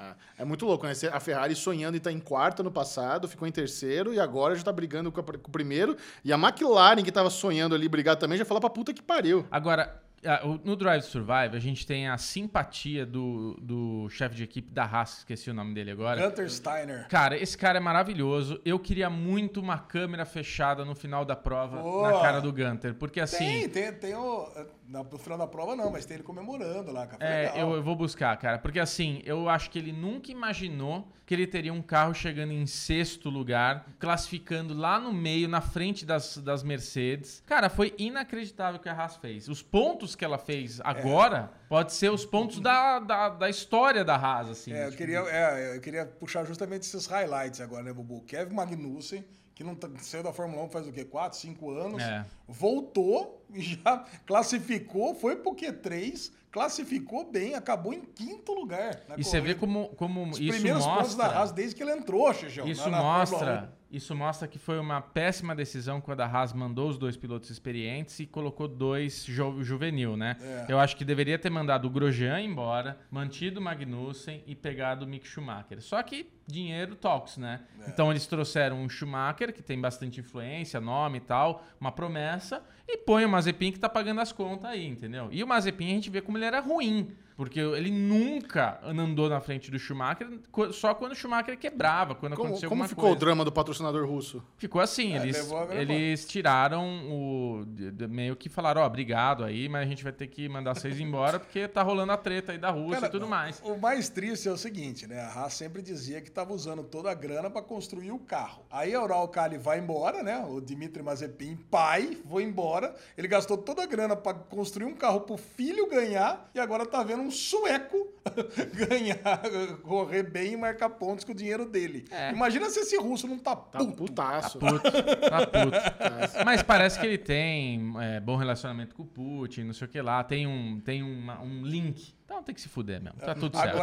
Speaker 1: É muito louco, né? A Ferrari sonhando em estar em quarto ano passado, ficou em terceiro e agora já tá brigando com o primeiro. E a McLaren, que tava sonhando ali brigar também, já falou pra puta que pariu.
Speaker 4: Agora, no Drive to Survive, a gente tem a simpatia do chefe de equipe da Haas, esqueci o nome dele agora.
Speaker 2: Gunter Steiner.
Speaker 4: Cara, esse cara é maravilhoso. Eu queria muito uma câmera fechada no final da prova na cara do Gunter, porque assim...
Speaker 2: No final da prova não, mas tem ele comemorando lá, cara.
Speaker 4: Eu vou buscar, cara. Porque assim, eu acho que ele nunca imaginou que ele teria um carro chegando em 6º lugar, classificando lá no meio, na frente das Mercedes. Cara, foi inacreditável o que a Haas fez. Os pontos que ela fez agora pode ser os pontos da história da Haas, assim.
Speaker 2: Eu queria puxar justamente esses highlights agora, né, Bubu? Kevin Magnussen, que não saiu da Fórmula 1 faz o quê? 4, 5 anos. Voltou e já classificou, foi pro Q3, classificou bem, acabou em 5º lugar.
Speaker 4: E você vê como
Speaker 2: Os
Speaker 4: isso
Speaker 2: primeiros
Speaker 4: mostra...
Speaker 2: pontos da Haas desde que ele entrou, Xixão.
Speaker 4: Isso mostra que foi uma péssima decisão quando a Haas mandou os 2 pilotos experientes e colocou 2 juvenil, né? Eu acho que deveria ter mandado o Grosjean embora, mantido o Magnussen e pegado o Mick Schumacher. Só que dinheiro talks, né? Então eles trouxeram um Schumacher, que tem bastante influência, nome e tal, uma promessa, e põe o Mazepin que tá pagando as contas aí, entendeu? E o Mazepin a gente vê como ele era ruim. Porque ele nunca andou na frente do Schumacher, só quando o Schumacher quebrava, quando aconteceu alguma coisa.
Speaker 1: Como ficou o drama do patrocinador russo?
Speaker 4: Ficou assim, eles tiraram meio que falaram, obrigado aí, mas a gente vai ter que mandar vocês embora porque tá rolando a treta aí da Rússia e tudo mais.
Speaker 2: O mais triste é o seguinte, né? A Haas sempre dizia que tava usando toda a grana para construir o carro. Aí a Uralkali vai embora, né? O Dmitry Mazepin, pai, foi embora. Ele gastou toda a grana para construir um carro pro filho ganhar e agora tá vendo um sueco ganhar, correr bem e marcar pontos com o dinheiro dele. Imagina se esse russo não tá puto.
Speaker 1: Putaço.
Speaker 4: Tá puto. Mas parece que ele tem bom relacionamento com o Putin, não sei o que lá. Tem um link. Então tem que se fuder mesmo. Tá tudo certo.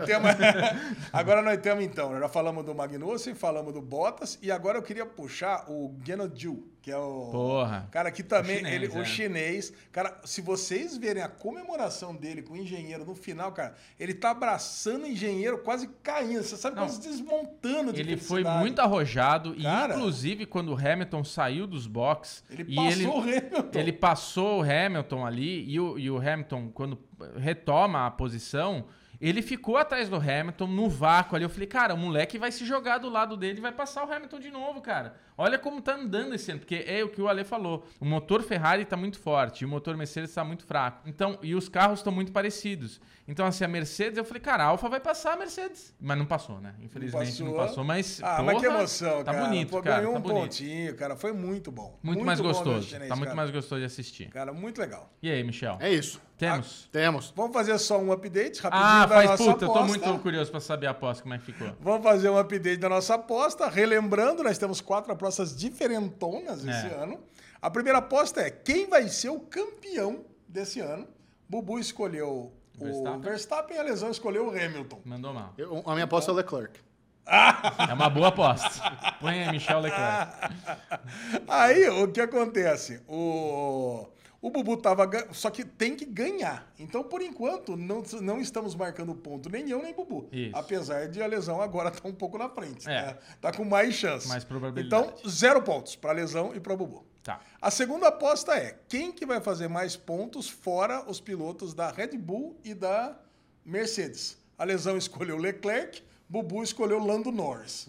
Speaker 2: Agora nós temos então. Já falamos do Magnussen, falamos do Bottas e agora eu queria puxar o Guanaju, que é o cara que também, o chinês. Cara, se vocês verem a comemoração dele com o engenheiro no final, cara, ele tá abraçando o engenheiro quase caindo. Você sabe, quase desmontando de
Speaker 4: Ele
Speaker 2: felicidade.
Speaker 4: foi muito arrojado
Speaker 2: Cara,
Speaker 4: e inclusive quando o Hamilton saiu dos boxes...
Speaker 2: Ele
Speaker 4: passou o Hamilton ali e o Hamilton, quando retoma a posição... Ele ficou atrás do Hamilton, no vácuo ali. Eu falei, cara, o moleque vai se jogar do lado dele e vai passar o Hamilton de novo, cara. Olha como tá andando esse ano, porque é o que o Ale falou. O motor Ferrari tá muito forte, e o motor Mercedes tá muito fraco. Então, e os carros estão muito parecidos. Então, assim, a Mercedes, eu falei, cara, a Alfa vai passar a Mercedes. Mas não passou, né? Infelizmente não passou, mas
Speaker 2: mas que emoção,
Speaker 4: tá
Speaker 2: cara.
Speaker 4: Bonito, cara.
Speaker 2: Ganhou
Speaker 4: tá
Speaker 2: um
Speaker 4: bonito.
Speaker 2: pontinho, cara. Foi muito bom.
Speaker 4: Muito mais gostoso.
Speaker 2: Chinês,
Speaker 4: tá muito mais gostoso de assistir.
Speaker 2: Cara, muito legal.
Speaker 4: E aí, Michel?
Speaker 1: É isso.
Speaker 4: Temos.
Speaker 2: Vamos fazer só um update rapidinho da nossa aposta.
Speaker 4: Eu tô muito curioso pra saber a aposta, como é que ficou.
Speaker 2: Vamos fazer um update da nossa aposta. Relembrando, nós temos 4 apostas diferentonas esse ano. A primeira aposta é quem vai ser o campeão desse ano. Bubu escolheu o Verstappen e a Lesão escolheu o Hamilton.
Speaker 4: Mandou mal.
Speaker 1: A minha aposta é o Leclerc.
Speaker 4: É uma boa aposta. Põe aí, Michel Leclerc.
Speaker 2: Aí, o que acontece? O Bubu tava... Só que tem que ganhar. Então, por enquanto, não estamos marcando ponto. Nem eu, nem Bubu.
Speaker 4: Isso.
Speaker 2: Apesar de a Lesão agora estar um pouco na frente. Né? Tá com mais chance.
Speaker 4: Mais probabilidade.
Speaker 2: Então, 0 pontos para a Lesão e para o Bubu.
Speaker 4: Tá.
Speaker 2: A segunda aposta é quem que vai fazer mais pontos fora os pilotos da Red Bull e da Mercedes. A Lesão escolheu Leclerc, Bubu escolheu Lando Norris.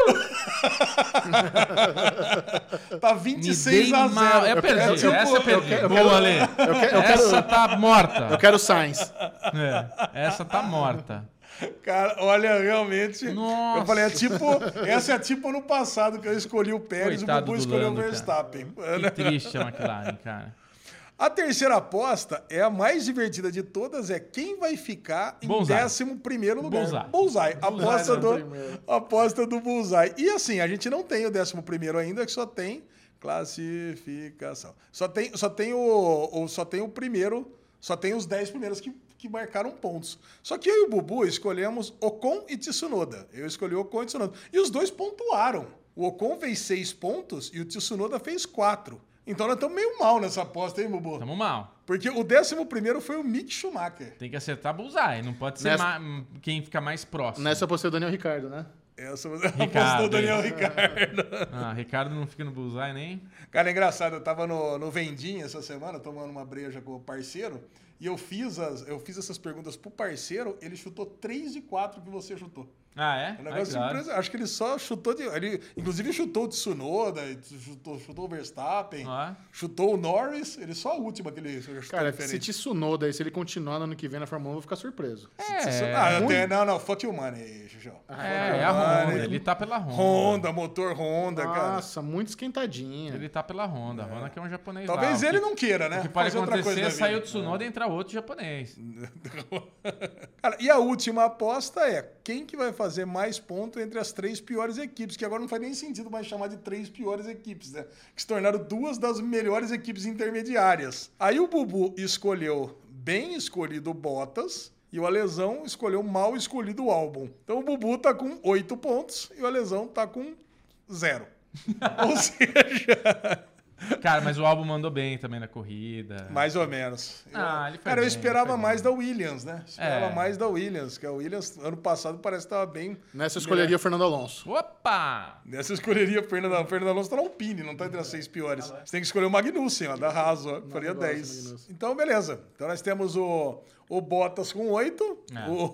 Speaker 2: Tá 26-0.
Speaker 4: Eu perdi. Essa eu perdi. Boa, Ale. Essa tá morta.
Speaker 1: Eu quero Sainz.
Speaker 4: Essa tá morta.
Speaker 2: Cara, olha, realmente...
Speaker 4: Nossa.
Speaker 2: Eu falei, essa é tipo ano passado que eu escolhi o Pérez e o Bubu escolheu o Verstappen.
Speaker 4: Que triste a McLaren, cara.
Speaker 2: A terceira aposta é a mais divertida de todas, é quem vai ficar em 11º lugar. Bullseye. Aposta do Bullseye. E assim, a gente não tem o 11º ainda, que só tem classificação. Só tem o primeiro, só tem os 10 primeiros que marcaram pontos. Só que eu e o Bubu escolhemos Ocon e Tsunoda. Eu escolhi Ocon e Tsunoda. E os dois pontuaram. O Ocon fez 6 pontos e o Tsunoda fez 4. Então nós estamos meio mal nessa aposta, hein, Bubu?
Speaker 4: Estamos mal.
Speaker 2: Porque o 11º foi o Mick Schumacher.
Speaker 4: Tem que acertar Bullseye, não pode ser quem fica mais próximo.
Speaker 1: Nessa eu postei o Daniel Ricciardo, né?
Speaker 2: Essa apostou o Daniel Ricciardo.
Speaker 4: Ricciardo não fica no Bullseye nem...
Speaker 2: Cara, é engraçado, eu tava no Vendinha essa semana, tomando uma breja com o parceiro, e eu fiz essas perguntas pro parceiro, ele chutou 3 de 4 que você chutou.
Speaker 4: Ah, é?
Speaker 2: Um negócio surpresa. Acho que ele só chutou ele, inclusive chutou o Tsunoda, chutou o Verstappen, chutou o Norris, ele só a última que ele chutou.
Speaker 1: Cara,
Speaker 2: diferente.
Speaker 1: se Tsunoda aí, se ele continuar no ano que vem na Fórmula 1, eu vou ficar surpreso.
Speaker 2: Não, fuck you money, Xuxão.
Speaker 4: É a Honda, ele tá pela Honda.
Speaker 2: Motor Honda, cara.
Speaker 1: Nossa, muito esquentadinha.
Speaker 4: Ele tá pela Honda. A Honda que é um japonês.
Speaker 2: Talvez ele não queira, né?
Speaker 4: O que pode acontecer é sair o Tsunoda e entrar outro japonês.
Speaker 2: Cara, e a última aposta é quem que vai fazer mais pontos entre as 3 piores equipes, que agora não faz nem sentido mais chamar de 3 piores equipes, né? Que se tornaram 2 das melhores equipes intermediárias. Aí o Bubu escolheu bem escolhido o Bottas e o Alesão escolheu mal escolhido o Albon. Então o Bubu tá com 8 pontos e o Alesão tá com 0. Ou seja...
Speaker 4: Cara, mas o Albon mandou bem também na corrida.
Speaker 2: Mais ou menos.
Speaker 4: Ele foi
Speaker 2: Cara,
Speaker 4: bem,
Speaker 2: eu esperava mais da Williams, né? Esperava mais da Williams, que a Williams, ano passado, parece que estava bem...
Speaker 1: Nessa eu escolheria o Fernando Alonso.
Speaker 4: Opa!
Speaker 2: Nessa eu escolheria o Fernando Alonso, tá na Alpine, não tá entre as 6 piores. Você tem que escolher o Magnussen, ó, da Haas, ó, faria 10. Então, beleza. Então, nós temos o Bottas com 8,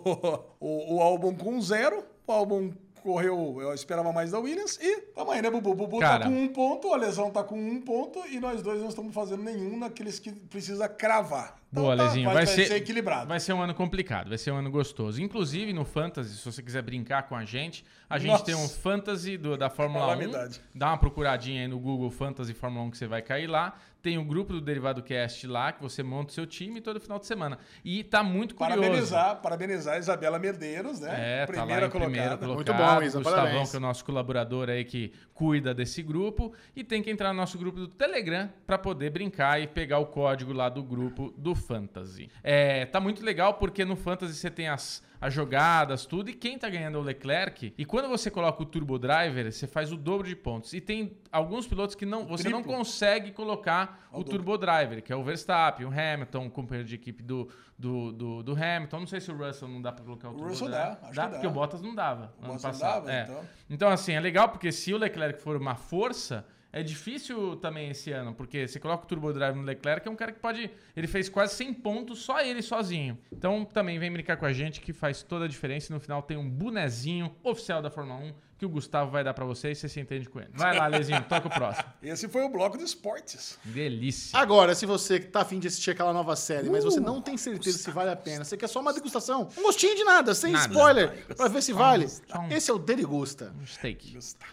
Speaker 2: o Albon com 0, o Albon... Correu, eu esperava mais da Williams e tamo aí, né, Bubu? Bubu tá com 1 ponto, o Alesão tá com 1 ponto e nós dois não estamos fazendo nenhum naqueles que precisa cravar. Então,
Speaker 4: boa, Lezinho.
Speaker 2: Vai ser equilibrado.
Speaker 4: Vai ser um ano complicado, vai ser um ano gostoso. Inclusive, no Fantasy, se você quiser brincar com a gente tem um Fantasy da Fórmula 1. Dá uma procuradinha aí no Google Fantasy Fórmula 1 que você vai cair lá. Tem o grupo do Derivado Cast lá, que você monta o seu time todo final de semana. E tá muito curioso.
Speaker 2: Parabenizar a Isabela Medeiros, né?
Speaker 4: Primeira colocada.
Speaker 1: Muito bom, Isa,
Speaker 4: Gustavão,
Speaker 1: parabéns.
Speaker 4: que é o nosso colaborador aí que cuida desse grupo. E tem que entrar no nosso grupo do Telegram para poder brincar e pegar o código lá do grupo do Fantasy. Tá muito legal porque no Fantasy você tem as jogadas, tudo, e quem tá ganhando é o Leclerc. E quando você coloca o Turbo Driver, você faz o dobro de pontos. E tem alguns pilotos que você não consegue colocar o Turbo Driver, que é o Verstappen, o Hamilton, o companheiro de equipe do Hamilton. Não sei se o Russell não dá pra colocar o Turbo Driver.
Speaker 2: Acho que dá.
Speaker 4: Porque o Bottas não dava ano
Speaker 2: Não
Speaker 4: passado.
Speaker 2: dava,
Speaker 4: Então, assim, é legal porque se o Leclerc for uma força... É difícil também esse ano, porque você coloca o Turbo Drive no Leclerc, que é um cara que pode... Ele fez quase 100 pontos, só ele sozinho. Então também vem brincar com a gente, que faz toda a diferença. E no final tem um bonezinho oficial da Fórmula 1 que o Gustavo vai dar pra você e você se entende com ele. Vai lá, Lezinho, toca o próximo.
Speaker 2: Esse foi o bloco de esportes.
Speaker 4: Delícia.
Speaker 1: Agora, se você tá afim de assistir aquela nova série, mas você não tem certeza se vale a pena, você quer só uma degustação, um gostinho de nada, sem spoiler, pra ver se vale, esse é o Derigusta.
Speaker 4: Um steak.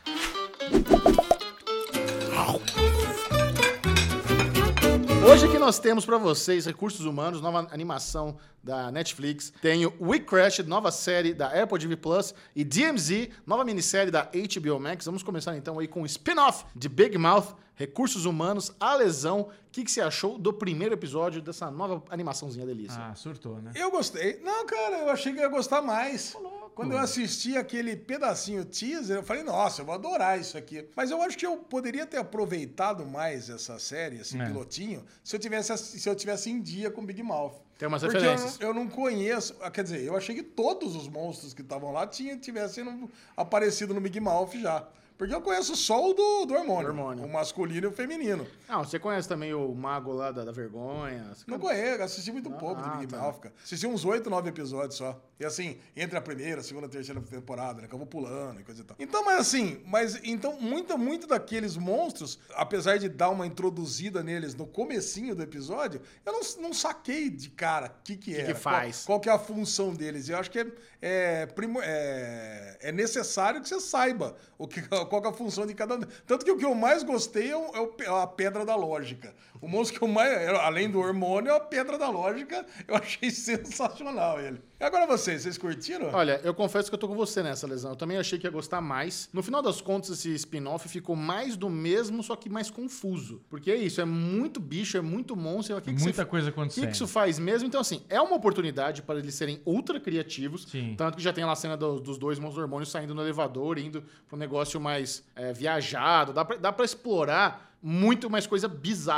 Speaker 1: Hoje aqui nós temos pra vocês Recursos Humanos, nova animação da Netflix. Tem o We Crashed, nova série da Apple TV Plus. E DMZ, nova minissérie da HBO Max. Vamos começar então aí com o spin-off de Big Mouth, Recursos Humanos, A Lesão. O que você achou do primeiro episódio dessa nova animaçãozinha delícia?
Speaker 4: Surtou, né?
Speaker 2: Eu gostei. Não, cara, eu achei que eu ia gostar mais. Quando eu assisti aquele pedacinho teaser, eu falei, nossa, eu vou adorar isso aqui. Mas eu acho que eu poderia ter aproveitado mais essa série, esse pilotinho, se eu tivesse em dia com Big Mouth.
Speaker 1: Tem umas
Speaker 2: Porque
Speaker 1: referências.
Speaker 2: eu não conheço... Quer dizer, eu achei que todos os monstros que estavam lá tivessem aparecido no Big Mouth já. Porque eu conheço só o do hormônio. O masculino e o feminino.
Speaker 1: Não, você conhece também o mago lá da vergonha?
Speaker 2: Não conheço, assisti muito pouco do Big Mouth, cara. Assisti uns 8, 9 episódios só. E assim, entre a primeira, segunda, terceira temporada, né? Que eu vou pulando e coisa e tal. Então, então, muito daqueles monstros, apesar de dar uma introduzida neles no comecinho do episódio, eu não saquei de cara o que era.
Speaker 1: Que faz?
Speaker 2: Qual que é a função deles. Eu acho que é necessário que você saiba qual que é a função de cada um. Tanto que o que eu mais gostei é a Pedra da Lógica. O monstro que eu mais... Além do hormônio, a Pedra da Lógica, eu achei sensacional ele. E agora vocês curtiram?
Speaker 1: Olha, eu confesso que eu tô com você nessa, Lesão. Eu também achei que ia gostar mais. No final das contas, esse spin-off ficou mais do mesmo, só que mais confuso. Porque é isso, é muito bicho, é muito monstro.
Speaker 4: Muita coisa acontecendo.
Speaker 1: O que isso faz mesmo? Então, assim, é uma oportunidade para eles serem ultra criativos.
Speaker 4: Sim.
Speaker 1: Tanto que já tem lá a cena dos dois monstros hormônios saindo no elevador, indo para um negócio mais viajado. Dá pra explorar muito mais coisa bizarra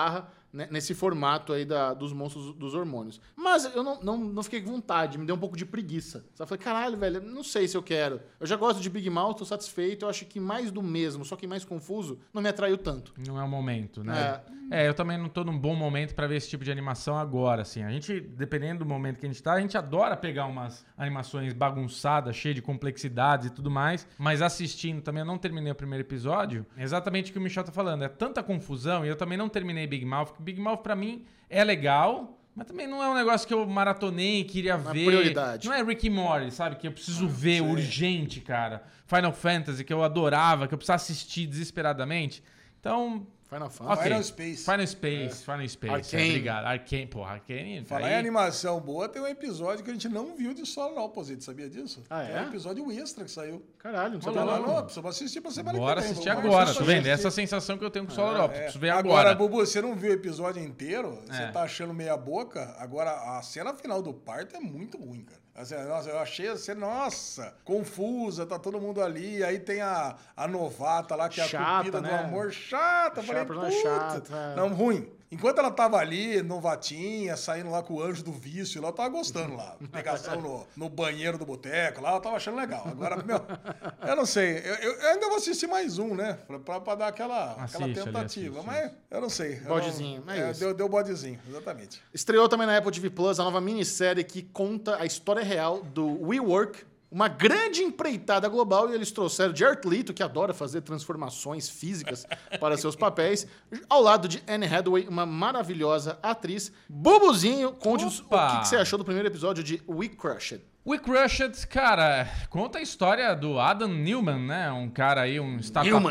Speaker 1: nesse formato aí dos monstros dos hormônios. Mas eu não fiquei com vontade, me deu um pouco de preguiça. Só falei, caralho, velho, não sei se eu quero. Eu já gosto de Big Mouth, tô satisfeito, eu acho que mais do mesmo, só que mais confuso, não me atraiu tanto.
Speaker 4: Não é o momento, né? Eu também não tô num bom momento pra ver esse tipo de animação agora, assim. A gente, dependendo do momento que a gente tá, a gente adora pegar umas animações bagunçadas, cheias de complexidades e tudo mais, mas assistindo também, eu não terminei o primeiro episódio, exatamente o que o Michel tá falando, é tanta confusão, e eu também não terminei Big Mouth, porque Big Mouth pra mim é legal, mas também não é um negócio que eu maratonei, queria ver.
Speaker 1: Prioridade.
Speaker 4: Não é Rick e Morty, sabe? Que eu preciso ver urgente, cara. Final Fantasy, que eu adorava, que eu precisava assistir desesperadamente. Então...
Speaker 1: Final Fantasy.
Speaker 4: Okay. Final Space.
Speaker 1: Arcane.
Speaker 4: Obrigado. Arcane.
Speaker 2: Falar em animação boa, tem um episódio que a gente não viu de Solar Opposite, sabia disso?
Speaker 1: É?
Speaker 2: Tem um episódio extra que saiu.
Speaker 1: Caralho, não
Speaker 2: sabia não. Precisa assistir pra semana que vem.
Speaker 4: Bora assistir agora, tá vendo? Essa sensação que eu tenho com Solar Opposite. Preciso ver agora.
Speaker 2: Agora, Bubu, você não viu o episódio inteiro? Você tá achando meia boca? Agora, a cena final do parto é muito ruim, cara. Nossa, eu achei a cena, confusa, tá todo mundo ali, aí tem a novata lá, que é a cupida do amor, chata. Eu falei, puta. Não, ruim. Enquanto ela tava ali, novatinha, saindo lá com o anjo do vício, ela tava gostando lá. Pegação no banheiro do boteco lá, ela tava achando legal. Agora, eu não sei. Eu ainda vou assistir mais um, né? Pra dar aquela tentativa. Mas eu não sei.
Speaker 1: Bodezinho.
Speaker 2: Deu bodezinho, exatamente.
Speaker 1: Estreou também na Apple TV Plus a nova minissérie que conta a história real do WeWork, uma grande empreitada global, e eles trouxeram Jared Leto, que adora fazer transformações físicas para seus papéis, ao lado de Anne Hathaway, uma maravilhosa atriz. Bubuzinho, conte-nos o que você achou do primeiro episódio de We Crushed.
Speaker 4: We Crushed, cara, conta a história do Adam Newman, né? Um cara aí, um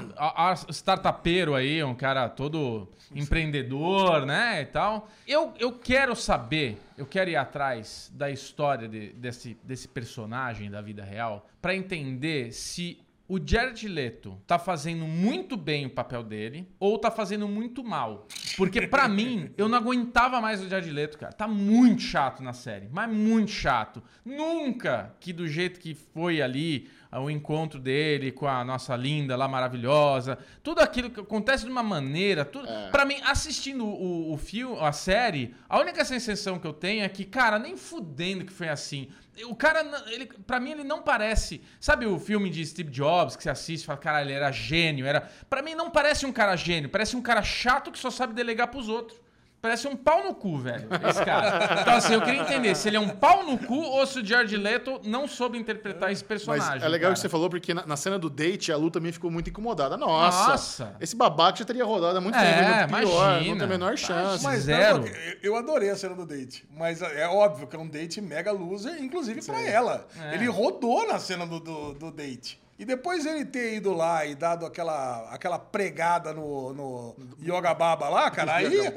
Speaker 4: startupeiro aí, um cara todo empreendedor, né? E tal. Eu quero saber, eu quero ir atrás da história desse personagem da vida real pra entender se o Jared Leto tá fazendo muito bem o papel dele ou tá fazendo muito mal. Porque pra mim, eu não aguentava mais o Jared Leto, cara. Tá muito chato na série, mas muito chato. Nunca que do jeito que foi ali o encontro dele com a nossa linda lá, maravilhosa, tudo aquilo que acontece de uma maneira, pra mim, assistindo o filme, a série, a única sensação que eu tenho é que, cara, nem fudendo que foi assim. O cara, pra mim, ele não parece... Sabe o filme de Steve Jobs, que você assiste e fala, cara, ele era gênio, Pra mim, não parece um cara gênio, parece um cara chato que só sabe delegar pros outros. Parece um pau no cu, velho, esse cara. Então, assim, eu queria entender se ele é um pau no cu ou se o Jared Leto não soube interpretar esse personagem.
Speaker 1: Mas é legal que você falou, porque na cena do date, a Lu também ficou muito incomodada. Nossa! Esse babaca já teria rodado há muito tempo. Pior, não tem a menor chance.
Speaker 2: Mas zero. Eu adorei a cena do date. Mas é óbvio que é um date mega loser, inclusive pra ela. Ele rodou na cena do date. E depois ele ter ido lá e dado aquela pregada no Yoga Baba lá, cara,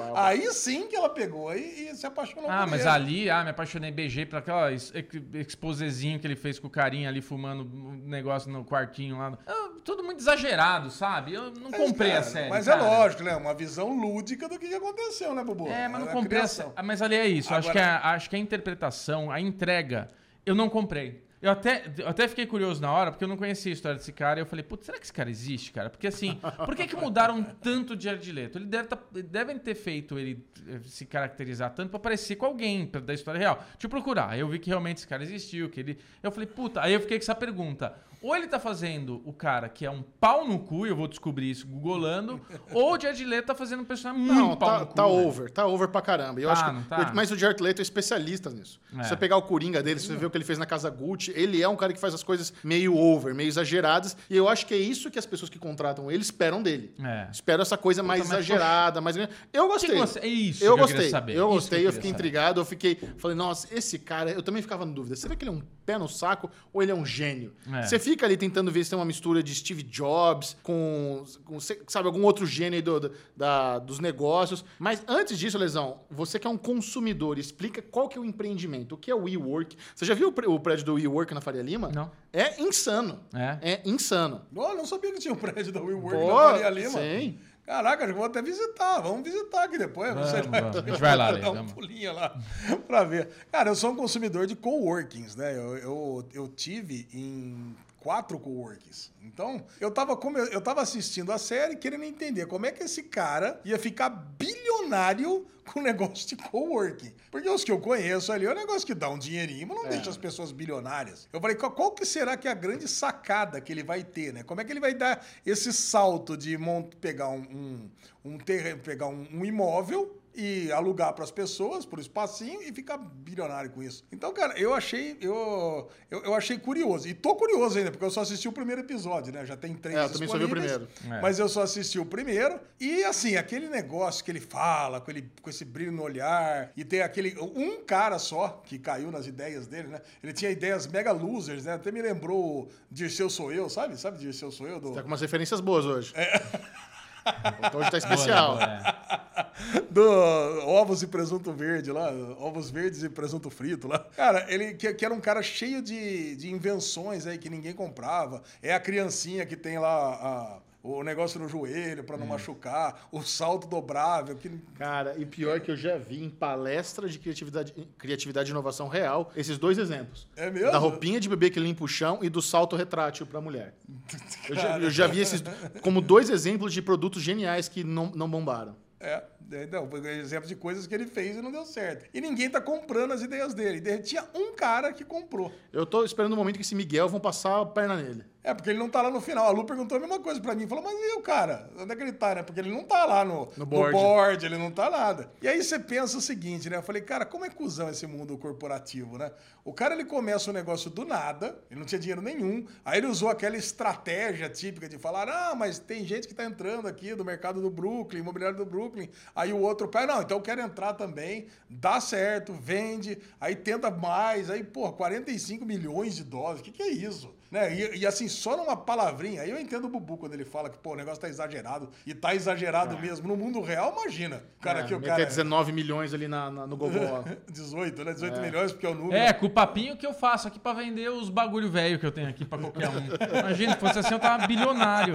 Speaker 2: aí sim que ela pegou e se apaixonou por
Speaker 4: mas
Speaker 2: ele.
Speaker 4: ali, me apaixonei, beijei pra aquela exposezinho que ele fez com o carinha ali fumando um negócio no quartinho lá. Tudo muito exagerado, sabe? Eu não comprei a série.
Speaker 2: Mas cara, é lógico, né? Uma visão lúdica do que aconteceu, né, Bubu?
Speaker 4: Mas não comprei mas ali é isso. Agora... Acho que a interpretação, a entrega, eu não comprei. Eu até fiquei curioso na hora, porque eu não conhecia a história desse cara, e eu falei, putz, será que esse cara existe, cara? Porque assim, por que mudaram tanto de Jared Leto? Devem ter feito ele se caracterizar tanto pra parecer com alguém da história real. Deixa eu procurar. Aí eu vi que realmente esse cara existiu, eu falei, puta, aí eu fiquei com essa pergunta. Ou ele tá fazendo o cara que é um pau no cu, e eu vou descobrir isso googolando, ou o Jared Leto tá fazendo um personagem muito pau no cu.
Speaker 1: Tá over pra caramba. Eu acho que, mas o Jared Leto é especialista nisso. Se você pegar o Coringa dele, se você ver o que ele fez na Casa Gucci, ele é um cara que faz as coisas meio over, meio exageradas, e eu acho que é isso que as pessoas que contratam ele esperam dele. Esperam essa coisa mais exagerada, mais... Eu gostei.
Speaker 4: É isso
Speaker 1: eu
Speaker 4: que
Speaker 1: gostei.
Speaker 4: Eu queria saber.
Speaker 1: Eu gostei, eu fiquei intrigado, falei, nossa, esse cara, eu também ficava na dúvida, será que ele é um pé no saco ou ele é um gênio? Você fica ali tentando ver se tem uma mistura de Steve Jobs com sabe, algum outro gênio dos negócios. Mas antes disso, Lesão, você que é um consumidor, explica qual que é o empreendimento, o que é o WeWork. Você já viu o prédio do WeWork na Faria Lima?
Speaker 4: Não.
Speaker 1: É insano. É insano.
Speaker 2: Não sabia que tinha um prédio da WeWork na Faria Lima.
Speaker 1: Sim.
Speaker 2: Caraca, eu vou até visitar. Vamos visitar aqui depois.
Speaker 4: A gente vai lá,
Speaker 2: dar um pulinho lá pra ver. Cara, eu sou um consumidor de coworkings, né? Eu tive em 4 coworkings. Então, eu tava assistindo a série querendo entender como é que esse cara ia ficar bilionário bilionário com negócio de coworking. Porque os que eu conheço ali é um negócio que dá um dinheirinho, mas não deixa as pessoas bilionárias. Eu falei, qual que será que é a grande sacada que ele vai ter, né? Como é que ele vai dar esse salto de pegar um terreno, pegar um imóvel e alugar para as pessoas, por espacinho, e ficar bilionário com isso. Então, cara, eu achei curioso. E tô curioso ainda, porque eu só assisti o primeiro episódio, né? Já tem 3
Speaker 1: eu também só vi o primeiro.
Speaker 2: Mas eu só assisti o primeiro. E, assim, aquele negócio que ele fala, com esse brilho no olhar, e tem um cara só que caiu nas ideias dele, né? Ele tinha ideias mega losers, né? Até me lembrou Dirceu Sou Eu, sabe? Sabe Dirceu Sou Eu?
Speaker 1: Você tá com umas referências boas hoje. Então hoje tá especial.
Speaker 2: Do ovos e presunto verde lá, ovos verdes e presunto frito lá. Cara, ele que era um cara cheio de invenções aí que ninguém comprava. É a criancinha que tem lá o negócio no joelho pra não machucar, o salto dobrável.
Speaker 1: Cara, e pior que eu já vi em palestra de criatividade e inovação real, esses 2 exemplos.
Speaker 2: É mesmo?
Speaker 1: Da roupinha de bebê que limpa o chão e do salto retrátil pra mulher. Eu já vi esses como 2 exemplos de produtos geniais que não bombaram.
Speaker 2: Exemplo de coisas que ele fez e não deu certo. E ninguém tá comprando as ideias dele. Tinha um cara que comprou.
Speaker 1: Eu tô esperando o momento que esse Miguel vão passar a perna nele.
Speaker 2: Porque ele não tá lá no final. A Lu perguntou a mesma coisa pra mim. Falou, mas e o cara? Onde é que ele tá, né? Porque ele não tá lá no board, ele não tá nada. E aí você pensa o seguinte, né? Eu falei, cara, como é cuzão esse mundo corporativo, né? O cara, ele começa um negócio do nada, ele não tinha dinheiro nenhum. Aí ele usou aquela estratégia típica de falar, mas tem gente que tá entrando aqui do mercado do Brooklyn, imobiliário do Brooklyn. Aí o outro, então eu quero entrar também. Dá certo, vende. Aí tenta mais. Aí, 45 milhões de dólares. O que é isso? Né? E assim, só numa palavrinha, aí eu entendo o Bubu quando ele fala que o negócio tá exagerado, e tá exagerado mesmo. No mundo real, imagina. Cara, que o cara...
Speaker 1: 19 milhões ali no Gogol.
Speaker 2: 18, né? 18 milhões, porque é o número.
Speaker 4: Com o papinho que eu faço aqui pra vender os bagulho velho que eu tenho aqui pra qualquer um. Imagina, se fosse assim, eu tava bilionário,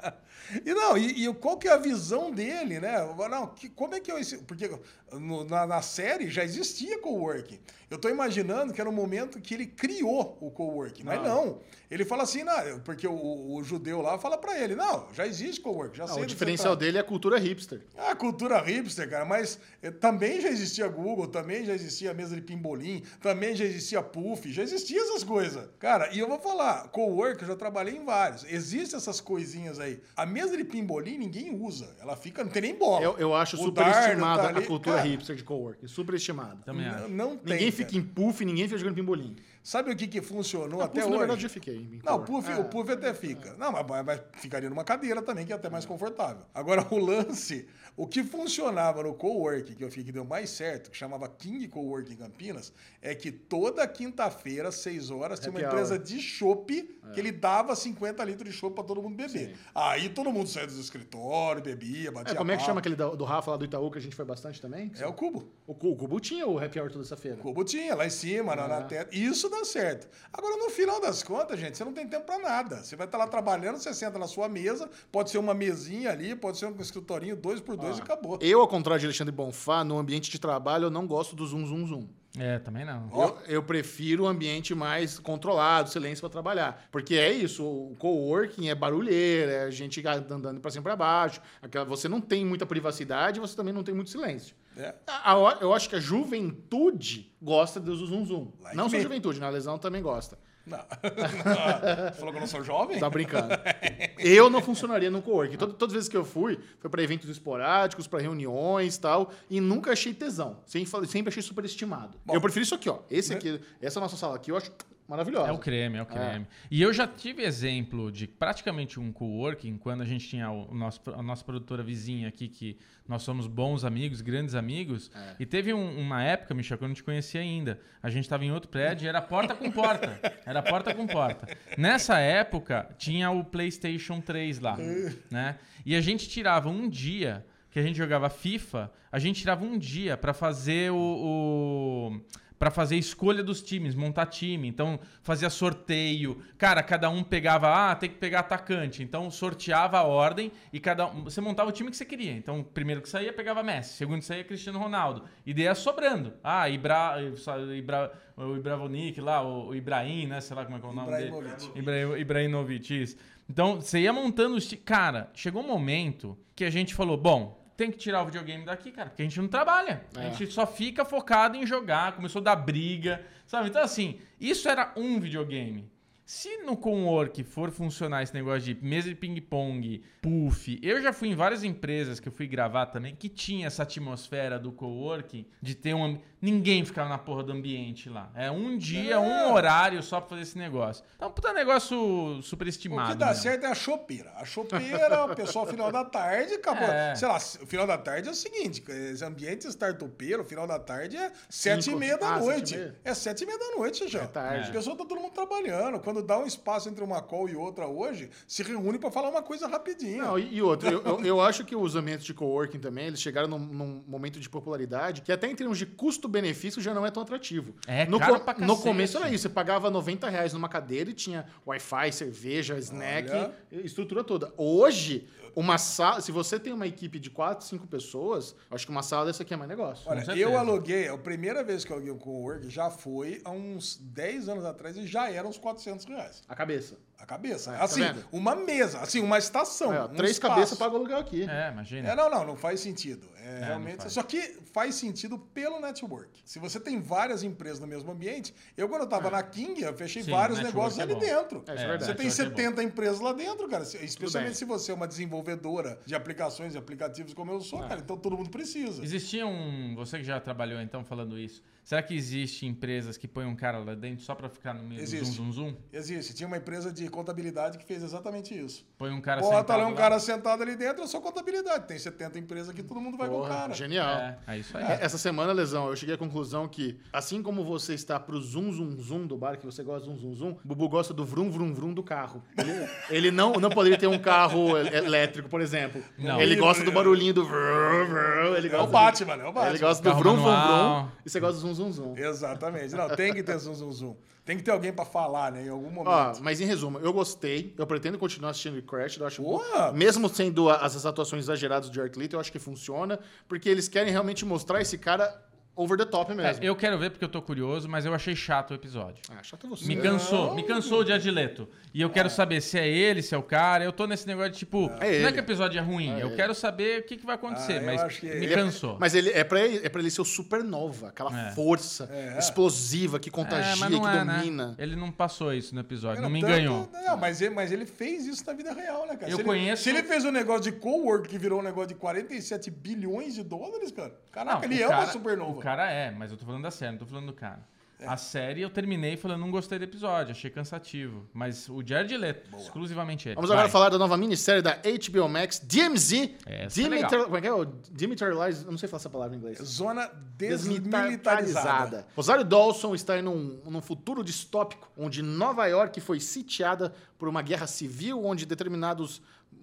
Speaker 2: E qual que é a visão dele, né? Como é que eu... Porque na série já existia coworking. Eu tô imaginando que era um momento que ele criou o coworking, mas não. Ele fala assim, porque o judeu lá fala pra ele, já existe coworking, já sei.
Speaker 1: O diferencial dele é a cultura hipster.
Speaker 2: A cultura hipster, cara, mas também já existia Google, também já existia mesa de pimbolim, também já existia puff, já existia essas coisas. Cara, e eu vou falar, coworking, eu já trabalhei em vários. Existem essas coisinhas aí. A mesa de pimbolim ninguém usa, ela fica, não tem nem bola.
Speaker 1: Eu acho superestimada a cultura hipster de coworking, superestimada.
Speaker 4: Também acho.
Speaker 2: Não tem.
Speaker 1: Ninguém fica em puff, ninguém fica jogando pimbolim.
Speaker 2: Sabe o que funcionou até
Speaker 1: puff,
Speaker 2: hoje?
Speaker 1: Na verdade, já fiquei.
Speaker 2: O puff até fica. Não, mas ficaria numa cadeira também, que é até mais confortável. Agora, o lance, o que funcionava no coworking, que eu fiquei que deu mais certo, que chamava King Coworking em Campinas, é que toda quinta-feira, às 6 horas, tinha uma empresa de chopp que ele dava 50 litros de chopp pra todo mundo beber. Sim. Aí todo mundo saía dos escritórios, bebia, batia
Speaker 1: como é que chama aquele do Rafa lá do Itaú, que a gente foi bastante também?
Speaker 2: É o Cubo.
Speaker 1: O Cubo tinha o happy hour toda essa feira.
Speaker 2: O Cubo tinha, lá em cima, na tela. Isso dá certo. Agora, no final das contas, gente, você não tem tempo pra nada. Você vai estar lá trabalhando, você senta na sua mesa, pode ser uma mesinha ali, pode ser um escritorinho 2x2 e acabou.
Speaker 1: Eu, ao contrário de Alexandre Bonfá, no ambiente de trabalho, eu não gosto do zoom.
Speaker 4: Também não.
Speaker 1: Eu prefiro um ambiente mais controlado, silêncio para trabalhar. Porque é isso, o coworking é barulheira, é gente andando para cima e para baixo. Você não tem muita privacidade, você também não tem muito silêncio. Eu acho que a juventude gosta do zoom. Não só a juventude, a lesão também gosta.
Speaker 2: Não. Você falou que eu não sou jovem?
Speaker 1: Tá brincando. Eu não funcionaria no coworking. Todas as vezes que eu foi para eventos esporádicos, para reuniões e tal, e nunca achei tesão. Sempre achei superestimado. Eu prefiro isso aqui, ó. Essa nossa sala aqui, eu acho maravilhosa.
Speaker 4: É o creme. E eu já tive exemplo de praticamente um coworking, quando a gente tinha a nossa produtora vizinha aqui, que nós somos bons amigos, grandes amigos, e teve uma época, Michel, que eu não te conhecia ainda. A gente estava em outro prédio e era porta com porta. Nessa época, tinha o PlayStation 3 lá, né? E a gente tirava um dia, que a gente jogava FIFA, a gente tirava um dia para fazer para fazer a escolha dos times, montar time. Então, fazia sorteio. Cara, cada um pegava... tem que pegar atacante. Então, sorteava a ordem e você montava o time que você queria. Então, primeiro que saía, pegava Messi. Segundo que saía, Cristiano Ronaldo. Ideia sobrando. O Ibravonic lá, o Ibrahim, né? Sei lá como é que é o nome dele. Ibrahimovic, isso. Então, você ia montando os times. Cara, chegou um momento que a gente falou, bom... tem que tirar o videogame daqui, cara, porque a gente não trabalha. A gente só fica focado em jogar, começou a dar briga, sabe? Então, assim, isso era um videogame. Se no cowork for funcionar esse negócio de mesa de ping-pong, puff, eu já fui em várias empresas que eu fui gravar também, que tinha essa atmosfera do coworking, de ter ninguém ficava na porra do ambiente lá. É um dia, um horário só pra fazer esse negócio. Então, puta negócio superestimado.
Speaker 2: O que dá certo é a chopeira. A chopeira, o pessoal, final da tarde, acabou. Sei lá, o final da tarde é o seguinte, esse ambiente startupeiro, o final da tarde é 7h30 da noite. 7h30. É 7h30 da noite já.
Speaker 1: É tarde.
Speaker 2: O pessoal tá todo mundo trabalhando. Quando dá um espaço entre uma call e outra hoje, se reúne pra falar uma coisa rapidinho.
Speaker 1: Não, e outra, eu acho que os ambientes de coworking também, eles chegaram num momento de popularidade que até em termos de custo-benefício já não é tão atrativo.
Speaker 4: Caro pra
Speaker 1: no começo era isso, você pagava R$90 numa cadeira e tinha Wi-Fi, cerveja, snack, estrutura toda. Hoje, uma sala, se você tem uma equipe de 4, 5 pessoas, acho que uma sala dessa aqui é mais negócio.
Speaker 2: Olha, eu aluguei, a primeira vez que eu aluguei um coworking já foi há uns 10 anos atrás e já era uns R$400.
Speaker 1: A cabeça.
Speaker 2: A cabeça. Assim, uma mesa, assim, uma estação.
Speaker 1: 3 cabeças paga o aluguel aqui.
Speaker 4: Imagina.
Speaker 2: Não faz sentido. Realmente. Faz. Só que faz sentido pelo network. Se você tem várias empresas no mesmo ambiente, eu quando eu tava na King, eu fechei vários negócios ali dentro.
Speaker 1: Verdade.
Speaker 2: Você tem 70 empresas lá dentro, cara. Especialmente se você é uma desenvolvedora de aplicações e aplicativos como eu sou, cara. Então todo mundo precisa.
Speaker 4: Existia você que já trabalhou então falando isso, será que existe empresas que põem um cara lá dentro só pra ficar no meio do zoom?
Speaker 2: Existe. Tinha uma empresa de contabilidade que fez exatamente isso.
Speaker 4: Põe um cara
Speaker 2: sentado
Speaker 4: sentado
Speaker 2: lá. Cara sentado ali dentro, é só contabilidade. Tem 70 empresas aqui, todo mundo vai com o cara.
Speaker 1: Genial.
Speaker 4: É isso aí.
Speaker 1: Essa semana, Lesão, eu cheguei à conclusão que, assim como você está pro zoom, zoom, zoom do bar, que você gosta do zoom, zoom, zoom, o Bubu gosta do vrum, vrum, vrum do carro. Ele não poderia ter um carro elétrico, por exemplo. Não. Ele gosta do barulhinho do vrum, vrum. Ele gosta
Speaker 2: é o Batman.
Speaker 1: Ele gosta do vrum, vrum, vrum. E você gosta do zoom, zoom, zoom.
Speaker 2: Exatamente. Não, tem que ter zoom, zoom, zoom. Tem que ter alguém pra falar, né? Em algum momento.
Speaker 1: Mas em resumo, eu gostei. Eu pretendo continuar assistindo Crash. Eu acho mesmo sendo as atuações exageradas do Jared Leto, eu acho que funciona. Porque eles querem realmente mostrar esse cara over the top mesmo.
Speaker 4: Eu quero ver porque eu tô curioso, mas eu achei chato o episódio.
Speaker 1: Chato é você.
Speaker 4: Me cansou o Jared Leto. E eu quero saber se é ele, se é o cara. Eu tô nesse negócio de tipo, não é que o episódio é ruim. Eu quero saber o que vai acontecer, mas me cansou.
Speaker 1: Mas ele é pra ele ser o supernova, aquela força explosiva que contagia, que domina.
Speaker 4: Né? Ele não passou isso no episódio, não me enganou.
Speaker 2: Não, mas ele fez isso na vida real, né, cara?
Speaker 4: Se
Speaker 2: ele fez um negócio de cowork que virou um negócio de $47 bilhões, cara. Caraca, ele é uma supernova.
Speaker 4: O cara mas eu tô falando da série, não tô falando do cara. A série eu terminei falando, não gostei do episódio, achei cansativo. Mas o Jared Leto, exclusivamente ele.
Speaker 1: Vamos agora falar da nova minissérie da HBO Max, DMZ. Como é que é? Demilitarized, eu não sei falar essa palavra em inglês.
Speaker 2: Zona desmilitarizada.
Speaker 1: Rosário Dawson está em num futuro distópico, onde Nova York foi sitiada por uma guerra civil, onde determinados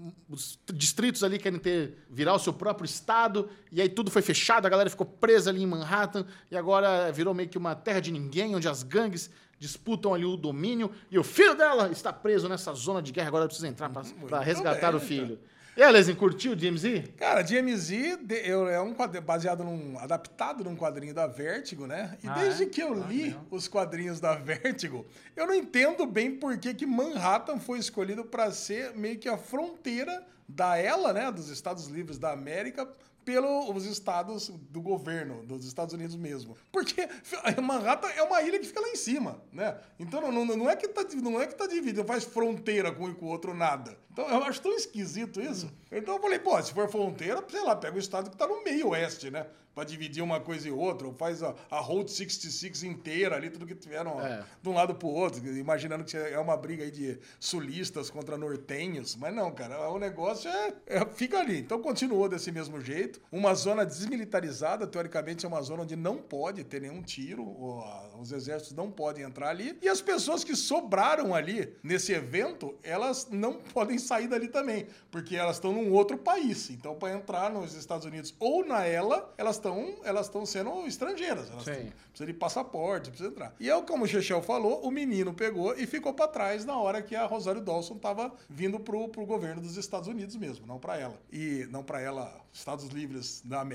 Speaker 1: os distritos ali querem virar o seu próprio estado, e aí tudo foi fechado, a galera ficou presa ali em Manhattan, e agora virou meio que uma terra de ninguém, onde as gangues disputam ali o domínio, e o filho dela está preso nessa zona de guerra, agora precisa entrar para resgatar o filho. E aí, Lesin, curtiu o DMZ?
Speaker 2: Cara, DMZ é um quadrinho baseado adaptado num quadrinho da Vertigo, né? E desde que eu li os quadrinhos da Vertigo, eu não entendo bem por que Manhattan foi escolhido para ser meio que a fronteira da ELA, né? Dos Estados Livres da América, pelos estados do governo, dos Estados Unidos mesmo. Porque Manhattan é uma ilha que fica lá em cima, né? Então não é que tá dividido, não faz fronteira com um e com o outro, nada. Então eu acho tão esquisito isso. Então eu falei, se for fronteira, sei lá, pega o estado que tá no meio oeste, né? Pra dividir uma coisa e outra, ou faz a Route 66 inteira ali, tudo que tiveram de um lado pro outro, imaginando que é uma briga aí de sulistas contra nortenhos, mas não, cara, o negócio fica ali. Então continuou desse mesmo jeito, uma zona desmilitarizada, teoricamente é uma zona onde não pode ter nenhum tiro, os exércitos não podem entrar ali, e as pessoas que sobraram ali nesse evento, elas não podem sair dali também, porque elas estão num outro país, então para entrar nos Estados Unidos ou na ELA, elas estão sendo estrangeiras. Elas precisam de passaporte, precisam entrar. E como o Chechel falou, o menino pegou e ficou pra trás na hora que a Rosário Dawson tava vindo pro governo dos Estados Unidos mesmo, não pra ela. E não pra ela, Estados Livres da América.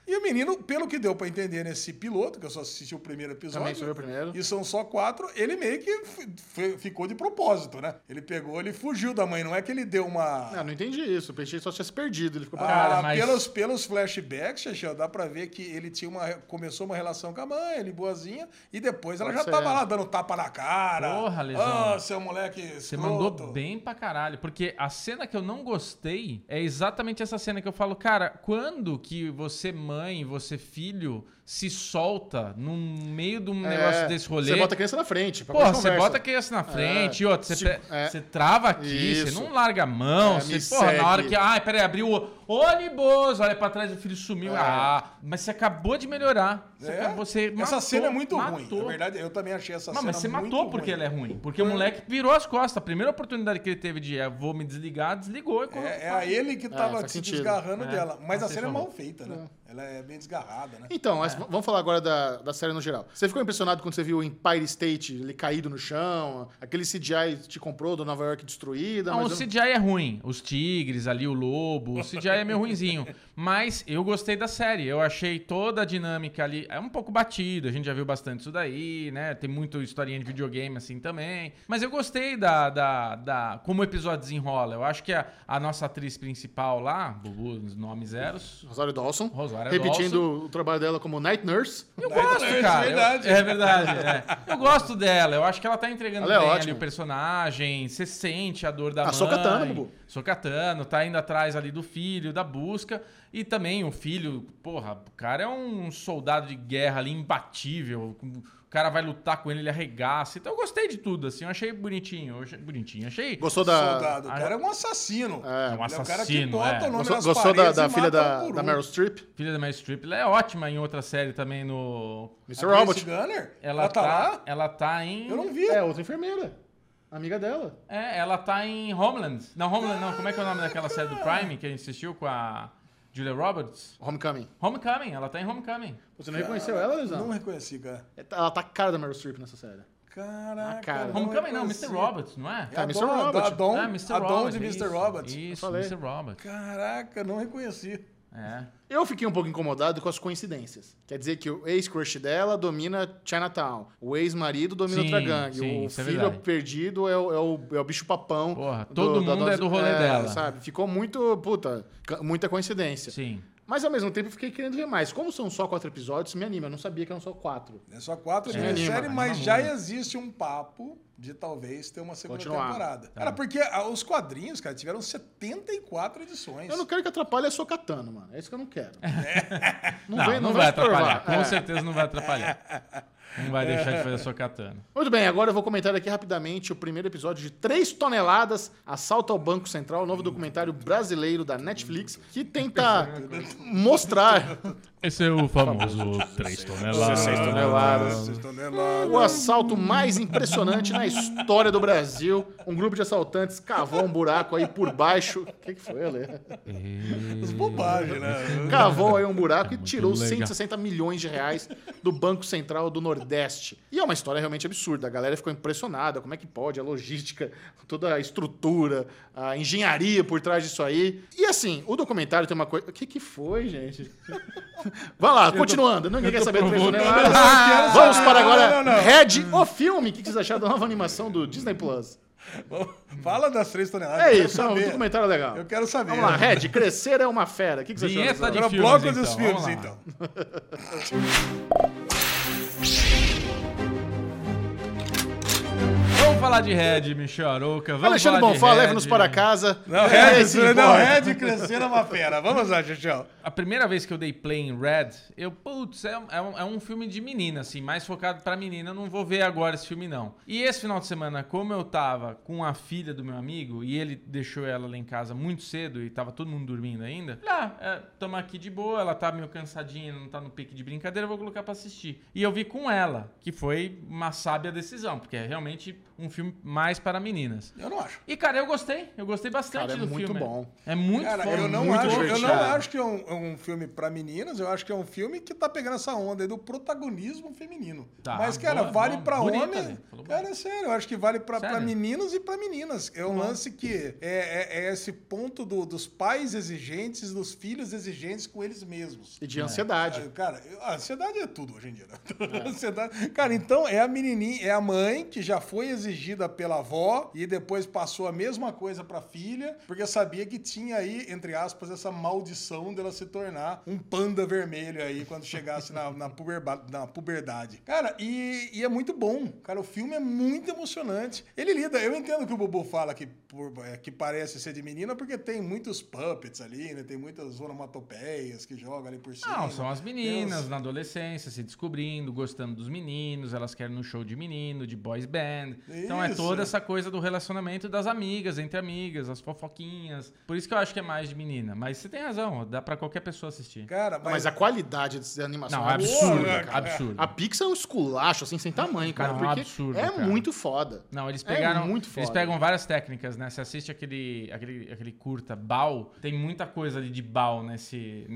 Speaker 2: E o menino, pelo que deu pra entender nesse piloto, que eu só assisti o primeiro episódio.
Speaker 1: Também sou eu primeiro.
Speaker 2: E são só 4, ele meio que ficou de propósito, né? Ele pegou, ele fugiu da mãe. Não é que ele deu uma...
Speaker 1: Não entendi isso. O peixe só tinha se perdido. Ele ficou
Speaker 4: Cara, mas...
Speaker 2: pelos flashbacks, Xexel, dá pra ver que ele começou uma relação com a mãe, ele boazinha, e depois ela já tava lá dando tapa na cara.
Speaker 4: Porra, Lesão.
Speaker 2: Seu moleque
Speaker 4: Você mandou bem pra caralho. Porque a cena que eu não gostei é exatamente essa cena que eu falo, cara, quando que você, mãe, você, filho, se solta no meio de um negócio desse rolê?
Speaker 1: Você bota a criança na frente.
Speaker 4: Porra, você bota a criança na frente e outra, você trava aqui,
Speaker 1: Isso.
Speaker 4: você não larga a mão, porra, na hora que... Ai, peraí, abriu o ônibus, olha pra trás, o filho sumiu. Mas você acabou de melhorar. Você matou,
Speaker 2: essa cena é muito ruim.
Speaker 4: matou.
Speaker 2: Na verdade, eu também achei essa cena
Speaker 4: Mas você
Speaker 2: muito
Speaker 4: matou porque
Speaker 2: ruim.
Speaker 4: ela é ruim. Porque o moleque virou as costas. A primeira oportunidade que ele teve de vou me desligar, desligou. E
Speaker 2: a ele que tava
Speaker 1: faz
Speaker 2: se
Speaker 1: sentido.
Speaker 2: desgarrando dela. Mas a
Speaker 4: Você
Speaker 2: cena é
Speaker 4: falou.
Speaker 2: mal feita, né? Ela é bem desgarrada, né?
Speaker 1: Então, mas vamos falar agora da série no geral. Você ficou impressionado quando você viu o Empire State ele caído no chão? Aquele CGI te comprou do Nova York destruída?
Speaker 4: Não,
Speaker 1: mas
Speaker 4: o CGI é ruim. Os tigres ali, o lobo, o CGI é meio ruinzinho. Mas eu gostei da série. Eu achei toda a dinâmica ali... É um pouco batido. A gente já viu bastante isso daí, né? Tem muita historinha de videogame assim também. Mas eu gostei como o episódio desenrola. Eu acho que a nossa atriz principal lá, Bubu, os nomes zeros...
Speaker 1: Rosário Dawson.
Speaker 4: Rosário
Speaker 1: repetindo
Speaker 4: Dawson.
Speaker 1: o trabalho dela como Night Nurse.
Speaker 4: Eu gosto, cara.
Speaker 2: verdade.
Speaker 4: É verdade. Eu gosto dela. Eu acho que ela tá entregando
Speaker 1: Ela é
Speaker 4: bem
Speaker 1: ótima.
Speaker 4: ali o personagem. Você sente a dor da mãe.
Speaker 1: Sokatano, Bubu.
Speaker 4: Sokatano, tá indo atrás ali do filho, da busca. E também o filho, porra, o cara é um soldado de guerra ali imbatível. O cara vai lutar com ele, ele arregaça. Então eu gostei de tudo, assim. Eu achei bonitinho. Achei...
Speaker 1: Gostou da...
Speaker 2: Soldado. O cara é um assassino.
Speaker 4: É um
Speaker 2: Ele é o cara que
Speaker 4: assassino,
Speaker 2: bota o nome nas
Speaker 1: Gostou
Speaker 2: paredes
Speaker 1: da
Speaker 2: e
Speaker 1: filha
Speaker 2: mata um por
Speaker 1: da
Speaker 2: um.
Speaker 1: Meryl Streep?
Speaker 4: Filha da Meryl Streep, ela é ótima em outra série também no...
Speaker 1: Mr.
Speaker 2: A
Speaker 1: Robot.
Speaker 2: Grace Gunner?
Speaker 4: Ela
Speaker 2: tá lá?
Speaker 4: Ela tá em...
Speaker 2: Eu não vi.
Speaker 1: É, outra enfermeira. Amiga dela.
Speaker 4: Ela tá em Homeland. Não, Homeland não. Como é que é o nome daquela série do Prime que a gente assistiu com a Julia Roberts?
Speaker 1: Homecoming.
Speaker 4: Homecoming. Ela tá em Homecoming.
Speaker 1: Você não reconheceu ela, Lisão?
Speaker 2: Não reconheci, cara.
Speaker 1: Ela tá com a cara da Meryl Streep nessa série.
Speaker 2: Caraca.
Speaker 1: cara.
Speaker 4: Homecoming não,
Speaker 2: reconheci.
Speaker 4: Mr. Roberts, não é?
Speaker 1: É, Mr. Robert.
Speaker 2: A Dom
Speaker 4: Mr.
Speaker 2: a Dom
Speaker 4: Roberts,
Speaker 2: de
Speaker 4: isso,
Speaker 2: Mr. Robert.
Speaker 4: Isso,
Speaker 1: falei.
Speaker 4: Mr. Robert.
Speaker 2: Caraca, não reconheci.
Speaker 4: É.
Speaker 1: Eu fiquei um pouco incomodado com as coincidências. Quer dizer que o ex-crush dela domina Chinatown. O ex-marido domina
Speaker 4: Sim,
Speaker 1: outra gangue.
Speaker 4: sim,
Speaker 1: O
Speaker 4: isso é
Speaker 1: filho
Speaker 4: verdade.
Speaker 1: perdido é o bicho-papão.
Speaker 4: Porra, todo mundo é do rolê dela.
Speaker 1: Sabe? Ficou muito... Puta, muita coincidência.
Speaker 4: Sim.
Speaker 1: Mas ao mesmo tempo eu fiquei querendo ver mais. Como são só 4 episódios, me anima. Eu não sabia que eram só 4.
Speaker 2: É só 4
Speaker 1: Sim,
Speaker 2: de série,
Speaker 1: anima,
Speaker 2: mas
Speaker 4: anima
Speaker 2: já
Speaker 4: muito.
Speaker 2: existe um papo de talvez ter uma segunda
Speaker 1: Continuar.
Speaker 2: temporada. Cara, porque os quadrinhos, cara, tiveram 74 edições.
Speaker 1: Eu não quero que atrapalhe a Sokatano, mano. É isso que eu não quero.
Speaker 4: Não
Speaker 1: vem
Speaker 4: vai atrapalhar.
Speaker 1: estorvar.
Speaker 4: Com certeza não vai atrapalhar. Não vai deixar de fazer a sua katana.
Speaker 1: Muito bem, agora eu vou comentar aqui rapidamente o primeiro episódio de 3 toneladas, Assalto ao Banco Central, novo documentário brasileiro da Netflix, que tenta mostrar
Speaker 4: Esse é o famoso 3 toneladas.
Speaker 1: 6 toneladas. O assalto mais impressionante na história do Brasil. Um grupo de assaltantes cavou um buraco aí por baixo. O que foi, Ale?
Speaker 2: As bobagens, né?
Speaker 1: Cavou aí um buraco e tirou
Speaker 4: legal.
Speaker 1: 160 milhões de reais do Banco Central do Nordeste. E é uma história realmente absurda. A galera ficou impressionada. Como é que pode? A logística, toda a estrutura, a engenharia por trás disso aí. E assim, o documentário tem uma coisa... O que foi, gente? Vai lá, continuando. Ninguém quer saber do 3 toneladas. Vamos para agora Red, o filme. O que vocês acharam da nova animação do Disney Plus?
Speaker 2: Fala das 3 toneladas.
Speaker 1: É
Speaker 2: eu quero
Speaker 1: isso, é um
Speaker 2: saber.
Speaker 1: documentário legal.
Speaker 2: Eu quero saber.
Speaker 1: Vamos lá, Red, crescer é uma fera. O que vocês acharam?
Speaker 4: Vinheta de
Speaker 2: Agora
Speaker 4: filmes,
Speaker 2: bloco
Speaker 4: então.
Speaker 2: dos filmes,
Speaker 4: Vamos lá.
Speaker 2: então.
Speaker 4: Vamos falar de Red, Michel Arouca. Vamos
Speaker 1: Alexandre
Speaker 4: falar de
Speaker 1: Bonfá,
Speaker 4: Red.
Speaker 1: leve-nos para casa.
Speaker 2: Não,
Speaker 1: É, sim,
Speaker 2: Red, não,
Speaker 1: bora.
Speaker 2: Red crescer é uma fera. Vamos lá, Xuxão.
Speaker 4: A primeira vez que eu dei play em Red, é um filme de menina, assim, mais focado pra menina. Eu não vou ver agora esse filme, não. E esse final de semana, como eu tava com a filha do meu amigo, e ele deixou ela lá em casa muito cedo, e tava todo mundo dormindo ainda, tamo aqui de boa, ela tá meio cansadinha, não tá no pique de brincadeira, eu vou colocar pra assistir. E eu vi com ela, que foi uma sábia decisão, porque é realmente um filme mais para meninas.
Speaker 2: Eu não acho.
Speaker 4: E, cara, eu gostei bastante
Speaker 1: Cara,
Speaker 4: do filme.
Speaker 1: É muito bom.
Speaker 4: É muito
Speaker 2: Cara,
Speaker 4: foda.
Speaker 2: eu não
Speaker 1: divertido.
Speaker 2: acho que é um filme pra meninas, eu acho que é um filme que tá pegando essa onda aí do protagonismo feminino.
Speaker 4: Tá,
Speaker 2: Mas, cara,
Speaker 4: boa,
Speaker 2: vale
Speaker 4: bom.
Speaker 2: pra
Speaker 4: Bonito,
Speaker 2: homem.
Speaker 4: né? Falou
Speaker 2: Cara,
Speaker 4: bom.
Speaker 2: é sério, eu acho que vale pra
Speaker 4: Sério?
Speaker 2: meninos e pra meninas. É um lance que é esse ponto dos pais exigentes, dos filhos exigentes com eles mesmos.
Speaker 1: E de ansiedade.
Speaker 2: Cara, a ansiedade é tudo hoje em dia, né? Ansiedade. Cara, então é a menininha, é a mãe que já foi exigida pela avó e depois passou a mesma coisa pra filha, porque sabia que tinha aí, entre aspas, essa maldição dela se tornar um panda vermelho aí quando chegasse na puberdade. Cara, e é muito bom. Cara, o filme é muito emocionante. Ele lida, eu entendo que o Bubu fala que parece ser de menina, porque tem muitos puppets ali, né? Tem muitas onomatopeias que jogam ali por cima.
Speaker 4: Não, são as meninas na adolescência se descobrindo, gostando dos meninos, elas querem ir no show de menino, de boys band. Então é
Speaker 2: Isso.
Speaker 4: toda essa coisa do relacionamento das amigas, entre amigas, as fofoquinhas. Por isso que eu acho que é mais de menina. Mas você tem razão, dá pra qualquer pessoa assistir.
Speaker 2: Cara,
Speaker 1: Mas a qualidade da animação
Speaker 4: Não,
Speaker 1: é
Speaker 4: absurdo,
Speaker 1: absurda, cara.
Speaker 4: absurdo.
Speaker 1: A Pixar é um esculacho, assim, sem tamanho, cara.
Speaker 4: Não,
Speaker 1: porque
Speaker 4: absurdo,
Speaker 1: é
Speaker 4: cara.
Speaker 1: muito foda.
Speaker 4: Não, eles pegaram.
Speaker 1: muito foda.
Speaker 4: Eles pegam várias técnicas, né? Você assiste aquele curta Bao, tem muita coisa ali de Bao nesse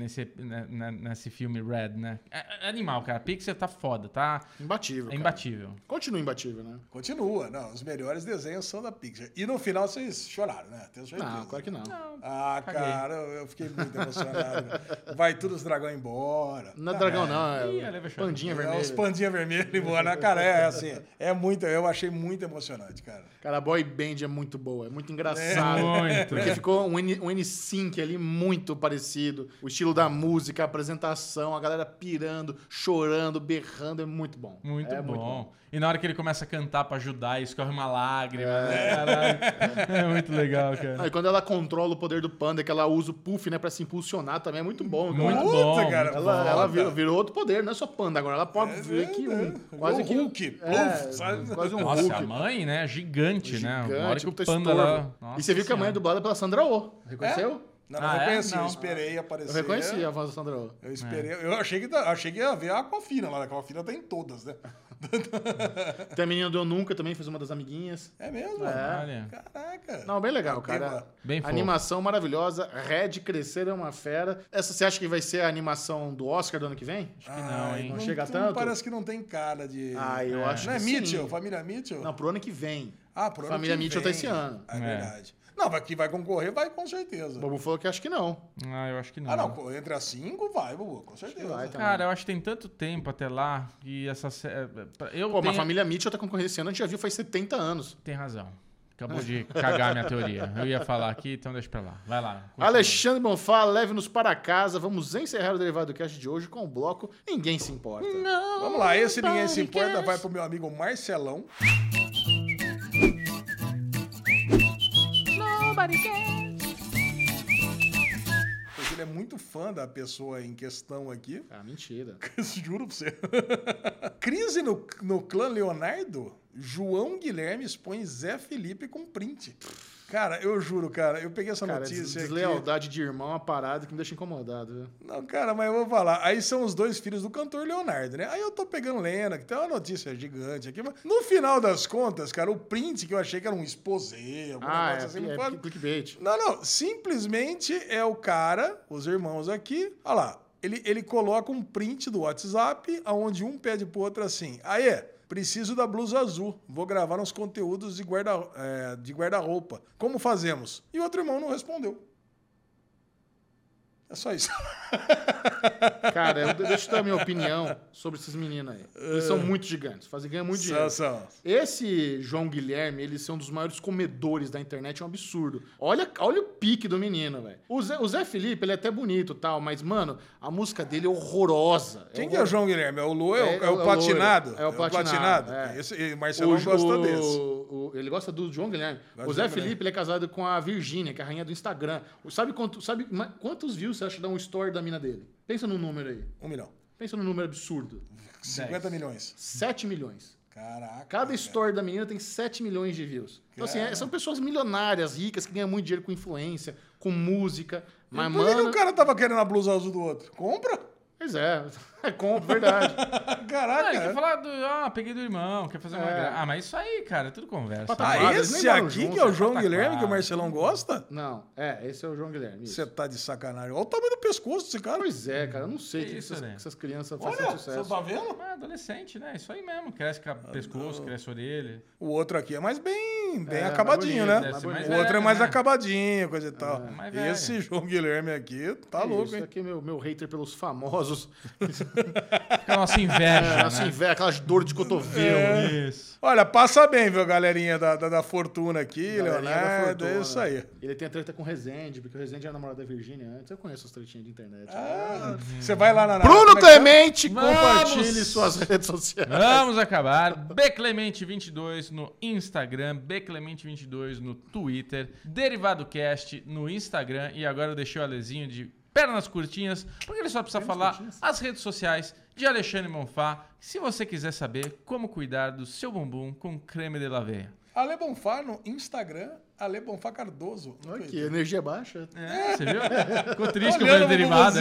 Speaker 4: filme Red, né? É animal, cara. A Pixar tá foda, tá?
Speaker 1: Imbatível,
Speaker 4: É
Speaker 1: cara.
Speaker 4: imbatível.
Speaker 1: Continua imbatível, né?
Speaker 2: Continua. Não, os melhores desenhos são da Pixar. E no final vocês choraram, né? Tenho certeza.
Speaker 1: Não, claro que não.
Speaker 2: Ah,
Speaker 4: Caguei.
Speaker 2: cara, eu fiquei muito emocionado. Vai tudo os dragões embora.
Speaker 1: Não é dragão, não.
Speaker 4: Ih,
Speaker 1: É
Speaker 4: ela vai chorar.
Speaker 1: pandinha
Speaker 2: É,
Speaker 1: vermelha.
Speaker 2: os pandinha vermelho embora. Cara, é assim. É muito. Eu achei muito emocionante, cara.
Speaker 1: Cara, a boy band é muito boa, é muito engraçado.
Speaker 4: Muito.
Speaker 1: Porque ficou um N5 ali muito parecido. O estilo da música, a apresentação, a galera pirando, chorando, berrando, é muito bom.
Speaker 4: Muito
Speaker 1: é
Speaker 4: bom. E na hora que ele começa a cantar pra ajudar, escorre uma lágrima. Né? Caralho. É muito legal, cara.
Speaker 1: Ah, e quando ela controla o poder do panda, que ela usa o puff, né, pra se impulsionar, também é muito bom. cara.
Speaker 4: Muito
Speaker 2: Puta,
Speaker 4: bom.
Speaker 2: cara.
Speaker 4: muito bom.
Speaker 1: Ela virou outro poder, não é só panda agora. Ela pode ver que quase
Speaker 2: o
Speaker 1: que
Speaker 2: Hulk. Puf, sabe?
Speaker 1: quase um
Speaker 4: Nossa,
Speaker 1: Hulk.
Speaker 4: a mãe, né? Gigante, né? Uma hora que o
Speaker 1: puta
Speaker 4: panda
Speaker 1: estorvo.
Speaker 4: lá... Nossa
Speaker 1: E você viu que a mãe é
Speaker 4: Senhora.
Speaker 1: dublada pela Sandra Oh. Reconheceu?
Speaker 2: Não,
Speaker 4: Ah,
Speaker 2: eu
Speaker 4: é?
Speaker 2: reconheci.
Speaker 4: Não.
Speaker 2: Eu esperei aparecer.
Speaker 1: Eu reconheci a voz da Sandra Oh.
Speaker 2: Eu esperei. Eu achei que ia ver a Aquafina lá. A Aquafina tá em todas, né?
Speaker 1: Tem a menina do Eu Nunca também, fez uma das amiguinhas.
Speaker 2: É mesmo?
Speaker 4: Olha.
Speaker 2: Caraca.
Speaker 1: Não, bem legal,
Speaker 2: Bem
Speaker 1: cara.
Speaker 2: lá.
Speaker 4: Bem fofo.
Speaker 1: Animação maravilhosa. Red Crescer é uma fera. Essa você acha que vai ser a animação do Oscar do ano que vem?
Speaker 4: Acho que não, hein?
Speaker 1: Não chega tanto?
Speaker 2: Parece que não tem cara de...
Speaker 1: Ah, eu acho
Speaker 2: Não é
Speaker 1: que
Speaker 2: Mitchell?
Speaker 1: sim.
Speaker 2: Família Mitchell?
Speaker 1: Não, pro ano que vem.
Speaker 2: Ah, pro ano
Speaker 1: Família
Speaker 2: que
Speaker 1: Mitchell
Speaker 2: vem.
Speaker 1: tá esse ano.
Speaker 2: É verdade. Não, que vai concorrer, vai com certeza.
Speaker 1: O Bobo falou que acho que não.
Speaker 4: Ah, eu acho que não.
Speaker 2: Ah, não. Entre as 5, vai, Bubu. Com certeza.
Speaker 1: vai, também.
Speaker 4: Cara, eu acho que tem tanto tempo até lá que essa... Eu
Speaker 1: Pô,
Speaker 4: tenho...
Speaker 1: mas a família Mitchell tá concorrendo esse ano, a gente já viu faz 70 anos.
Speaker 4: Tem razão. Acabou de cagar a minha teoria. Eu ia falar aqui, então deixa pra lá. Vai lá. continua.
Speaker 1: Alexandre Bonfá, leve-nos para casa. Vamos encerrar o Derivado Cast de hoje com o bloco Ninguém Se Importa.
Speaker 2: Vamos lá, esse Ninguém Se Importa vai pro meu amigo Marcelão. Porque ele é muito fã da pessoa em questão aqui.
Speaker 1: Ah, mentira.
Speaker 2: Juro pra você. Crise no clã Leonardo? João Guilherme expõe Zé Felipe com print. Cara, eu juro, cara, eu peguei essa
Speaker 1: Cara,
Speaker 2: notícia aqui.
Speaker 1: deslealdade de irmão é uma parada que me deixa incomodado, viu?
Speaker 2: Não, cara, mas eu vou falar. Aí são os dois filhos do cantor Leonardo, né? Aí eu tô pegando lenda, que tem uma notícia gigante aqui, mas no final das contas, cara, o print que eu achei que era um exposé, algum negócio assim, não pode...
Speaker 1: clickbait.
Speaker 2: Não, simplesmente é o cara, os irmãos aqui, olha lá, ele coloca um print do WhatsApp, onde um pede pro outro assim, aê, preciso da blusa azul, vou gravar uns conteúdos de guarda-roupa, como fazemos? E o outro irmão não respondeu. É só isso.
Speaker 1: Cara, deixa eu dar a minha opinião sobre esses meninos aí. Eles são muito gigantes, ganham muito dinheiro.
Speaker 2: São.
Speaker 1: Esse João Guilherme, ele é um dos maiores comedores da internet, é um absurdo. Olha o pique do menino, velho. O Zé Felipe, ele é até bonito e tal, mas, mano, a música dele é horrorosa.
Speaker 2: Quem que é o João Guilherme? É o Lu?
Speaker 1: É
Speaker 2: É o platinado?
Speaker 1: loiro. É o platinado.
Speaker 2: Esse Marcelão gosta desse.
Speaker 1: Ele gosta do João Guilherme.
Speaker 2: Gosta
Speaker 1: O Zé
Speaker 2: do Guilherme.
Speaker 1: Felipe, ele é casado com a Virgínia, que é a rainha do Instagram. Sabe quantos views você acha que dá um story da mina dele? Pensa num número aí.
Speaker 2: 1 milhão.
Speaker 1: Pensa num número absurdo.
Speaker 2: 50 milhões.
Speaker 1: 7 milhões.
Speaker 2: Caraca.
Speaker 1: Cada story da menina tem 7 milhões de views. Então, assim, são pessoas milionárias, ricas, que ganham muito dinheiro com influência, com música. Mas,
Speaker 2: Por que
Speaker 1: mano...
Speaker 2: o cara tava querendo a blusa azul do outro? Compra?
Speaker 1: Pois é, compro, verdade.
Speaker 2: Caraca.
Speaker 4: Ele quer falar peguei do irmão, quer fazer uma graça. Mas isso aí, cara, é tudo conversa.
Speaker 2: Esse aqui que é o João Guilherme, que o Marcelão gosta?
Speaker 1: Não, esse é o João Guilherme.
Speaker 2: Você tá de sacanagem. Olha o tamanho do pescoço desse cara.
Speaker 1: Pois é, cara, eu não sei que essas crianças fazem sucesso.
Speaker 2: Você tá vendo?
Speaker 4: Adolescente, né? Isso aí mesmo. Cresce pescoço, cresce orelha.
Speaker 2: O outro aqui é mais bem acabadinho, né? O outro é mais acabadinho, coisa e tal. Esse João Guilherme aqui tá louco, hein?
Speaker 1: Isso aqui é meu hater pelos famosos.
Speaker 4: Fica a nossa inveja,
Speaker 1: nossa inveja, aquelas dores de cotovelo.
Speaker 4: Isso.
Speaker 2: Olha, passa bem, viu, galerinha da Fortuna aqui, Leonardo, é isso aí.
Speaker 1: Ele tem a treta com o Rezende, porque o Rezende era namorado da Virgínia antes. Eu conheço as tretinhas de internet.
Speaker 2: Você vai lá na...
Speaker 1: Bruno Clemente, compartilhe suas redes sociais.
Speaker 4: Vamos acabar. Bclemente22 no Instagram, Bclemente22 no Twitter, Derivado Cast no Instagram, e agora eu deixei o Alezinho de pernas curtinhas, porque ele só precisa falar as redes sociais de Alexandre Bonfá, se você quiser saber como cuidar do seu bumbum com creme de laveia.
Speaker 2: Ale Bonfá no Instagram, Ale Bonfá Cardoso.
Speaker 1: Olha que energia baixa.
Speaker 4: Você viu? Ficou triste com o derivado.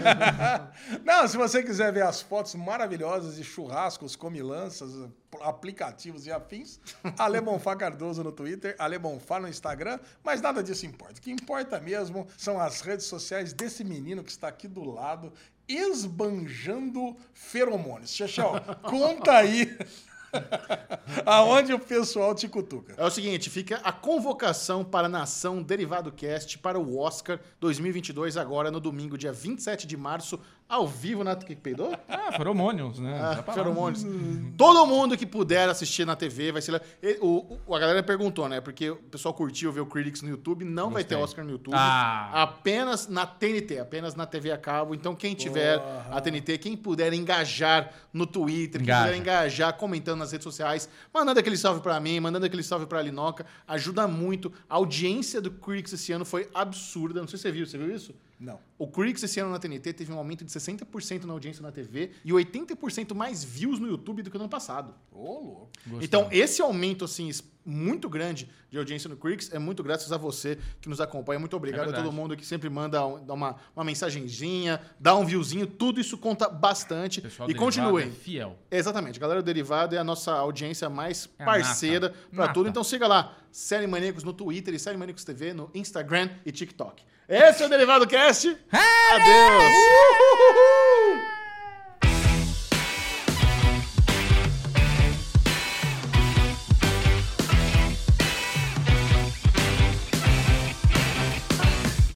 Speaker 2: Não, se você quiser ver as fotos maravilhosas de churrascos, comilanças, aplicativos e afins, Ale Bonfá Cardoso no Twitter, Ale Bonfá no Instagram, mas nada disso importa. O que importa mesmo são as redes sociais desse menino que está aqui do lado, esbanjando feromônios. Chechel, conta aí aonde o pessoal te cutuca.
Speaker 1: É o seguinte, fica a convocação para a Nação Derivado Cast para o Oscar 2022, agora no domingo, dia 27 de março, ao vivo na... Que peidou?
Speaker 4: Feromônios, né?
Speaker 1: Feromônios. Todo mundo que puder assistir na TV vai ser... A galera perguntou, né? Porque o pessoal curtiu ver o Critics no YouTube. Não vai ter Oscar no YouTube. Apenas na TNT, apenas na TV a cabo. Então, quem tiver a TNT, quem puder engajar no Twitter, quem puder engajar comentando nas redes sociais, mandando aquele salve pra mim, mandando aquele salve pra Linoca, ajuda muito. A audiência do Critics esse ano foi absurda. Não sei se você viu. Você viu isso?
Speaker 2: Não.
Speaker 1: O Critics esse ano na TNT teve um aumento de 60% na audiência na TV e 80% mais views no YouTube do que no ano passado.
Speaker 2: Louco.
Speaker 1: Então, esse aumento, assim, muito grande de audiência no Critics é muito graças a você que nos acompanha. Muito obrigado a todo mundo que sempre manda uma mensagenzinha, dá um viewzinho. Tudo isso conta bastante.
Speaker 4: Pessoal
Speaker 1: e continuem.
Speaker 4: É fiel.
Speaker 1: Exatamente. A galera do Derivado é a nossa audiência mais parceira para tudo. Então, siga lá. Série Maníacos no Twitter e Série Maníacos TV no Instagram e TikTok. Esse é o Derivado Cast. Adeus!